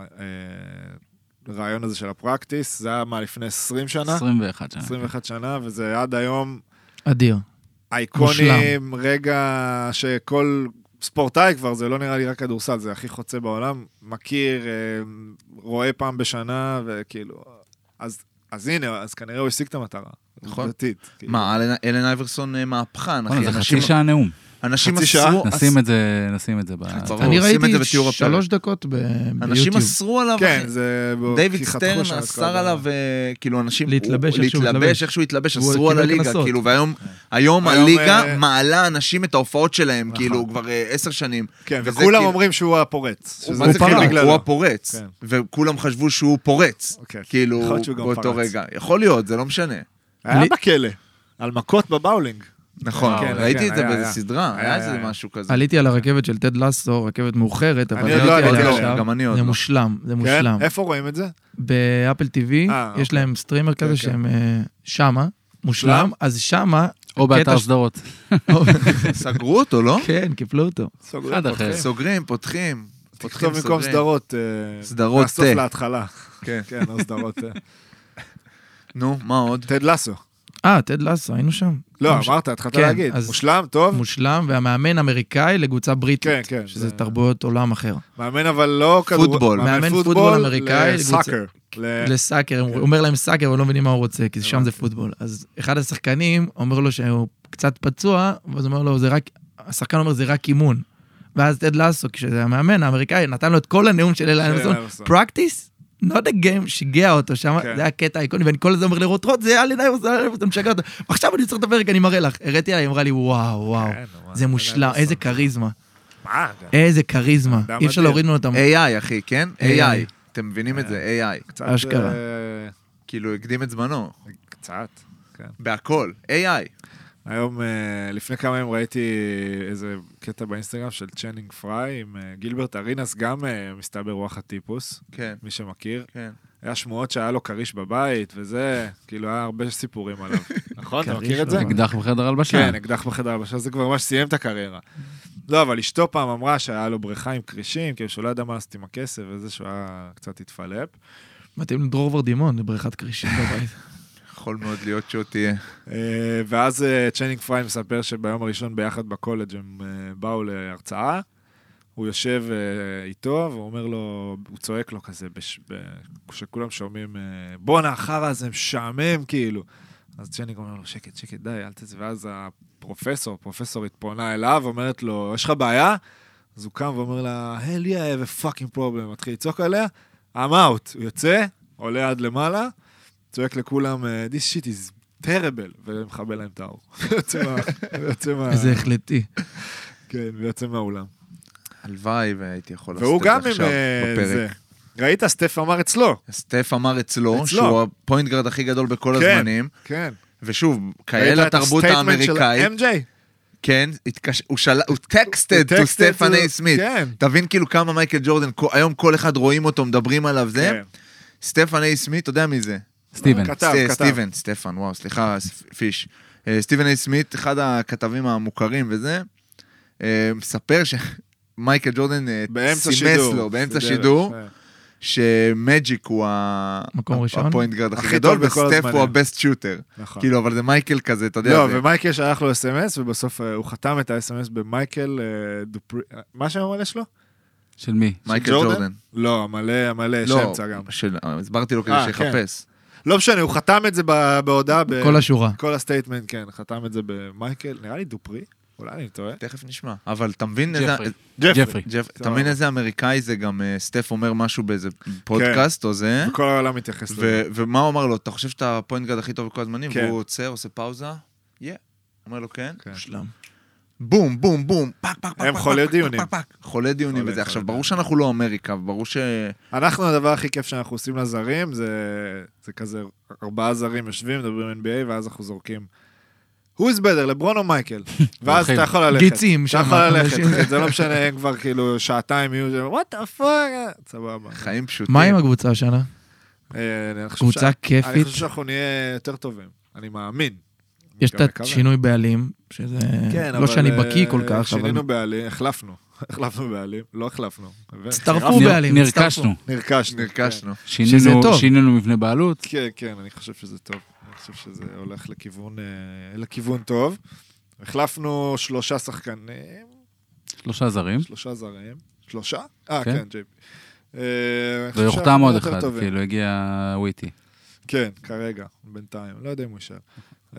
הרעיון הזה של הפרקטיס, זה היה מה לפני עשרים שנה? עשרים ואחת שנה. עשרים ואחת שנה, וזה עד היום אדיר. אייקונים, רגע שכל ספורטאי כבר, זה לא נראה לי רק כדורסל, זה הכי חוצה בעולם, מכיר, אה, רואה פעם בשנה, וכאילו, אז, אז הנה, אז כנראה הוא השיג את המטרה. נכון. עובדתית, כאילו. מה, אלן- אלן אייברסון אה, מהפכן, אחי. זה אנשים- חצי שעה נאום. אנשים חצי שעה? אסרו... נשים את זה, נשים את זה. ב- ברור, אני עושים את זה ראיתי בתיאור הפרק. שלוש דקות ב- אנשים ביוטיוב. אסרו עליו, כן, אחי. זה... דיוויד כי חתכו סטרן שם את כל אסר הדבר. עליו, אה, כאילו אנשים... להתלבש הוא- איך שהוא להתלבש מתלבש. איך שהוא התלבש, והוא אסרו על קיבל הליגה, קנסות. כאילו, והיום היום היום, הליגה אה, מעלה אנשים את ההופעות שלהם, נכון. כאילו, כבר אה, עשר שנים. כן, וזה וכולם כאילו- אומרים שהוא הפורץ. שזה מה זה התחיל כאילו? בגללו. הוא הפורץ, כן. וכולם חשבו שהוא פורץ, אוקיי. יכול כאילו, להיות שהוא גם באותו פרץ. רגע. יכול להיות, זה לא משנה. היה לי- בכלא, על מכות בבאולינג. נכון, כן, ראיתי כן, את זה היה, באיזה היה. סדרה, היה, היה היה, איזה היה. משהו כזה. עליתי על הרכבת של טד לסו, רכבת מאוחרת, אבל אני אני עוד לא עליתי עליתי עליה עליה, עכשיו. גם אני עוד זה לא. מושלם, זה כן? מושלם. איפה רואים את זה? באפל טי וי, אה, יש אוקיי. להם סטרימר כזה כן. שהם אה, שמה, מושלם, אז שמה, או באתר הקטע ש- סדרות. סגרו אותו, לא? כן, קיפלו אותו. סוגרים, אחד פותחים. אחר. סוגרים, פותחים. פותחים, תכתוב במקום סוגרים. סדרות. אה, סדרות מהסוף תה. להתחלה. כן. כן, או סדרות. אה. נו, מה עוד? טד לסו. אה, טד לסו, היינו שם. לא, מוש- אמרת, התחלת כן, להגיד. אז- מושלם, טוב? מושלם, והמאמן אמריקאי לקבוצה בריטית. כן, כן. שזה זה- תרבויות עולם אחר. מאמן אבל לא כדור... פוטבול. מאמן פוטבול אמריקאי, לסאקר. ל- לסאקר, הוא אומר להם סאקר, אבל לא מבינים מה הוא רוצה, כי שם זה פוטבול. אז אחד השחקנים אומר לו שהוא קצת פצוע, ואז הוא אומר לו, זה רק, השחקן אומר, זה רק אימון. ואז טד לסו, כשזה המאמן האמריקאי, נתן לו את כל הנאום של אלה, של אמסון, אלמסון. practice, not a game, שיגע אותו שם, כן. זה היה קטע איקוני, ואני כל הזמן אומר לרוט, רוט, זה אלן אייברסון, אתה משגע אותו. עכשיו אני צריך את הפרק, אני מראה לך. הראיתי לה, היא אמרה לי, וואו, וואו, כן, נו, זה מה, מושלם, אלן איזה אייברסון. כריזמה, מה? איזה כריזמה, אדם אי אפשר מדהים. להוריד ממנו אותם. איי איי, אחי, כן? איי איי. איי. אתם מבינים את זה, איי איי. קצת... אשכרה. אה, כאילו, הקדים את זמנו. קצת, כן. בהכל. איי איי. היום, אה, לפני כמה ימים ראיתי איזה קטע באינסטגרם של צ'נינג פריי עם אה, גילברט ארינס, גם אה, מסתבר רוח הטיפוס, כן, מי שמכיר. כן. היה שמועות שהיה לו כריש בבית, וזה, כאילו היה הרבה סיפורים עליו. נכון? אתה כריש מכיר את זה? בבית. אקדח בחדר הלבשה. כן, אקדח בחדר הלבשה, זה כבר ממש סיים את הקריירה. לא, אבל אשתו פעם אמרה שהיה לו בריכה עם קרישים, כאילו שהוא לא ידע מה לעשות עם הכסף, וזה שהוא היה קצת התפלפ. מתאים לדרור ורדימון, לבריכת כרישים בבית. יכול מאוד להיות שהוא תהיה. אה, ואז אה, צ'נינג פריי מספר שביום הראשון ביחד בקולג' הם אה, באו להרצאה, הוא יושב אה, איתו, והוא אומר לו, הוא צועק לו כזה, בש- ב- כשכולם שומעים, אה, בואנה, החרא הזה משעמם, כאילו. אז צ'נינג אומר לו, שקט, שקט, די, אל תצא. ואז הפרופסור, פרופסורית פונה אליו, אומרת לו, יש לך בעיה? אז הוא קם ואומר לה, hell yeah, I have a fucking problem. מתחיל לצעוק עליה, I'm out. הוא יוצא, עולה עד למעלה, צועק לכולם, this shit is terrible, ומחבל להם את האור. ויוצא מה... ויוצא מה... איזה החלטי. כן, ויוצא מהאולם. הלוואי והייתי יכול והוא לעשות גם את זה עם עכשיו אה, זה. בפרק. ראית? סטף אמר אצלו. סטף אמר אצלו, אצלו. שהוא הפוינט גארד הכי גדול בכל כן. הזמנים, כן. ושוב, ראית כאלה את התרבות הסטייטמנט של האמריקאית, אם ג'יי? כן, התקש... הוא, של... הוא טקסטד הוא to texted סטפן to- איי סמית. כן. תבין כאילו כמה מייקל ג'ורדן, כל- היום כל אחד רואים אותו, מדברים עליו זה. כן. סטפן איי סמית, אתה יודע מי זה? סטיבן. כתב, סט- כתב. סטיבן, סטפן, וואו, סליחה, ס- פיש. אה, סטיבן איי סמית, אחד הכתבים המוכרים וזה, אה, מספר שמייקל ג'ורדן אה, באמצע סימס שידור. לו, באמצע סידר, שידור, כן. שמג'יק הוא ה- מקום ראשון? הפוינט גארד הכי הכי גדול, טוב בכל וסטף הזמנים. הוא הבסט שוטר. נכון. כאילו, אבל זה מייקל כזה, אתה יודע. לא, זה- ומייקל שלח לו אס אם אס, ובסוף אה, הוא חתם את ה-אס אם אס במייקל אה, דופרי... אה, מה שם המלא שלו? של מי? מייקל של ג'ורדן? ג'ורדן. לא, המלא, המלא, יש לא, אמצע גם. של- הסברתי לו כדי אה, שיחפש. לא משנה, הוא חתם את זה ב- בהודעה, ב- כל השורה. כל הסטייטמנט, כן, חתם את זה במייקל, נראה לי דופרי, אולי אני טועה. תכף נשמע. אבל אתה מבין איזה... ג'פרי. ג'פרי. ג'ף, טוב. אתה מבין איזה אמריקאי זה גם אה, סטף אומר משהו באיזה פודקאסט או זה, וכל העולם מתייחס ו- לזה. ומה הוא אמר לו? אתה חושב שאתה הפוינט גארד הכי טוב בכל הזמנים? כן. והוא עוצר, עושה פאוזה? יא. אומר לו כן. כן. שלם. בום, בום, בום, פק, פק, פק, הם פק, חולי פק, דיונים. פק, פק, פק. חולי דיונים חולי, וזה. עכשיו, חולי ברור דיונים. שאנחנו לא אמריקה, ברור ש... אנחנו, הדבר הכי כיף שאנחנו עושים לזרים, זה, זה כזה, ארבעה זרים יושבים, מדברים אן בי איי, ואז אנחנו זורקים. Who is better, לברון או מייקל? ואז אתה יכול ללכת. גיצים אתה שם, יכול ללכת, אנשים. זה לא משנה, הם כבר כאילו שעתיים יהיו, שם, what the fuck, סבבה. חיים פשוטים. מה עם הקבוצה השנה? אה, אני חושב קבוצה שה- אני כיפית. חושב שאנחנו נהיה יותר טובים, אני מאמין. יש גם את מקווה. השינוי בעלים, שזה כן, לא אבל, שאני אה, בקיא כל כך, אבל שינינו בעלים, החלפנו, החלפנו בעלים, לא החלפנו. הצטרפו נר- בעלים. נרכשנו. נרכשנו. נרכשנו. שזה שינינו טוב. שינינו מבנה בעלות. כן, כן, אני חושב שזה טוב. אני חושב שזה הולך לכיוון, אה, לכיוון טוב. החלפנו שלושה שחקנים, שלושה זרים. שלושה זרים. שלושה? אה, כן. כן, ג'יי פי. אה, אני חושב ויוחתם שאנחנו עוד יותר אחד, טובים. כאילו הגיע וויטי. כן, כרגע, בינתיים. לא יודע אם הוא יישאר. אה,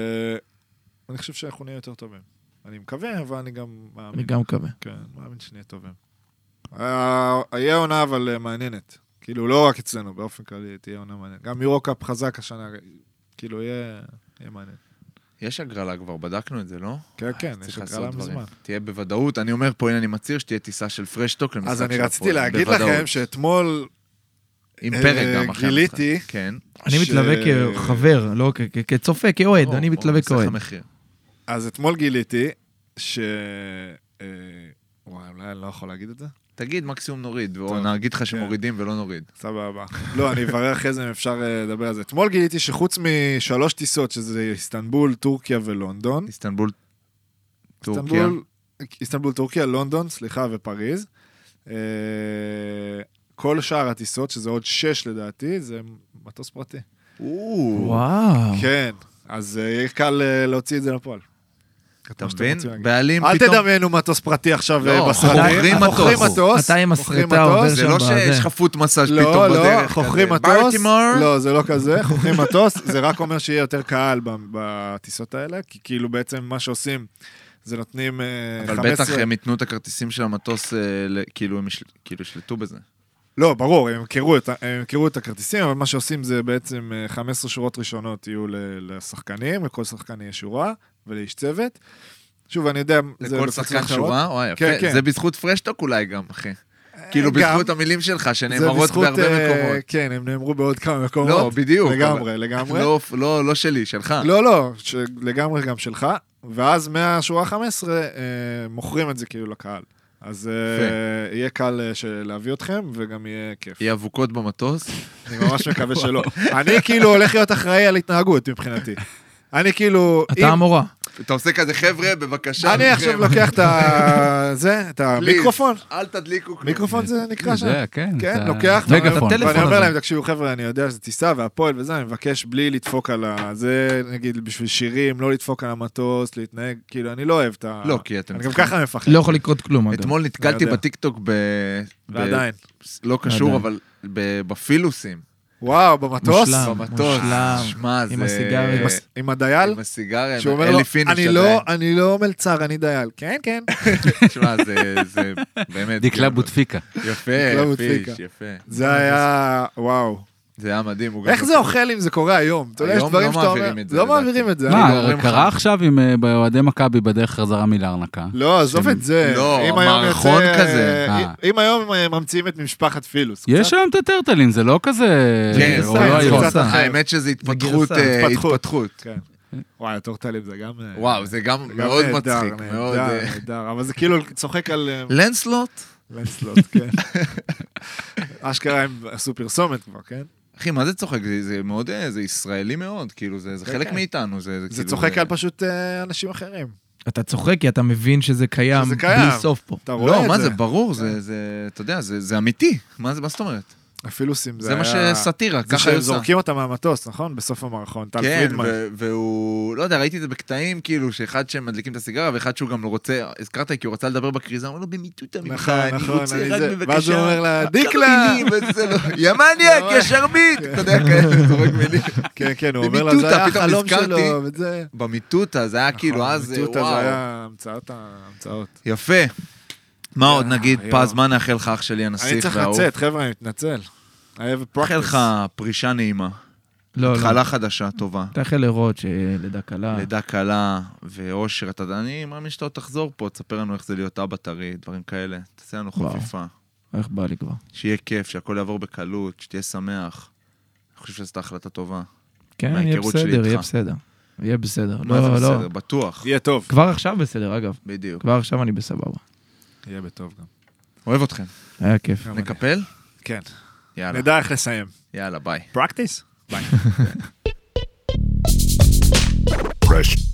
אני חושב שאנחנו נהיה יותר טובים. אני מקווה, אבל אני גם מאמין. אני גם מקווה. כן, מאמין שנהיה טובים. אה, היה עונה אבל אה, מעניינת. כאילו, לא רק אצלנו, באופן כללי תהיה עונה מעניינת. גם יורוקאפ חזק השנה, כאילו, יהיה יהיה מעניין. יש הגרלה כבר, בדקנו את זה, לא? כן, כן, צריך יש לעשות הגרלה דברים. מזמן. תהיה בוודאות. אני אומר פה, הנה אני מצהיר שתהיה טיסה של פרשטוק למשחק אז של אני רציתי הפועל. להגיד בוודאות. לכם שאתמול עם אה, פרק גם אחרי גיליתי- המשחק. כן. אני ש- מתלווה כחבר, לא כ- כ- כצופה, כאוהד, ברור, אני ברור, מתלווה עושה לך כאוהד. מחיר. אז אתמול גיליתי ש... אה, וואי, אולי אני לא יכול להגיד את זה? תגיד, מקסימום נוריד, או טוב, נגיד לך כן. שמורידים ולא נוריד. סבבה. לא, אני אברר אחרי זה אם אפשר אה, לדבר על זה. אתמול גיליתי שחוץ משלוש טיסות, שזה איסטנבול, טורקיה ולונדון, איסטנבול, טורקיה. איסטנבול, איסטנבול, טורקיה, לונדון, סליחה, ופריז. אה, כל שאר הטיסות, שזה עוד שש לדעתי, זה מטוס פרטי. וואו. כן, אז אה, יהיה קל אה, להוציא את זה לפועל. אתה מבין? בעלים אל פתאום... תדמיינו מטוס פרטי עכשיו לא, אה, בסרטים. חוכרים חוכרים מטוס. מטוס. אתה עם חוכרים הסרטה מטוס. עובר זה שם לא בזה. שיש לך פוט מסאז' לא, פתאום לא, בדרך. חוכרים כזה. מטוס, בלטימור. לא, זה לא כזה, חוכרים מטוס, זה רק אומר שיהיה יותר קהל ב- בטיסות האלה, כי כאילו בעצם מה שעושים, זה נותנים אה, אבל חמש עשרה... בטח הם ייתנו את הכרטיסים של המטוס, אה, ל- כאילו הם ישל- כאילו ישלטו בזה. לא, ברור, הם ימכרו את, ה- הם ימכרו את הכרטיסים, אבל מה שעושים זה בעצם אה, חמש עשרה שורות ראשונות יהיו ל- לשחקנים, לכל שחקן יהיה שורה, ולאיש צוות. שוב, אני יודע... זה לכל בקבוצות שחקן אחרות. שורה? וואי, כן, יפה. כן. זה בזכות פרשטוק אולי גם, אחי. כאילו גם. בזכות המילים שלך, זה שנאמרות בזכות, בהרבה אה, מקומות. כן, הם נאמרו בעוד כמה מקומות. לא, בדיוק. לגמרי, אבל- לגמרי. לא, לא, לא שלי, שלך. לא, לא, ש... לגמרי גם שלך, ואז מהשורה ה-חמש עשרה אה, מוכרים את זה כאילו לקהל. אז אה, יהיה קל אה, של... להביא אתכם, וגם יהיה כיף. יהיה אבוקות במטוס. אני ממש מקווה שלא. אני כאילו הולך להיות אחראי על התנהגות מבחינתי. אני כאילו... אתה המורה. אתה עושה כזה, חבר'ה, בבקשה. אני עכשיו לוקח את ה... זה, את המיקרופון. אל תדליקו כלום. מיקרופון זה נקרא שם. זה, כן. כן, אתה- לוקח, מגפון. הטלפון ואני אומר הזה. להם, תקשיבו חבר'ה, אני יודע שזה טיסה והפועל וזה, אני מבקש בלי לדפוק על ה... זה, נגיד, בשביל שירים, לא לדפוק על המטוס, להתנהג, כאילו, אני לא אוהב את ה... לא, כי אתם אני גם צריכים- ככה מפחד. לא יכול לקרות כלום, אגב. אתמול נתקלתי יודע. בטיקטוק ב... ועדיין. ב- לא קשור, עדיין. אבל ב- בפילוסים. וואו, במטוס? מושלם. במטוס. מושלם. שמע, עם זה... הסיגריה. עם הס- עם הדייל? עם הסיגריה. שהוא אומר אין לו, לי פיניש אני עדיין. לא, אני לא מלצר, אני דייל. כן, כן. שמע, זה, זה באמת... דקלה בוטפיקה. יפה, דקלה יפה, בוטפיקה. יפה. זה היה, וואו. זה היה מדהים. הוא גם איך זה אוכל אם זה קורה היום? אתה יודע, יש היום דברים לא שאתה אומר... מעבירים את זה, לא לדעתי. מעבירים את זה. כאילו, מה, אומרים לך- קרה עכשיו עם אה, באוהדי מכבי בדרך חזרה מלארנקה? לא, עזוב את זה. לא, אם היום מערכון יוצא, כזה. אה, אה. אם היום אה, ממציאים את משפחת פילוס. יש קצת. היום את הטרטלים, זה לא כזה... כן, או זה לא קצת היום. אחר. האמת שזה התפתחות, גרסה. אה, התפתחות. התפתחות. כן. וואי, הטורטלים זה גם... אה, וואו, זה גם זה גם מאוד נהדר, מצחיק, נהדר, מאוד... אה, נהדר, אבל זה כאילו צוחק על... אה, לנסלוט? לנסלוט, כן. אשכרה הם עשו פרסומת כבר, כן? אחי, מה זה צוחק? זה, זה מאוד, אה, זה ישראלי מאוד, כאילו, זה, זה כן, חלק כן. מאיתנו. זה, זה, זה כאילו, צוחק זה... על פשוט אה, אנשים אחרים. אתה צוחק כי אתה מבין שזה קיים שזה קיים. בלי סוף פה. אתה רואה לא, את מה זה? זה, ברור, זה, זה, אתה יודע, זה, זה אמיתי. מה זה, מה זאת אומרת? הפילוסים זה זה מה היה... שסאטירה, זה ככה שהם יוצא. זורקים אותם מהמטוס, נכון? בסוף המערכון, טל כן, פרידמן. ו- והוא, לא יודע, ראיתי את זה בקטעים, כאילו, שאחד שהם מדליקים את הסיגריה, ואחד שהוא גם לא רוצה, הזכרת כי הוא רצה לדבר בכריזה, הוא אומר לו, במיטוטה ממך, נכון, אני נכון, רוצה אני רק זה." בבקשה. ואז הוא אומר לה, כמה "דיקלה!" מילים, וזה לא, יא מניאק, יא שרביט, אתה יודע, כאלה, זורק מילים. כן, כן, הוא אומר לה, זה במיטוטה, היה פתאום החלום נזכרתי. שלו, וזה... במיטוטה, זה היה כאילו, נכון, אז, המיטוטה וואו. זה היה המצאות ההמצאות. יפה. מה עוד נגיד, יואו. פז, מה נאחל לך, אח שלי, אני הנסיך צריך והאהוב? לצאת, חבר'ה, אני מתנצל. I have a נאחל practice. לך פרישה נעימה, לא, לא. התחלה חדשה טובה. תאחל לראות שלידה קלה. לידה קלה ואושר, אתה יודע, אני מאמין שאתה עוד תחזור פה, תספר לנו איך זה להיות אבא טרי, דברים כאלה. תעשה לנו וואו. חפיפה. איך בא לי כבר. שיהיה כיף, שהכל יעבור בקלות, שתהיה שמח. אני חושב שזאת החלטה טובה. כן, יהיה מההיכרות שלי בסדר, איתך. יהיה בסדר. יהיה בסדר. מה זה לא, לא. בסדר? בטוח. יהיה טוב. כבר עכשיו בסדר, אגב. בדיוק. כבר עכשיו אני בסבבה. יהיה בטוב גם. אוהב אתכם. היה כיף. גם אני. נקפל? כן. יאללה. נדע איך לסיים. יאללה, ביי. practice? ביי. Fresh